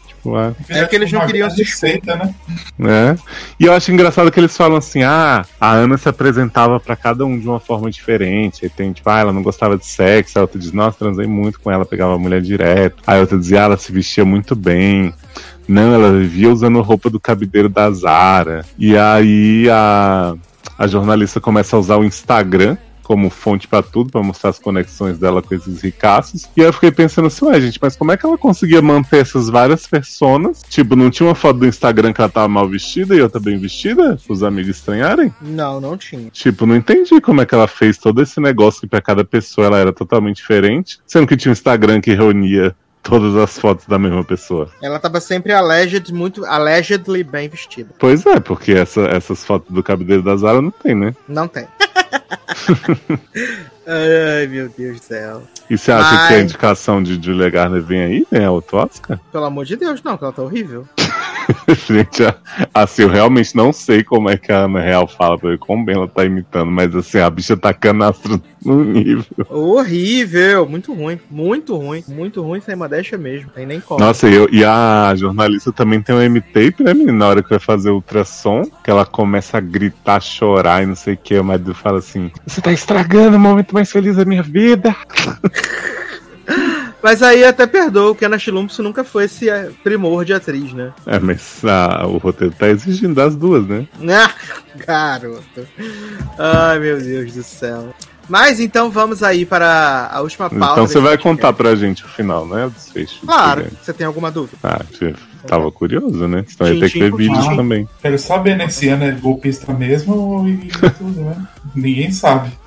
É que eles não queriam se receita, né? né? E eu acho engraçado que eles falam assim: ah, a Ana se apresentava pra cada um de uma forma diferente. Aí tem tipo, ah, ela não gostava de sexo. Aí outra diz, nossa, transei muito com ela, pegava a mulher direto. Aí outra dizia, ah, ela se vestia muito bem. Não, ela vivia usando roupa do cabideiro da Zara. E aí a, a jornalista começa a usar o Instagram como fonte pra tudo, pra mostrar as conexões dela com esses ricaços. E aí eu fiquei pensando assim, ué, gente, mas como é que ela conseguia manter essas várias personas? Tipo, não tinha uma foto do Instagram que ela tava mal vestida e outra bem vestida? Os amigos estranharem? Não, não tinha. Tipo, não entendi como é que ela fez todo esse negócio que pra cada pessoa ela era totalmente diferente, sendo que tinha um Instagram que reunia todas as fotos da mesma pessoa. Ela tava sempre alleged, muito allegedly bem vestida. Pois é, porque essa, essas fotos do cabideiro da Zara não tem, né? Não tem. Ai, meu Deus do céu. E você acha Mas... que a indicação de Julia Garner vem aí, né? O Oscar? Pelo amor de Deus, não, que ela tá horrível. Gente, assim, eu realmente não sei como é que a Ana Real fala pra ver como bem ela tá imitando, mas assim, a bicha tá canastra no nível. Horrível, muito ruim, muito ruim, muito ruim sem modéstia mesmo, tem nem como. Nossa, e, eu, e a jornalista também tem um M-tape, né, menina? Na hora que vai fazer o ultrassom, que ela começa a gritar, chorar e não sei o que, o marido fala assim, você tá estragando o momento mais feliz da minha vida. Mas aí até perdoa, que a Anna Schlumpf nunca foi esse primor de atriz, né? É, mas a, o roteiro tá exigindo das duas, né? Ah, garoto. Ai, meu Deus do céu. Mas então vamos aí para a última pauta. Então você vai podcast. contar pra gente o final, né? O desfecho. Claro. Você tem alguma dúvida? Ah, você tava curioso, né? Então Tchim, ia ter que ver tchim, vídeos tchim. também. Quero saber, né? Se Ana é golpista mesmo e tudo, né? Ninguém sabe.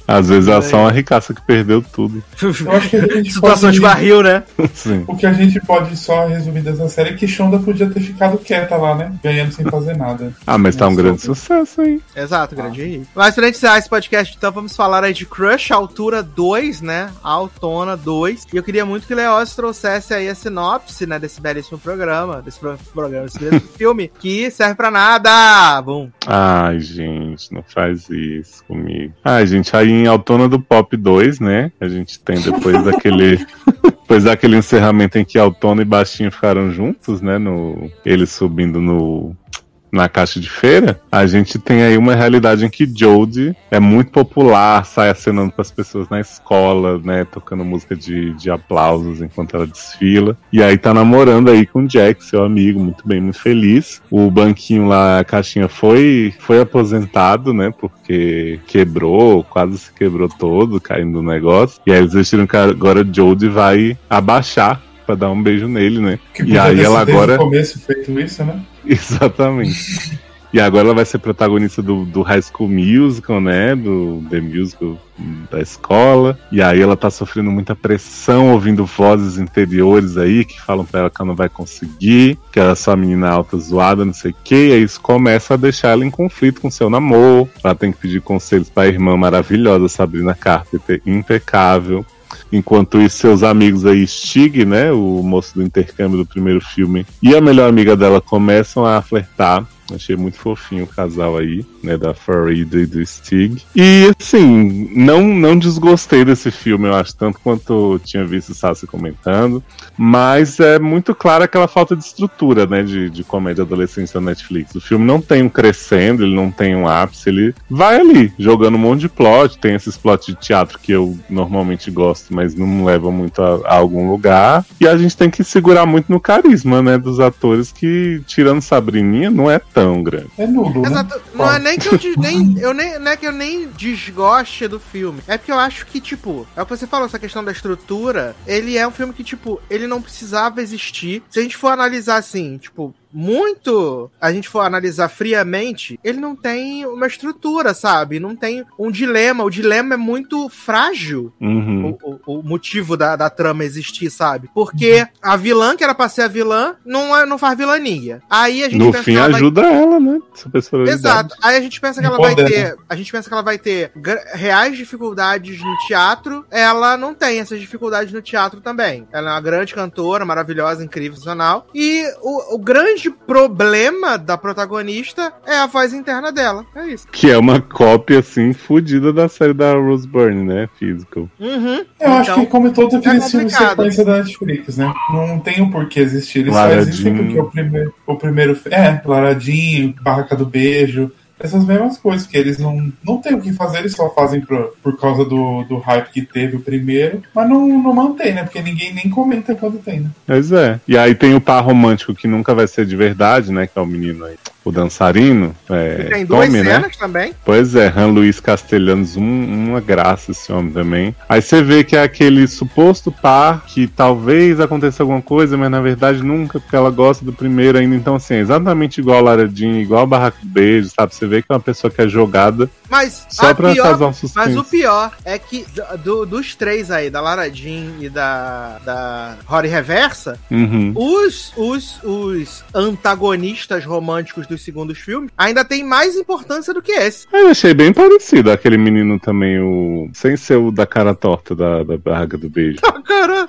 Às vezes é só uma ricaça que perdeu tudo. Eu acho que a gente Situação pode... de barril, né? Sim. O que a gente pode só resumir dessa série é que Shonda podia ter ficado quieta lá, né? Ganhando sem fazer nada. Ah, mas tá um Nossa, grande sucesso aí. Exato, grande hit. Mas pra gente encerrar esse podcast, então, vamos falar aí de Crush Altura dois, né? Autona dois. E eu queria muito que o Leoz trouxesse aí a sinopse, né? Desse belíssimo programa, desse pro- programa, desse belíssimo filme, que serve pra nada! Bum! Ai, gente, não faz isso comigo. Ai, gente, aí em Autona do Pop dois, né? A gente tem depois daquele... Depois daquele encerramento em que Autona e Baixinho ficaram juntos, né? No... Eles subindo no... na caixa de feira, a gente tem aí uma realidade em que Jodie é muito popular, sai acenando para as pessoas na escola, né, tocando música de, de aplausos enquanto ela desfila, e aí tá namorando aí com Jack, seu amigo, muito bem, muito feliz. O banquinho lá, a caixinha foi, foi aposentado, né, porque quebrou, quase se quebrou todo, caindo no negócio, e aí eles decidiram que agora Jodie vai abaixar pra dar um beijo nele, né, Que e aí ela agora... desde o começo feito isso, né? Exatamente. E agora ela vai ser protagonista do, do High School Musical, né? Do The Musical da escola. E aí ela tá sofrendo muita pressão, ouvindo vozes interiores aí que falam pra ela que ela não vai conseguir, que ela é só uma menina alta zoada, não sei o que. E aí isso começa a deixar ela em conflito com seu namoro. Ela tem que pedir conselhos pra irmã maravilhosa, Sabrina Carpenter, impecável. Enquanto isso, seus amigos aí, Stig, né, o moço do intercâmbio do primeiro filme, e a melhor amiga dela começam a flertar. Achei muito fofinho o casal aí, né, da Farida e do Stig. E, assim, não, não desgostei desse filme, eu acho, tanto quanto eu tinha visto o Sassi comentando. Mas é muito claro aquela falta de estrutura, né, de, de comédia adolescente da Netflix. O filme não tem um crescendo, ele não tem um ápice, ele vai ali, jogando um monte de plot. Tem esses plots de teatro que eu normalmente gosto, mas não me levam muito a, a algum lugar. E a gente tem que segurar muito no carisma, né, dos atores que, tirando Sabrininha, não é tão grande. É nulo, né? Exato. Não é nem que eu, de- nem, eu nem, não é que eu nem desgoste do filme. É porque eu acho que, tipo, é o que você falou, essa questão da estrutura. Ele é um filme que, tipo, ele não precisava existir. Se a gente for analisar assim, tipo, muito, a gente for analisar friamente, ele não tem uma estrutura, sabe? Não tem um dilema. O dilema é muito frágil. Uhum. O, o- o motivo da, da trama existir, sabe? Porque a vilã, que era pra ser a vilã, não, é, não faz vilania. Aí a gente No pensa fim que ela vai- ajuda ela, né? Essa personalidade. Exato. Aí a gente pensa que ela vai Empodera. ter. A gente pensa que ela vai ter gra- reais dificuldades no teatro. Ela não tem essas dificuldades no teatro também. Ela é uma grande cantora, maravilhosa, incrível, sensacional. E o, o grande problema da protagonista é a voz interna dela. É isso. Que é uma cópia, assim, fodida da série da Rose Byrne, né? Physical. Uhum. Eu acho Então, que como todos aqueles é filmes de complicado. sequência da Netflix, né? Não tem o porquê existir. Eles Lara só existem Jean. porque o primeiro, o primeiro. É, Laradinho, Barraca do Beijo. Essas mesmas coisas, que eles não, não tem o que fazer, eles só fazem por, por causa do, do hype que teve o primeiro, mas não, não mantém, né? Porque ninguém nem comenta quando tem, né? Pois é. E aí tem o par romântico que nunca vai ser de verdade, né? Que é o menino aí. O dançarino. É, E tem duas Tommy, né? cenas também. Pois é, Han Luiz Castellanos, um- uma graça esse homem também. Aí você vê que é aquele suposto par que talvez aconteça alguma coisa, mas na verdade nunca, porque ela gosta do primeiro ainda. Então, assim, é exatamente igual a Lara Jean, igual a Barraca do Beijo, sabe? Você vê que é uma pessoa que é jogada Mas, só a pra pior, causar um suspense. mas o pior é que do- dos três aí, da Lara Jean e da, da Rory Reversa, Uhum. os, os, os antagonistas românticos dos segundos filmes ainda tem mais importância do que esse. Eu achei bem parecido aquele menino também, o sem ser o da cara torta da, da Barraca do Beijo. Caramba!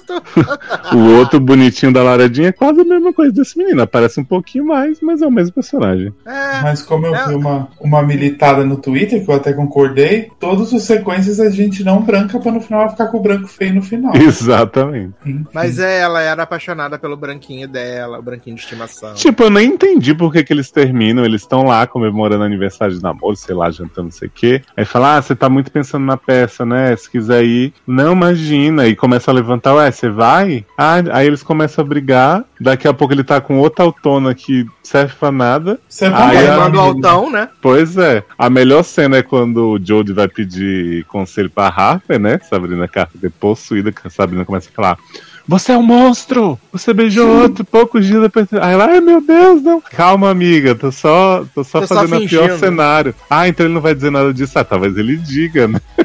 O outro bonitinho da Laradinha é quase a mesma coisa desse menino. Aparece um pouquinho mais, mas é o mesmo personagem. É, Mas como eu é. vi uma, uma militada no Twitter, que eu até concordei, todas as sequências a gente não branca pra no final ela ficar com o branco feio no final. Exatamente. Enfim. mas é, ela era apaixonada pelo branquinho dela, o branquinho de estimação. Tipo, eu nem entendi por que, que eles terminam. Eles estão lá comemorando aniversário de namoro, sei lá, jantando, não sei o quê. Aí fala, ah, você tá muito pensando na peça, né? Se quiser ir. Não, imagina. E começa a levantar, ué, você vai? Ah, aí eles começam a brigar. Daqui a pouco ele tá com outra autona que serve pra nada. Você Aí vai a- Manda o altão, né? Pois é. A melhor cena é quando o Jodie vai pedir conselho pra Harper, né? Sabrina Carpenter possuída, que a Sabrina começa a falar: você é um monstro! Você beijou outro poucos dias depois. Aí ela, ai meu Deus, não. Calma, amiga, tô só, tô só Tô só fazendo o pior fingindo. cenário. Ah, então ele não vai dizer nada disso. Ah, talvez ele diga, né?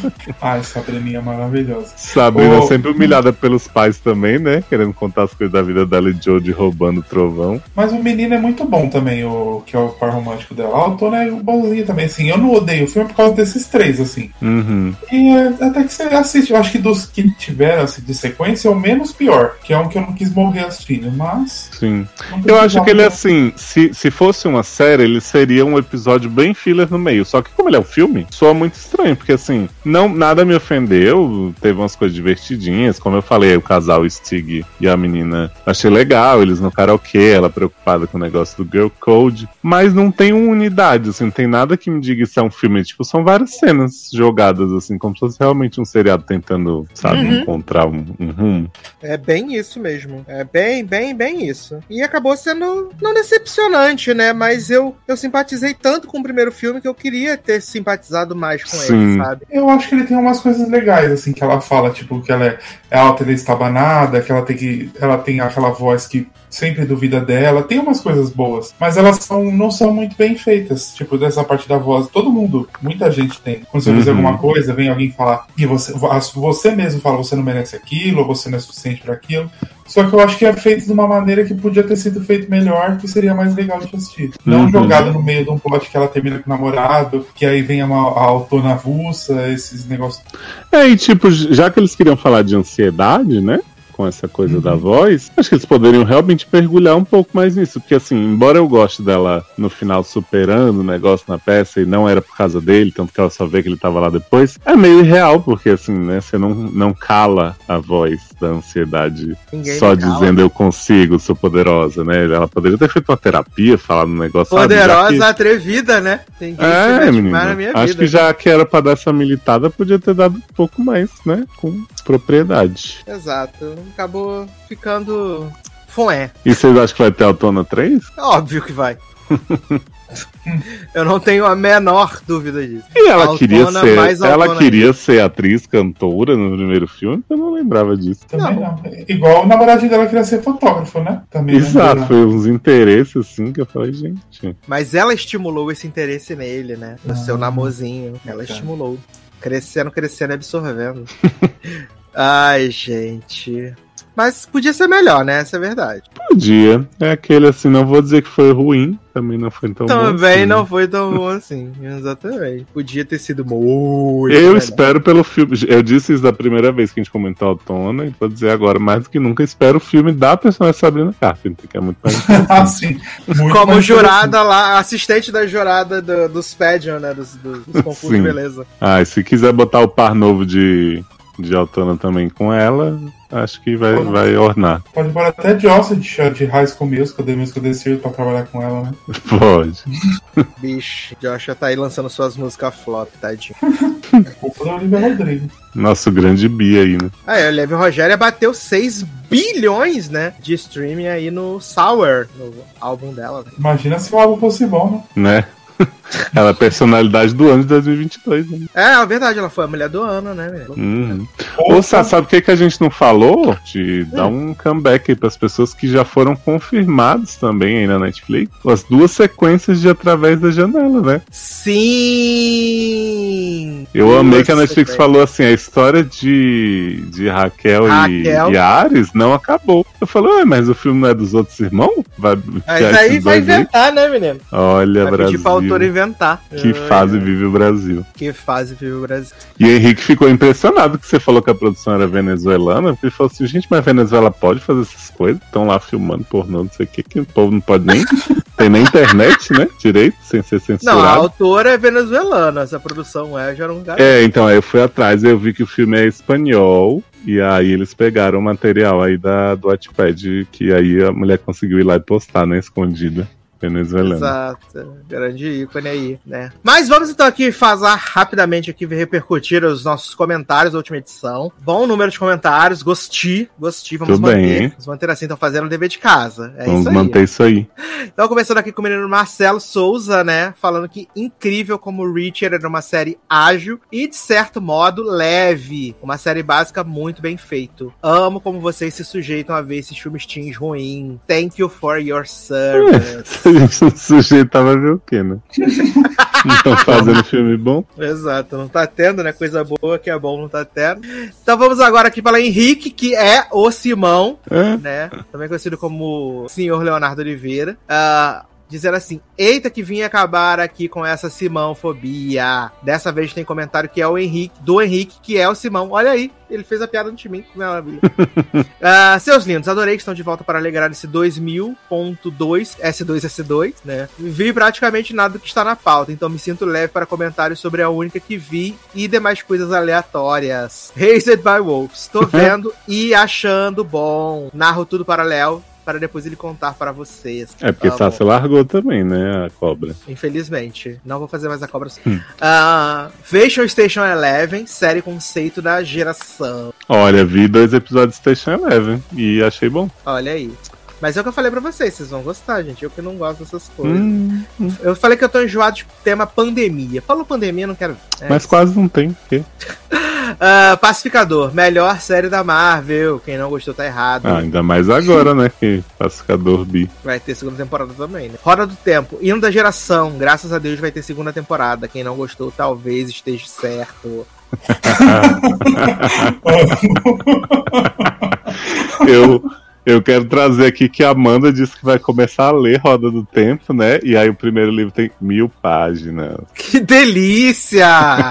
Ai, Sabrininha é maravilhosa. Sabrina Oh, sempre humilhada pelos pais também, né? Querendo contar as coisas da vida dela e Jodie roubando o trovão. Mas o menino é muito bom também, o que é o par romântico dela. A Autona é bonzinho também, assim. Eu não odeio o filme por causa desses três, assim. Uhum. E é, até que você assiste. Eu acho que dos que tiveram assim, de sequência é o menos pior, que é um que eu não quis morrer assistindo, mas... Sim. não Eu acho que ele, precisava. assim, se, se fosse uma série, ele seria um episódio bem filler no meio. Só que como ele é um filme, soa muito estranho, porque assim, não, nada me ofendeu, teve umas coisas divertidinhas, como eu falei, o casal Stig e a menina, achei legal, eles no karaokê, ela preocupada com o negócio do Girl Code, mas não tem uma unidade, assim, não tem nada que me diga se é um filme, tipo, são várias cenas jogadas, assim, como se fosse realmente um seriado tentando, sabe, Uhum. encontrar um, um rumo. É bem isso mesmo. É bem, bem, bem isso. E acabou sendo, não decepcionante, né? Mas eu, eu simpatizei tanto com o primeiro filme que eu queria ter simpatizado mais com Sim. ele, sabe? Eu acho que ele tem umas coisas legais, assim, que ela fala, tipo, que ela é, é alta e estabanada, que ela tem que. Ela tem aquela voz que sempre duvida dela. Tem umas coisas boas, mas elas são, não são muito bem feitas. Tipo, dessa parte da voz, todo mundo, muita gente tem. Quando você Uhum. fizer alguma coisa, vem alguém falar que você, você mesmo fala, você não merece aquilo, ou você não é suficiente para aquilo. Só que eu acho que é feito de uma maneira que podia ter sido feito melhor, que seria mais legal de assistir. Não Uhum. jogado no meio de um plot que ela termina com o namorado, que aí vem a, a autona avulsa, esses negócios. É, e tipo, já que eles queriam falar de ansiedade, né? Com essa coisa da voz, acho que eles poderiam realmente mergulhar um pouco mais nisso. Porque, assim, embora eu goste dela no final superando o negócio na peça e não era por causa dele, tanto que ela só vê que ele tava lá depois, é meio irreal, porque, assim, né, você não, não cala a voz da ansiedade Ninguém só me cala. dizendo eu consigo, sou poderosa, né? Ela poderia ter feito uma terapia, falado um negócio, sabe, já Poderosa, que- atrevida, né? Tem que É, se mete menino. mais na minha Acho vida. que já que era pra dar essa militada, podia ter dado um pouco mais, né? Com propriedade. Exato. Acabou ficando fué. E vocês acham que vai ter Autona três? Óbvio que vai. Eu não tenho a menor dúvida disso. E ela Autona queria ser, mais ela Autona queria ser atriz, cantora no primeiro filme, eu não lembrava disso. Também Não. não. Igual o namoradinho dela queria ser fotógrafo, né? Também Exato, né? foi uns interesses assim que eu falei, gente. Mas ela estimulou esse interesse nele, né? No Ah, seu namorzinho. Ela tá. estimulou. Crescendo, crescendo e absorvendo. Ai, gente. Mas podia ser melhor, né? Essa é a verdade. Podia. É aquele assim, não vou dizer que foi ruim, também não foi tão bom Também assim. não foi tão bom assim. Exatamente. Podia ter sido muito Eu melhor. espero pelo filme. Eu disse isso da primeira vez que a gente comentou Autona, e vou dizer agora, mais do que nunca, espero o filme da personagem Sabrina Carpenter, que é muito mais assim, muito Como mais jurada lá, assistente da jurada do, dos pageant, né? Dos, dos, dos concursos Sim. de beleza. Ah, e se quiser botar o par novo de, de Autona também com ela, acho que vai, vai ornar. Pode pôr até Jocelyn de, de High School Musical, The Musical The Series, pra trabalhar com ela, né? Pode. Bicho, Josh já tá aí lançando suas músicas flop, tadinho. Culpa da Olivia Rodrigo. Nosso grande bi aí, né? Ah, é, o Leve Rogéria bateu seis bilhões, né? De streaming aí no Sour, no álbum dela. Né? Imagina se o álbum fosse bom, né? Né? Ela é a personalidade do ano de dois mil e vinte e dois, né? É, é verdade, ela foi a mulher do ano, né? menino? Uhum. Ou Sá, sabe o que, que a gente não falou? De dar um comeback aí pras pessoas que já foram confirmadas também aí na Netflix. As duas sequências de Através da Janela, né? Sim! Eu amei que a Duas Netflix sequências. falou assim, a história de, de Raquel, Raquel. E, e Ares não acabou. Eu falei, ué, mas o filme não é dos outros irmãos? Vai Mas enfiar aí esses vai dois aí? inventar, né, menino? Olha, Vai Brasil. pedir pra autora inventar. Que Ai, fase ai. vive o Brasil. Que fase vive o Brasil. E o Henrique ficou impressionado que você falou que a produção era venezuelana, porque ele falou assim, gente, mas a Venezuela pode fazer essas coisas? Estão lá filmando pornô, não sei o que, que o povo não pode nem... tem nem internet, né? Direito, sem ser Não, a censurado. autora é venezuelana, essa produção é, já não dá. É, então, aí eu fui atrás e eu vi que o filme é espanhol, e aí eles pegaram o material aí da, do Wattpad, que aí a mulher conseguiu ir lá e postar, né, escondida. Venezuelana. Exato, grande ícone aí, né? Mas vamos então aqui fazer rapidamente aqui, repercutir os nossos comentários da última edição. Bom número de comentários, gostei, gostei, vamos Tudo manter. bem. Vamos manter assim, então fazendo o dever de casa. É Vamos isso aí. manter isso aí. Então, começando aqui com o menino Marcelo Souza, né? Falando que incrível como Reacher era uma série ágil e, de certo modo, leve. Uma série básica muito bem feito. Amo como vocês se sujeitam a ver esses filmes teens ruins. Thank you for your service. a gente não sujeitava a ver o quê, né? Não estão fazendo filme bom? Exato, não tá tendo, né? Coisa boa que é bom, não tá tendo. Então vamos agora aqui para Henrique, que é o Simão, é? né? Também conhecido como Senhor Leonardo Oliveira. Uh, Dizendo assim, eita que vinha acabar aqui com essa Simão-fobia. Dessa vez tem comentário que é o Henrique, do Henrique, que é o Simão. Olha aí, ele fez a piada no time. Que maravilha. uh, seus lindos, adorei que estão de volta para alegrar esse dois mil ponto dois, S dois S dois, né? Vi praticamente nada do que está na pauta, então me sinto leve para comentários sobre a única que vi e demais coisas aleatórias. Raised by Wolves. Tô vendo e achando bom. Narro tudo para Léo, para depois ele contar para vocês. É porque Sassi largou também, né, a cobra. Infelizmente. Não vou fazer mais a cobra. Hum. Uh, Fashion Station Eleven, série conceito da geração. Olha, vi dois episódios de Station Eleven e achei bom. Olha aí. Mas é o que eu falei pra vocês, vocês vão gostar, gente. Eu que não gosto dessas coisas. Hum, hum. Eu falei que eu tô enjoado de tema pandemia. Falou pandemia, não quero... É Mas isso. Quase não tem. Quê? Uh, Pacificador, melhor série da Marvel. Quem não gostou tá errado. Ah, ainda mais agora, né? Que Pacificador bi. Vai ter segunda temporada também, né? Roda do Tempo, hino da geração. Graças a Deus vai ter segunda temporada. Quem não gostou talvez esteja certo. eu... Eu quero trazer aqui que a Amanda disse que vai começar a ler Roda do Tempo, né? E aí o primeiro livro tem mil páginas. Que delícia!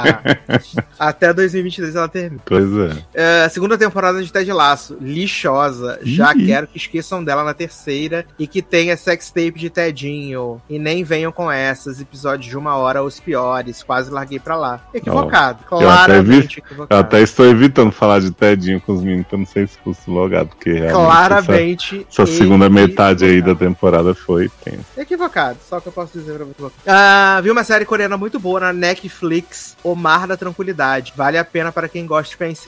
Até dois mil e vinte e dois ela termina. Pois é. Uh, segunda temporada de Ted Lasso, lixosa. Já Ih. quero que esqueçam dela na terceira e que tenha sextape de Tedinho. E nem venham com essas, episódios de uma hora os piores. Quase larguei pra lá. Equivocado. Oh, claramente eu equivocado. Eu até estou evitando falar de Tedinho com os meninos, pra não ser expulso logado, porque realmente... Claramente. Essa, essa segunda metade aí da temporada foi tensa. Equivocado, só o que eu posso dizer pra você. Uh, vi uma série coreana muito boa na Netflix, O Mar da Tranquilidade. Vale a pena para quem gosta de suspense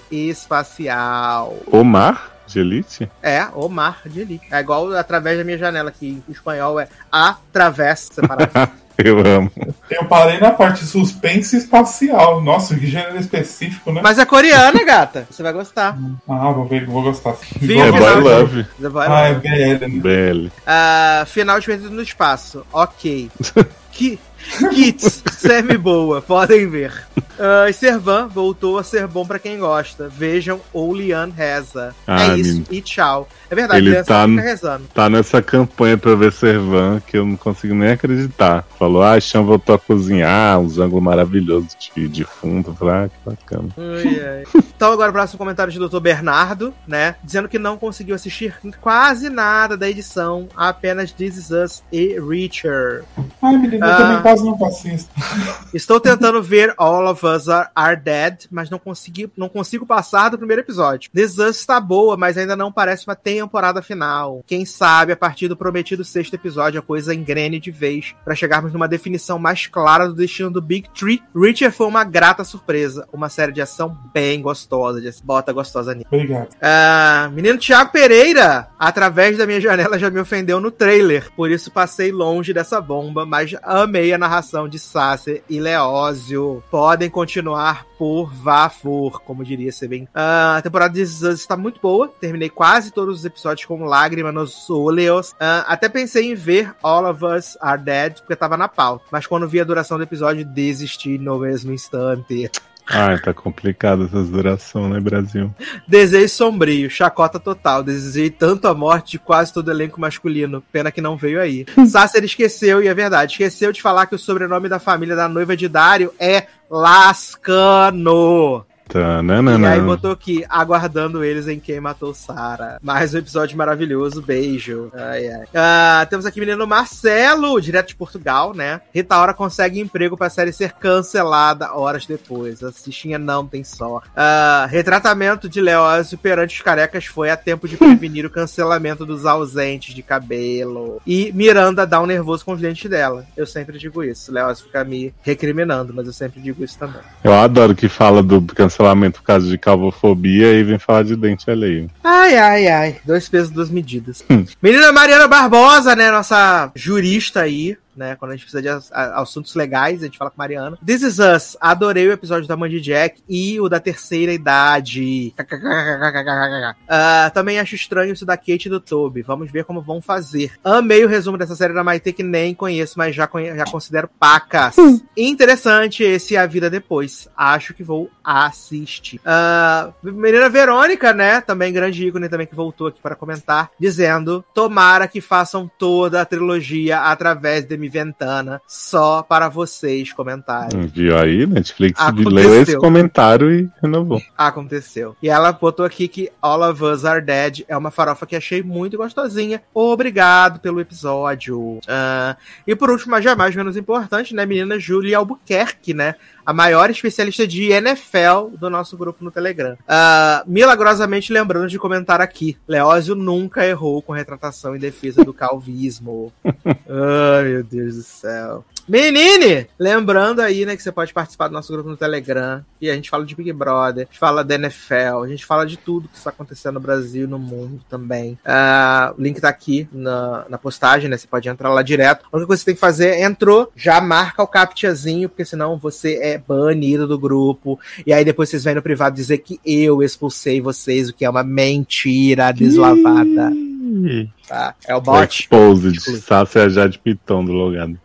espacial. O Mar de Elite? É, O Mar de Elite. É igual Através da Minha Janela, que em espanhol é A Travessa, separado. Eu amo. Eu parei na parte suspense espacial. Nossa, que gênero específico, né? Mas é coreana, gata. Você vai gostar. Ah, vou ver, vou gostar. Vi é Boy Love. De... Boy ah, Love. é B L. Né? B L. Uh, final de Perdido no Espaço. Ok. que... Kits, semi-boa, podem ver. Uh, Servan voltou a ser bom pra quem gosta. Vejam ou Lian reza. Ah, é isso, e tchau. É verdade, ele tá, fica rezando. Tá nessa campanha pra ver Servan que eu não consigo nem acreditar. Falou, ah, Chan voltou a cozinhar, uns ângulos maravilhosos de, de fundo. Eu falei, ah, que bacana. Ui, ai. Então agora o próximo comentário de doutor Bernardo, né? Dizendo que não conseguiu assistir quase nada da edição, apenas This Is Us e Reacher. Ai, menina, eu ah, também quase não assisto. Estou tentando ver All of Us Are, Are Dead, mas não consegui, não consigo passar do primeiro episódio. This Is Us está boa, mas ainda não parece uma temporada final. Quem sabe, a partir do prometido sexto episódio, a coisa engrene de vez, para chegarmos numa definição mais clara do destino do Big Tree. Reacher foi uma grata surpresa, uma série de ação bem gostosa, de bota gostosa nisso. Obrigado. Uh, menino Thiago Pereira, Através da Minha Janela já me ofendeu no trailer, por isso passei longe dessa bomba, mas amei a narração de Sasser e Leózio. Podem continuar por favor, como diria ser bem. Uh, a temporada de This Is Us está muito boa. Terminei quase todos os episódios com lágrima nos olhos. Uh, até pensei em ver All of Us Are Dead, porque tava na pauta. Mas quando vi a duração do episódio, desisti no mesmo instante. Ai, tá complicado essa duração, né, Brasil? Desejo sombrio, chacota total. Desejei tanto a morte de quase todo o elenco masculino. Pena que não veio aí. Sasser esqueceu, e é verdade, esqueceu de falar que o sobrenome da família da noiva de Dário é Lascano. Tananana. E aí botou aqui, aguardando eles em Quem Matou Sarah. Mais um episódio maravilhoso, beijo. Ai, ai. Ah, temos aqui o menino Marcelo, direto de Portugal, né? Rita Ora consegue emprego pra série ser cancelada horas depois. A Cichinha não tem sorte. Ah, retratamento de Leózio perante os carecas foi a tempo de prevenir o cancelamento dos ausentes de cabelo. E Miranda dá um nervoso com os dentes dela. Eu sempre digo isso. Leózio fica me recriminando, mas eu sempre digo isso também. Eu adoro que fala do cancelamento por causa de calvofobia e vem falar de dente alheio. Ai, ai, ai. Dois pesos, duas medidas. Hum. Menina Mariana Barbosa, né? Nossa jurista aí. né? Quando a gente precisa de a, a, assuntos legais, a gente fala com a Mariana. This Is Us, adorei o episódio da Mandy Jack e o da terceira idade. uh, também acho estranho isso da Kate e do Toby. Vamos ver como vão fazer. Amei o resumo dessa série da Maite, que nem conheço, mas já, conhe- já considero pacas. Interessante esse A Vida Depois. Acho que vou assistir. Uh, menina Verônica, né? Também grande ícone também, que voltou aqui para comentar, dizendo: tomara que façam toda a trilogia através de Mi Ventana, só para vocês comentarem. Viu aí? Netflix leu esse comentário e renovou. Aconteceu. E ela botou aqui que All of Us Are Dead é uma farofa que achei muito gostosinha. Obrigado pelo episódio. Uh, e por último, mas jamais menos importante, né, menina Julia Albuquerque, né? A maior especialista de N F L do nosso grupo no Telegram. Uh, milagrosamente lembrando de comentar aqui: Leózio nunca errou com retratação em defesa do calvismo. Ai, meu Deus do céu. Menine! Lembrando aí, né, que você pode participar do nosso grupo no Telegram. E a gente fala de Big Brother, a gente fala da N F L, a gente fala de tudo que está acontecendo no Brasil e no mundo também. Uh, o link tá aqui na, na postagem, né? Você pode entrar lá direto. A única coisa que você tem que fazer é entrou, já marca o captchazinho, porque senão você é banido do grupo. E aí depois vocês vêm no privado dizer que eu expulsei vocês, o que é uma mentira deslavada. Tá? É o bot. Exposed. Sácia já de pitão do logado.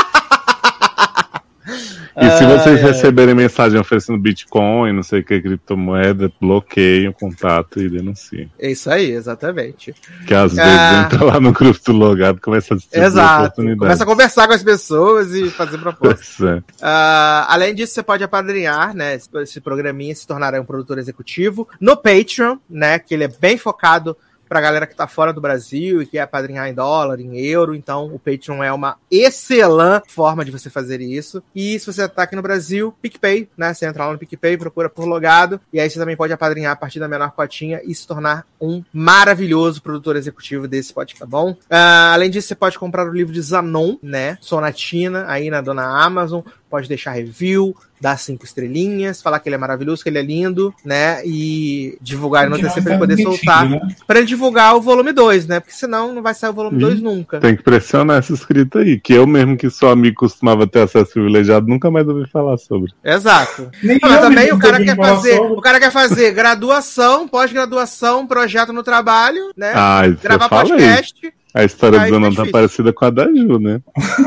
E se vocês ai, receberem ai. mensagem oferecendo Bitcoin, não sei o que, criptomoeda, bloqueiem o contato e denunciem. É isso aí, exatamente. Que às ah. vezes entra lá no grupo do logado e começa a distribuir oportunidades. Começa a conversar com as pessoas e fazer propostas. É. Uh, além disso, você pode apadrinhar, né, esse, esse programinha, se tornar um produtor executivo no Patreon, né, que ele é bem focado pra galera que tá fora do Brasil e quer apadrinhar em dólar, em euro. Então o Patreon é uma excelente forma de você fazer isso. E se você tá aqui no Brasil, PicPay, né? Você entra lá no PicPay, procura por logado, e aí você também pode apadrinhar a partir da menor cotinha e se tornar um maravilhoso produtor executivo desse podcast, tá bom? Uh, além disso, você pode comprar o livro de Zanon, né? Sonatina, aí na dona Amazon. Pode deixar review, dar cinco estrelinhas, falar que ele é maravilhoso, que ele é lindo, né? E divulgar e não ter sempre ele poder soltar. Né? Pra ele divulgar o volume dois, né? Porque senão não vai sair o volume dois nunca. Tem que pressionar essa escrita aí, que eu mesmo, que sou amigo, costumava ter acesso privilegiado, nunca mais ouvi falar sobre. Exato. Mas também o cara quer fazer, o cara quer fazer graduação, pós-graduação, projeto no trabalho, né? Ah, gravar podcast. A história do Zanon tá parecida com a da Ju, né?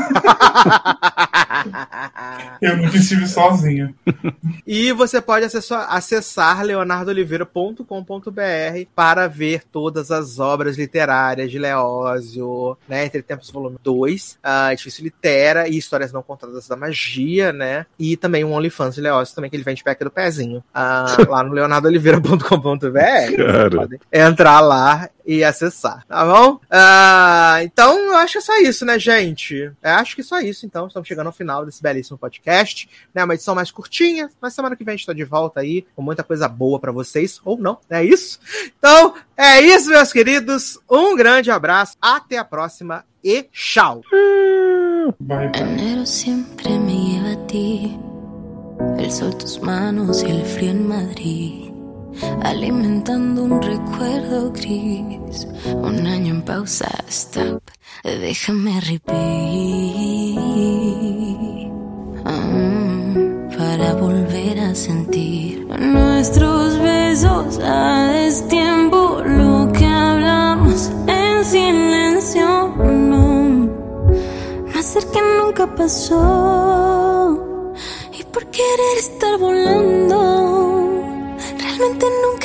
Eu nunca estive sozinho. E você pode acessar, acessar leonardo oliveira ponto com ponto b r para ver todas as obras literárias de Leózio, né? Entre Tempos volume dois, uh, Edifício Litera e Histórias Não Contadas da Magia, né? E também um OnlyFans de Leózio também, que ele vende pack do pezinho. Uh, lá no leonardo oliveira ponto com ponto b r. Você pode entrar lá e acessar, tá bom? Uh, então, eu acho que é só isso, né, gente? Eu acho que é só isso, então. Estamos chegando ao final desse belíssimo podcast, né? Uma edição mais curtinha, mas semana que vem a gente tá de volta aí com muita coisa boa pra vocês, ou não, é isso? Então, é isso, meus queridos. Um grande abraço, até a próxima e tchau! Bye, bye. Enero siempre me lleva a ti, el sol, tus manos y el frío en Madrid, alimentando un recuerdo gris, un año en pausa, stop, déjame repetir, um, para volver a sentir nuestros besos a destiempo, lo que hablamos en silencio, no, más cerca nunca pasó, y por querer estar volando realmente nunca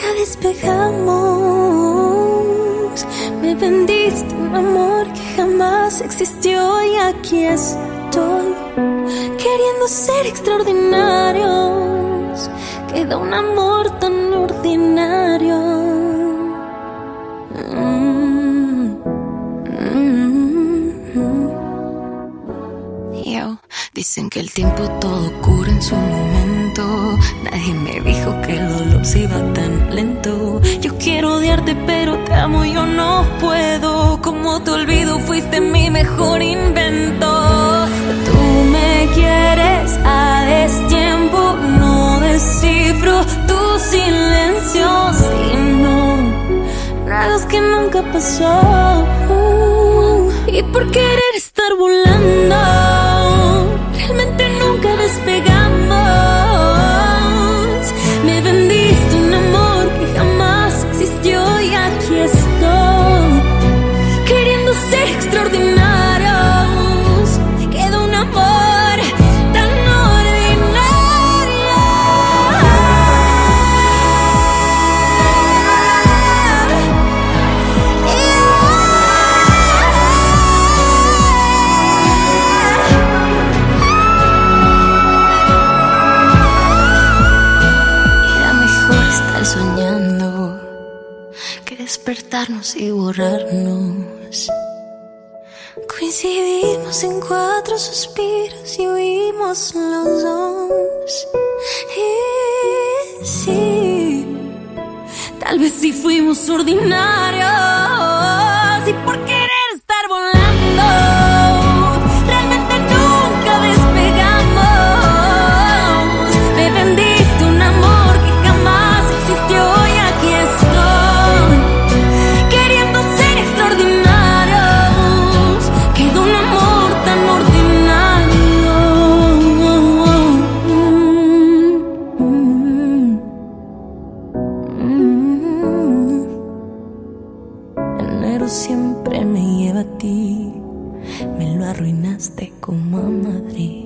despegamos. Me vendiste un amor que jamás existió y aquí estoy, queriendo ser extraordinarios. Queda un amor tan ordinario. Mm, mm, mm. Yo, dicen que el tiempo todo cura en su momento. Nadie me dijo que el dolor se iba tan lento. Yo quiero odiarte pero te amo, yo no puedo. Como te olvido, fuiste mi mejor invento. Tú me quieres a destiempo, no descifro tu silencio. Si no, nada es que nunca pasó. Y por querer estar volando despertarnos y borrarnos. Coincidimos en cuatro suspiros y huimos los dos. Y sí, tal vez sí fuimos ordinarios. Y por querer estar volando, realmente nunca despegamos. Me vendiste un amor que jamás existió y aquí estoy, queriendo ser extraordinarios. Quedó un amor tan ordinario. Enero siempre me lleva a ti, me lo arruinaste como a Madrid.